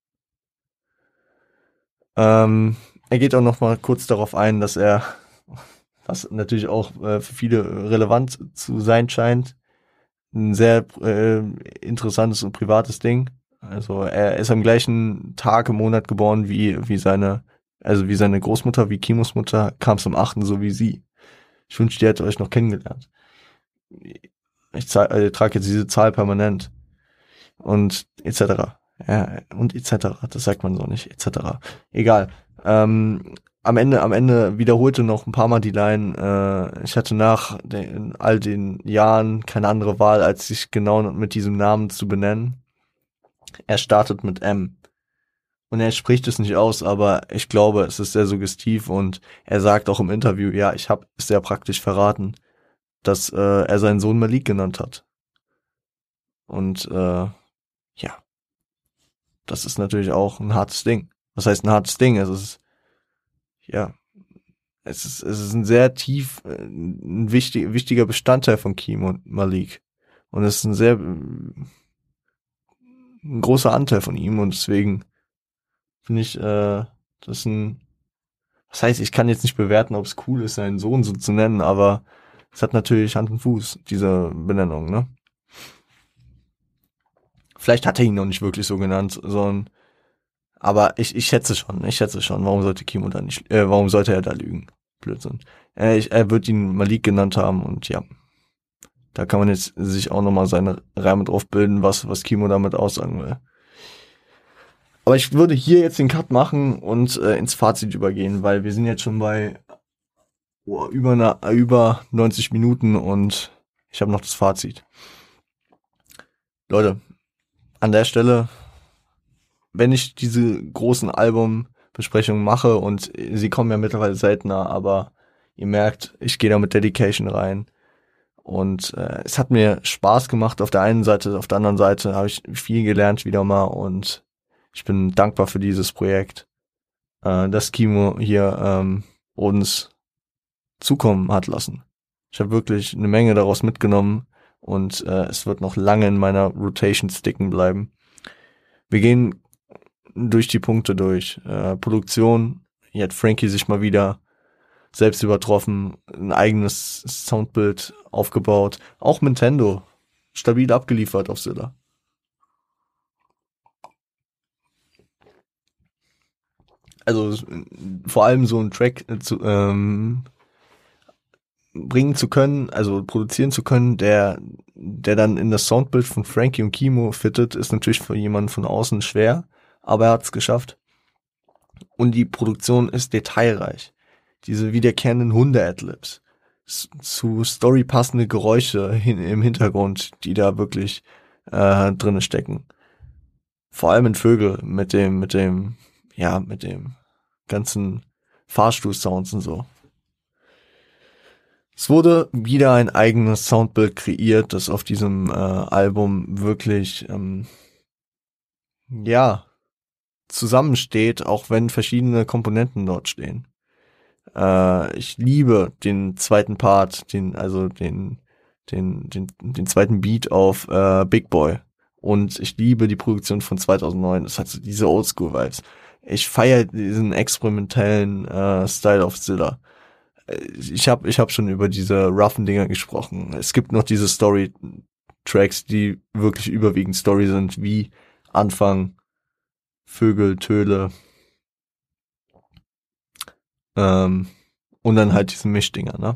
Ähm, er geht auch noch mal kurz darauf ein, dass er, was natürlich auch äh, für viele relevant zu sein scheint, ein sehr äh, interessantes und privates Ding. Also er ist am gleichen Tag im Monat geboren wie wie seine, also wie seine Großmutter, wie Kimos Mutter, kam es am achten so wie sie. Ich wünschte, ihr hättet euch noch kennengelernt. Ich, zahl, äh, trage jetzt diese Zahl permanent. Und et cetera. Ja, und et cetera. Das sagt man so nicht, et cetera. Egal. Ähm, am Ende, am Ende wiederholte noch ein paar Mal die Line, äh, ich hatte nach den, all den Jahren keine andere Wahl, als sich genau mit diesem Namen zu benennen. Er startet mit M. Und er spricht es nicht aus, aber ich glaube, es ist sehr suggestiv und er sagt auch im Interview, ja, ich habe es sehr praktisch verraten, dass äh, er seinen Sohn Malik genannt hat. Und äh, ja, das ist natürlich auch ein hartes Ding. Was heißt ein hartes Ding? Es ist, ja, es ist, es ist ein sehr tief, ein wichtig, wichtiger Bestandteil von Kimo und Malik. Und es ist ein sehr, ein großer Anteil von ihm und deswegen finde ich, äh, das ist ein, das heißt, ich kann jetzt nicht bewerten, ob es cool ist, seinen Sohn so zu nennen, aber es hat natürlich Hand und Fuß, diese Benennung, ne? Vielleicht hat er ihn noch nicht wirklich so genannt, sondern, aber ich, ich schätze schon, ich schätze schon, warum sollte Kimo da nicht, äh, warum sollte er da lügen? Blödsinn. Äh, ich, er wird ihn Malik genannt haben und ja, da kann man jetzt sich auch nochmal seine Reime drauf bilden, was, was Kimo damit aussagen will. Aber ich würde hier jetzt den Cut machen und äh, ins Fazit übergehen, weil wir sind jetzt schon bei oh, über, eine, über neunzig Minuten und ich habe noch das Fazit. Leute, an der Stelle, wenn ich diese großen Albumbesprechungen mache und sie kommen ja mittlerweile seltener, aber ihr merkt, ich gehe da mit Dedication rein. Und äh, es hat mir Spaß gemacht auf der einen Seite, auf der anderen Seite habe ich viel gelernt wieder mal und ich bin dankbar für dieses Projekt, äh, das Kimo hier ähm, uns zukommen hat lassen. Ich habe wirklich eine Menge daraus mitgenommen und äh, es wird noch lange in meiner Rotation sticken bleiben. Wir gehen durch die Punkte durch. Äh, Produktion, hier hat Frankie sich mal wieder selbst übertroffen, ein eigenes Soundbild aufgebaut. Auch Nintendo, stabil abgeliefert auf Zilla. Also vor allem so einen Track zu ähm, bringen zu können, also produzieren zu können, der der dann in das Soundbild von Frankie und Kimo fittet, ist natürlich für jemanden von außen schwer, aber er hat es geschafft. Und die Produktion ist detailreich. Diese wiederkehrenden Hunde-Adlibs, zu Story passende Geräusche hin, im Hintergrund, die da wirklich äh, drinne stecken. Vor allem in Vögel mit dem, mit dem, ja, mit dem ganzen Fahrstuhl-Sounds und so. Es wurde wieder ein eigenes Soundbild kreiert, das auf diesem äh, Album wirklich, ähm, ja, zusammensteht, auch wenn verschiedene Komponenten dort stehen. Äh, ich liebe den zweiten Part, den, also den, den, den, den zweiten Beat auf äh, Big Boy. Und ich liebe die Produktion von zweitausendneun. Das hat so diese Oldschool-Vibes. Ich feiere diesen experimentellen äh, Style of Zilla. Ich habe ich hab schon über diese roughen Dinger gesprochen. Es gibt noch diese Story-Tracks, die wirklich überwiegend Story sind, wie Anfang, Vögel, Töle, ähm, und dann halt diese Mischdinger, ne?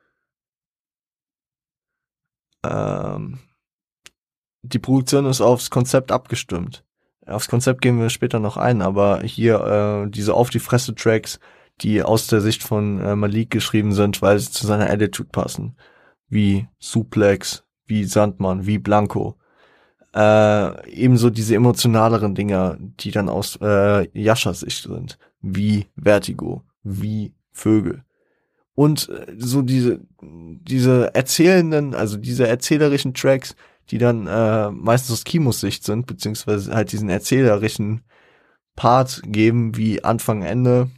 Ähm, die Produktion ist aufs Konzept abgestimmt. Aufs Konzept gehen wir später noch ein, aber hier äh, diese auf die Fresse Tracks, die aus der Sicht von äh, Malik geschrieben sind, weil sie zu seiner Attitude passen, wie Suplex, wie Sandmann, wie Blanco. Äh, ebenso diese emotionaleren Dinger, die dann aus äh, Yaschas Sicht sind, wie Vertigo, wie Vögel. Und äh, so diese diese erzählenden, also diese erzählerischen Tracks, die dann äh, meistens aus Kimos Sicht sind, beziehungsweise halt diesen erzählerischen Part geben, wie Anfang, Ende,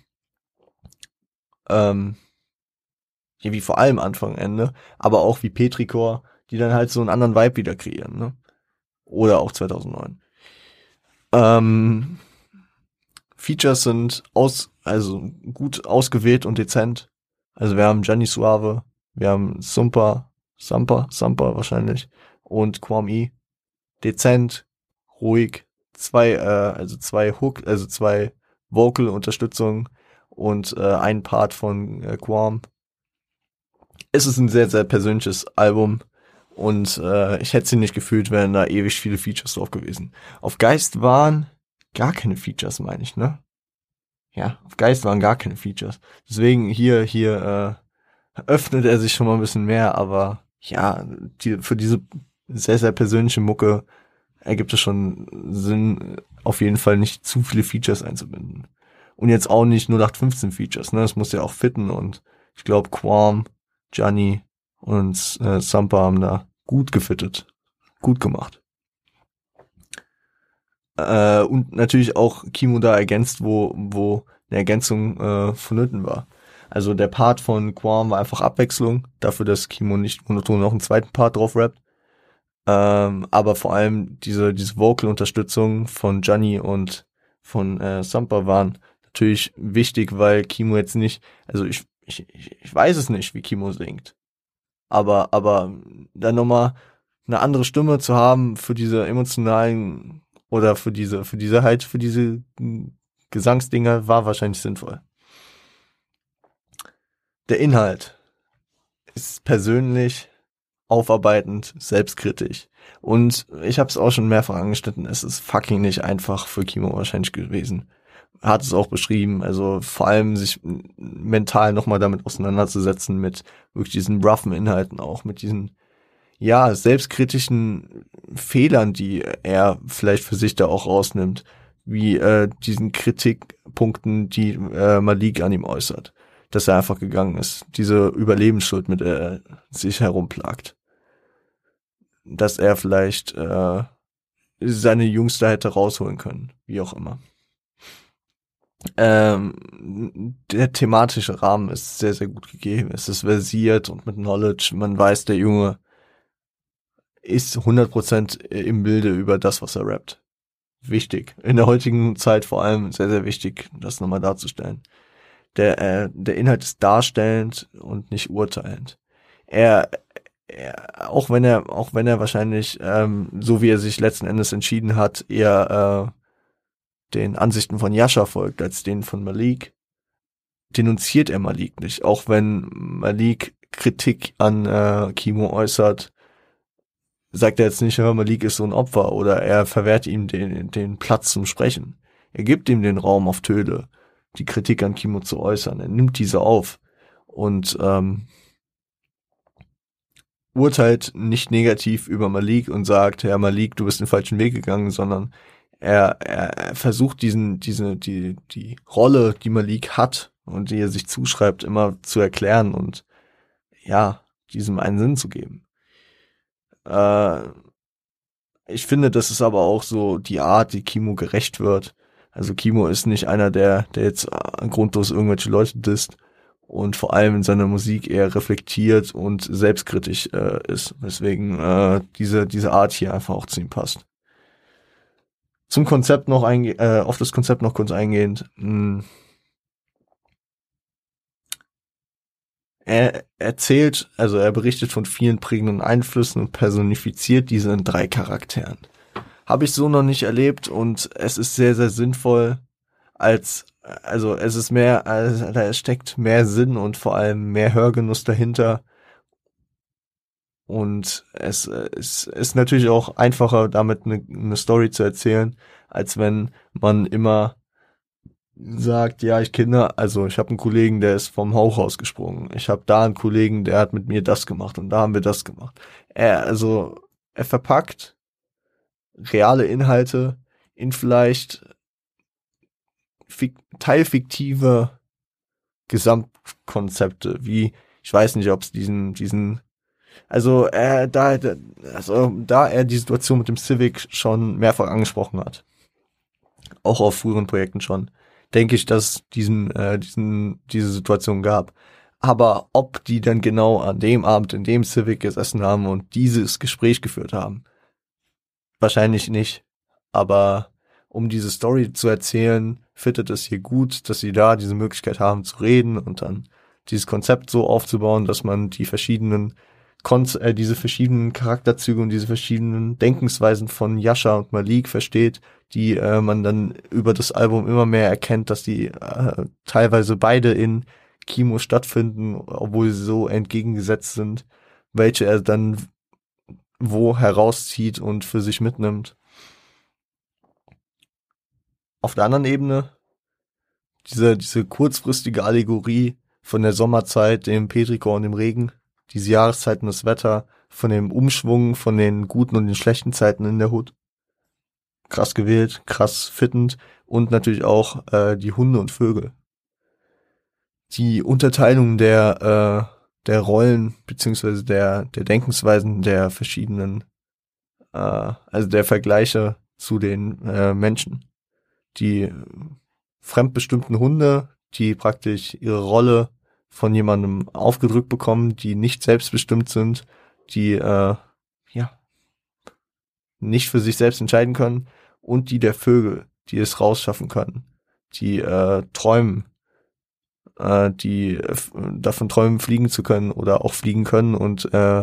ähm, ja, wie vor allem Anfang, Ende, aber auch wie Petrichor, die dann halt so einen anderen Vibe wieder kreieren, ne? Oder auch zweitausendneun. Ähm, Features sind aus, also gut ausgewählt und dezent. Also wir haben Gianni Suave, wir haben Sumpa, Sampa, Sampa wahrscheinlich und Kwame. Dezent, ruhig, zwei, äh, also zwei Hook, also zwei Vocal-Unterstützungen und äh, ein Part von äh, Quam. Es ist ein sehr, sehr persönliches Album und äh, ich hätte sie nicht gefühlt, wären da ewig viele Features drauf gewesen. Auf Geist waren gar keine Features, meine ich, ne? Ja, auf Geist waren gar keine Features. Deswegen hier, hier äh, öffnet er sich schon mal ein bisschen mehr, aber ja, die, für diese sehr, sehr persönliche Mucke ergibt es schon Sinn, auf jeden Fall nicht zu viele Features einzubinden. Und jetzt auch nicht null acht fünfzehn Features, ne? Das muss ja auch fitten und ich glaube Quam, Gianni und äh, Sampa haben da gut gefittet. Gut gemacht. Äh, und natürlich auch Kimo da ergänzt, wo, wo eine Ergänzung äh, vonnöten war. Also der Part von Quam war einfach Abwechslung, dafür, dass Kimo nicht monoton noch einen zweiten Part drauf rappt. Ähm, aber vor allem diese, diese Vocal-Unterstützung von Gianni und von äh, Sampa waren natürlich wichtig, weil Kimo jetzt nicht, also ich, ich, ich weiß es nicht, wie Kimo singt. Aber, aber dann nochmal eine andere Stimme zu haben für diese emotionalen oder für diese, für diese halt, für diese Gesangsdinger war wahrscheinlich sinnvoll. Der Inhalt ist persönlich aufarbeitend, selbstkritisch. Und ich habe es auch schon mehrfach angeschnitten, es ist fucking nicht einfach für Kimo wahrscheinlich gewesen. Er hat es auch beschrieben, also vor allem sich mental nochmal damit auseinanderzusetzen, mit wirklich diesen roughen Inhalten auch, mit diesen, ja, selbstkritischen Fehlern, die er vielleicht für sich da auch rausnimmt, wie äh, diesen Kritikpunkten, die äh, Malik an ihm äußert, dass er einfach gegangen ist, diese Überlebensschuld, mit der er sich herumplagt, dass er vielleicht äh, seine Jungs da hätte rausholen können, wie auch immer. Ähm, der thematische Rahmen ist sehr, sehr gut gegeben. Es ist versiert und mit Knowledge. Man weiß, der Junge ist hundert Prozent im Bilde über das, was er rappt. Wichtig. In der heutigen Zeit vor allem sehr, sehr wichtig, das nochmal darzustellen. Der, äh, der Inhalt ist darstellend und nicht urteilend. Er, er, auch wenn er, auch wenn er wahrscheinlich, ähm, so wie er sich letzten Endes entschieden hat, eher, äh, den Ansichten von Yasha folgt, als denen von Malik, denunziert er Malik nicht. Auch wenn Malik Kritik an äh, Kimo äußert, sagt er jetzt nicht, ja, Malik ist so ein Opfer, oder er verwehrt ihm den, den Platz zum Sprechen. Er gibt ihm den Raum auf Töle, die Kritik an Kimo zu äußern. Er nimmt diese auf und ähm, urteilt nicht negativ über Malik und sagt, ja, Malik, du bist den falschen Weg gegangen, sondern Er, er, er versucht diesen, diese, die, die Rolle, die Malik hat und die er sich zuschreibt, immer zu erklären und ja, diesem einen Sinn zu geben. Äh, ich finde, das ist aber auch so die Art, die Kimo gerecht wird. Also Kimo ist nicht einer, der, der jetzt grundlos irgendwelche Leute disst und vor allem in seiner Musik eher reflektiert und selbstkritisch äh, ist, weswegen äh, diese, diese Art hier einfach auch zu ihm passt. Zum Konzept noch einge äh, auf das Konzept noch kurz eingehend. Mh. Er erzählt, also er berichtet von vielen prägenden Einflüssen und personifiziert diese in drei Charakteren. Habe ich so noch nicht erlebt und es ist sehr, sehr sinnvoll, als, also es ist mehr, also da steckt mehr Sinn und vor allem mehr Hörgenuss dahinter. Und es, es ist natürlich auch einfacher, damit eine, eine Story zu erzählen, als wenn man immer sagt, ja, ich kenne, also ich habe einen Kollegen, der ist vom Hochhaus gesprungen. Ich habe da einen Kollegen, der hat mit mir das gemacht und da haben wir das gemacht. Er, also, er verpackt reale Inhalte in vielleicht fik- teilfiktive Gesamtkonzepte, wie, ich weiß nicht, ob es diesen, diesen Also, äh, da, also, da er die Situation mit dem Civic schon mehrfach angesprochen hat, auch auf früheren Projekten schon, denke ich, dass es diesen, äh, diesen, diese Situation gab. Aber ob die dann genau an dem Abend in dem Civic gesessen haben und dieses Gespräch geführt haben, wahrscheinlich nicht. Aber um diese Story zu erzählen, fittet es hier gut, dass sie da diese Möglichkeit haben zu reden und dann dieses Konzept so aufzubauen, dass man die verschiedenen Kon- äh, diese verschiedenen Charakterzüge und diese verschiedenen Denkensweisen von Yasha und Malik versteht, die äh, man dann über das Album immer mehr erkennt, dass die äh, teilweise beide in Kimo stattfinden, obwohl sie so entgegengesetzt sind, welche er dann wo herauszieht und für sich mitnimmt. Auf der anderen Ebene diese diese kurzfristige Allegorie von der Sommerzeit, dem Petrichor und dem Regen, diese Jahreszeiten, das Wetter, von dem Umschwung, von den guten und den schlechten Zeiten in der Hood. Krass gewählt, krass fittend und natürlich auch äh, die Hunde und Vögel. Die Unterteilung der äh, der Rollen beziehungsweise der der Denkensweisen der verschiedenen, äh, also der Vergleiche zu den äh, Menschen. Die fremdbestimmten Hunde, die praktisch ihre Rolle von jemandem aufgedrückt bekommen, die nicht selbstbestimmt sind, die äh, ja nicht für sich selbst entscheiden können, und die der Vögel, die es rausschaffen können, die äh, träumen, äh, die äh, davon träumen, fliegen zu können oder auch fliegen können und äh,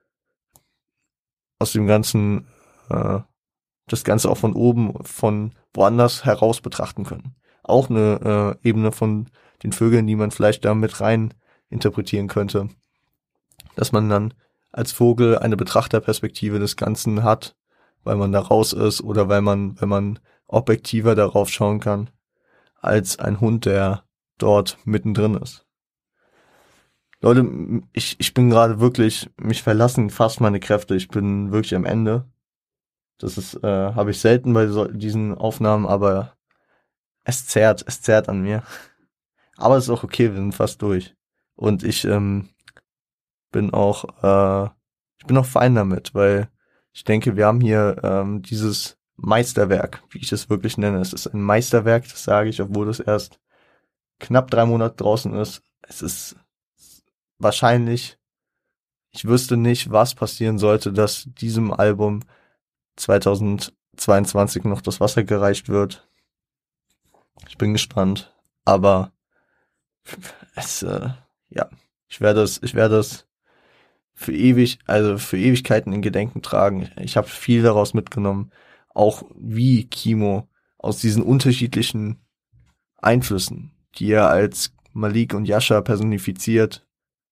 aus dem Ganzen äh, das Ganze auch von oben, von woanders heraus betrachten können. Auch eine äh, Ebene von den Vögeln, die man vielleicht da mit rein interpretieren könnte, dass man dann als Vogel eine Betrachterperspektive des Ganzen hat, weil man da raus ist oder weil man, wenn man objektiver darauf schauen kann, als ein Hund, der dort mittendrin ist. Leute, ich, ich bin gerade wirklich, mich verlassen fast meine Kräfte, ich bin wirklich am Ende. Das ist, äh, habe ich selten bei so, diesen Aufnahmen, aber es zerrt, es zerrt an mir. Aber es ist auch okay, wir sind fast durch. Und ich ähm, bin auch, äh, ich bin auch fein damit, weil ich denke, wir haben hier ähm, dieses Meisterwerk, wie ich es wirklich nenne. Es ist ein Meisterwerk, das sage ich, obwohl es erst knapp drei Monate draußen ist. Es ist wahrscheinlich, ich wüsste nicht, was passieren sollte, dass diesem Album zweitausendzweiundzwanzig noch das Wasser gereicht wird. Ich bin gespannt, aber es, äh, ja, ich werde es, ich werde es für ewig, also für Ewigkeiten in Gedenken tragen. Ich habe viel daraus mitgenommen, auch wie Kimo aus diesen unterschiedlichen Einflüssen, die er als Malik und Yasha personifiziert,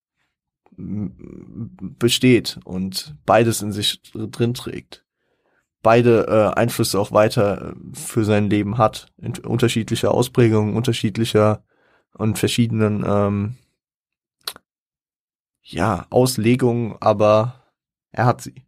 besteht und beides in sich drin trägt. Beide äh, Einflüsse auch weiter für sein Leben hat, in unterschiedlicher Ausprägung, unterschiedlicher und verschiedenen ähm, ja, Auslegungen, aber er hat sie.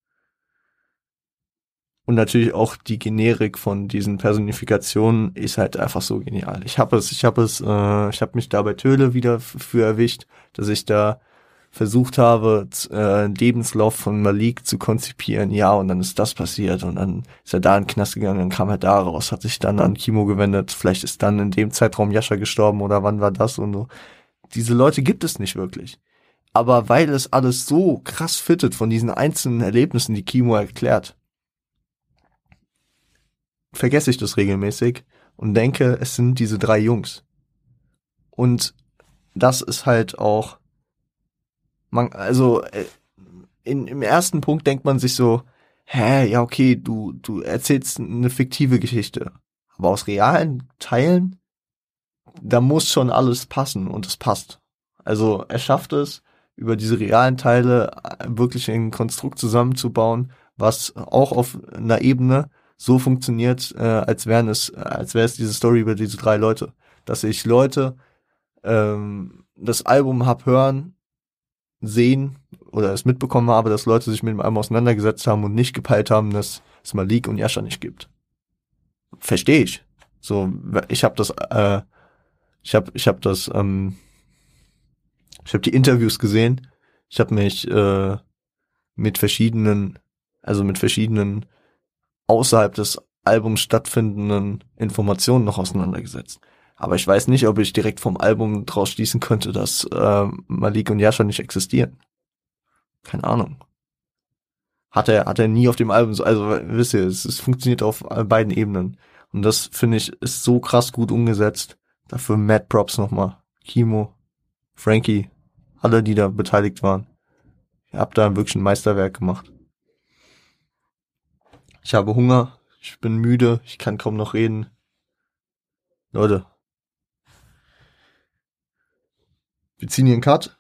Und natürlich auch die Generik von diesen Personifikationen ist halt einfach so genial. Ich habe es, ich habe es, äh, ich habe mich da bei Töle wieder f- für erwischt, dass ich da versucht habe, äh, Lebenslauf von Malik zu konzipieren. Ja, und dann ist das passiert und dann ist er da in den Knast gegangen, dann kam er da raus, hat sich dann an Kimo gewendet. Vielleicht ist dann in dem Zeitraum Yasha gestorben oder wann war das und so. Diese Leute gibt es nicht wirklich. Aber weil es alles so krass fittet von diesen einzelnen Erlebnissen, die Kimo erklärt, vergesse ich das regelmäßig und denke, es sind diese drei Jungs. Und das ist halt auch, man, also in, im ersten Punkt denkt man sich so, hä, ja okay, du, du erzählst eine fiktive Geschichte. Aber aus realen Teilen, da muss schon alles passen und es passt. Also er schafft es, über diese realen Teile wirklich ein Konstrukt zusammenzubauen, was auch auf einer Ebene so funktioniert, äh, als wären es, als wäre es diese Story über diese drei Leute. Dass ich Leute ähm, das Album hab hören, sehen oder es mitbekommen habe, dass Leute sich mit dem Album auseinandergesetzt haben und nicht gepeilt haben, dass es Malik und Yasha nicht gibt. Verstehe ich. So, ich habe das, äh, ich habe, ich habe das, ähm, ich habe die Interviews gesehen. Ich habe mich äh, mit verschiedenen, also mit verschiedenen außerhalb des Albums stattfindenden Informationen noch auseinandergesetzt. Aber ich weiß nicht, ob ich direkt vom Album draus schließen könnte, dass äh, Malik und Yasha nicht existieren. Keine Ahnung. Hat er, hat er nie auf dem Album so, also wisst ihr, es, es funktioniert auf beiden Ebenen. Und das, finde ich, ist so krass gut umgesetzt. Dafür Mad Props nochmal. Kimo, Frankie, alle, die da beteiligt waren. Ihr habt da wirklich ein Meisterwerk gemacht. Ich habe Hunger, ich bin müde, ich kann kaum noch reden. Leute, wir ziehen hier einen Cut.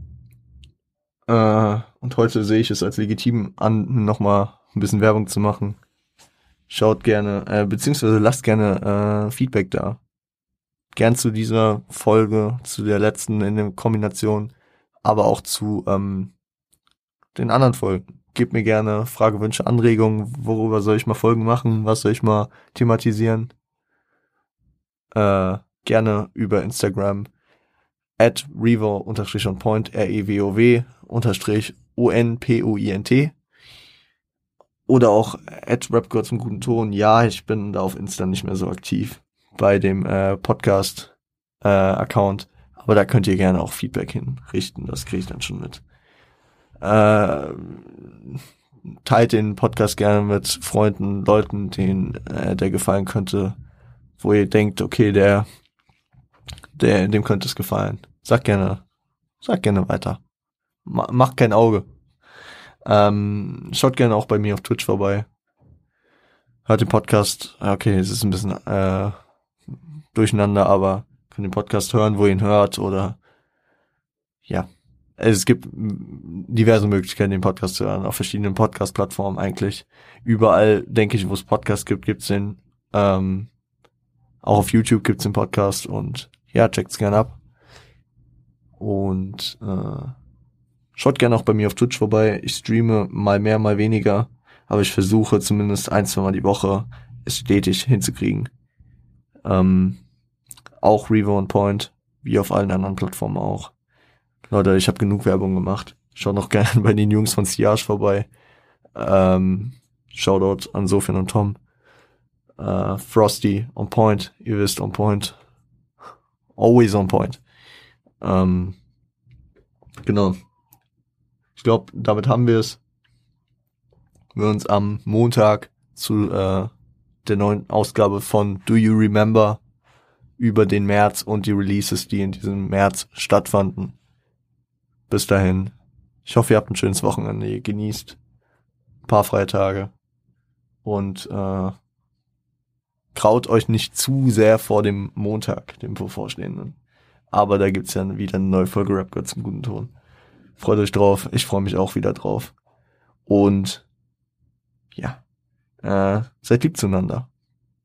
Äh, und heute sehe ich es als legitim an, nochmal ein bisschen Werbung zu machen. Schaut gerne, äh, beziehungsweise lasst gerne äh, Feedback da. Gern zu dieser Folge, zu der letzten in der Kombination, aber auch zu ähm, den anderen Folgen. Gebt mir gerne Frage, Wünsche, Anregungen, worüber soll ich mal Folgen machen, was soll ich mal thematisieren. Äh, gerne über Instagram at revo unterstrich on point, R E W O W unterstrich O N P O I N T oder auch at rapgirl zum guten Ton. Ja, ich bin da auf Insta nicht mehr so aktiv bei dem äh, Podcast äh, Account, aber da könnt ihr gerne auch Feedback hinrichten, das kriege ich dann schon mit. Äh, teilt den Podcast gerne mit Freunden, Leuten, denen äh, der gefallen könnte, wo ihr denkt, okay, der, der, dem könnte es gefallen. Sag gerne, sag gerne weiter. Ma, macht kein Auge. Ähm, schaut gerne auch bei mir auf Twitch vorbei. Hört den Podcast. Okay, es ist ein bisschen äh, durcheinander, aber könnt den Podcast hören, wo ihr ihn hört oder ja. es gibt diverse Möglichkeiten, den Podcast zu hören, auf verschiedenen Podcast-Plattformen eigentlich. Überall, denke ich, wo es Podcasts gibt, gibt's den. Ähm, auch auf YouTube gibt's den Podcast und ja, checkt's gerne ab. Und äh, schaut gerne auch bei mir auf Twitch vorbei. Ich streame mal mehr, mal weniger, aber ich versuche zumindest ein, zwei Mal die Woche es stetig hinzukriegen. Ähm, auch Revo on Point, wie auf allen anderen Plattformen auch. Leute, ich habe genug Werbung gemacht. Schaut noch gerne bei den Jungs von Siage vorbei. Ähm, Shoutout an Sofian und Tom. Äh, Frosty, on point. Ihr wisst, on point. Always on point. Ähm, genau. Ich glaube, damit haben wir es. Wir uns am Montag zu äh, der neuen Ausgabe von Do You Remember über den März und die Releases, die in diesem März stattfanden. Bis dahin. Ich hoffe, ihr habt ein schönes Wochenende. Ihr genießt ein paar freie Tage. Und äh, kraut euch nicht zu sehr vor dem Montag, dem bevorstehenden. Aber da gibt's ja wieder eine neue Folge Rap God zum guten Ton. Freut euch drauf. Ich freue mich auch wieder drauf. Und ja, äh, seid lieb zueinander.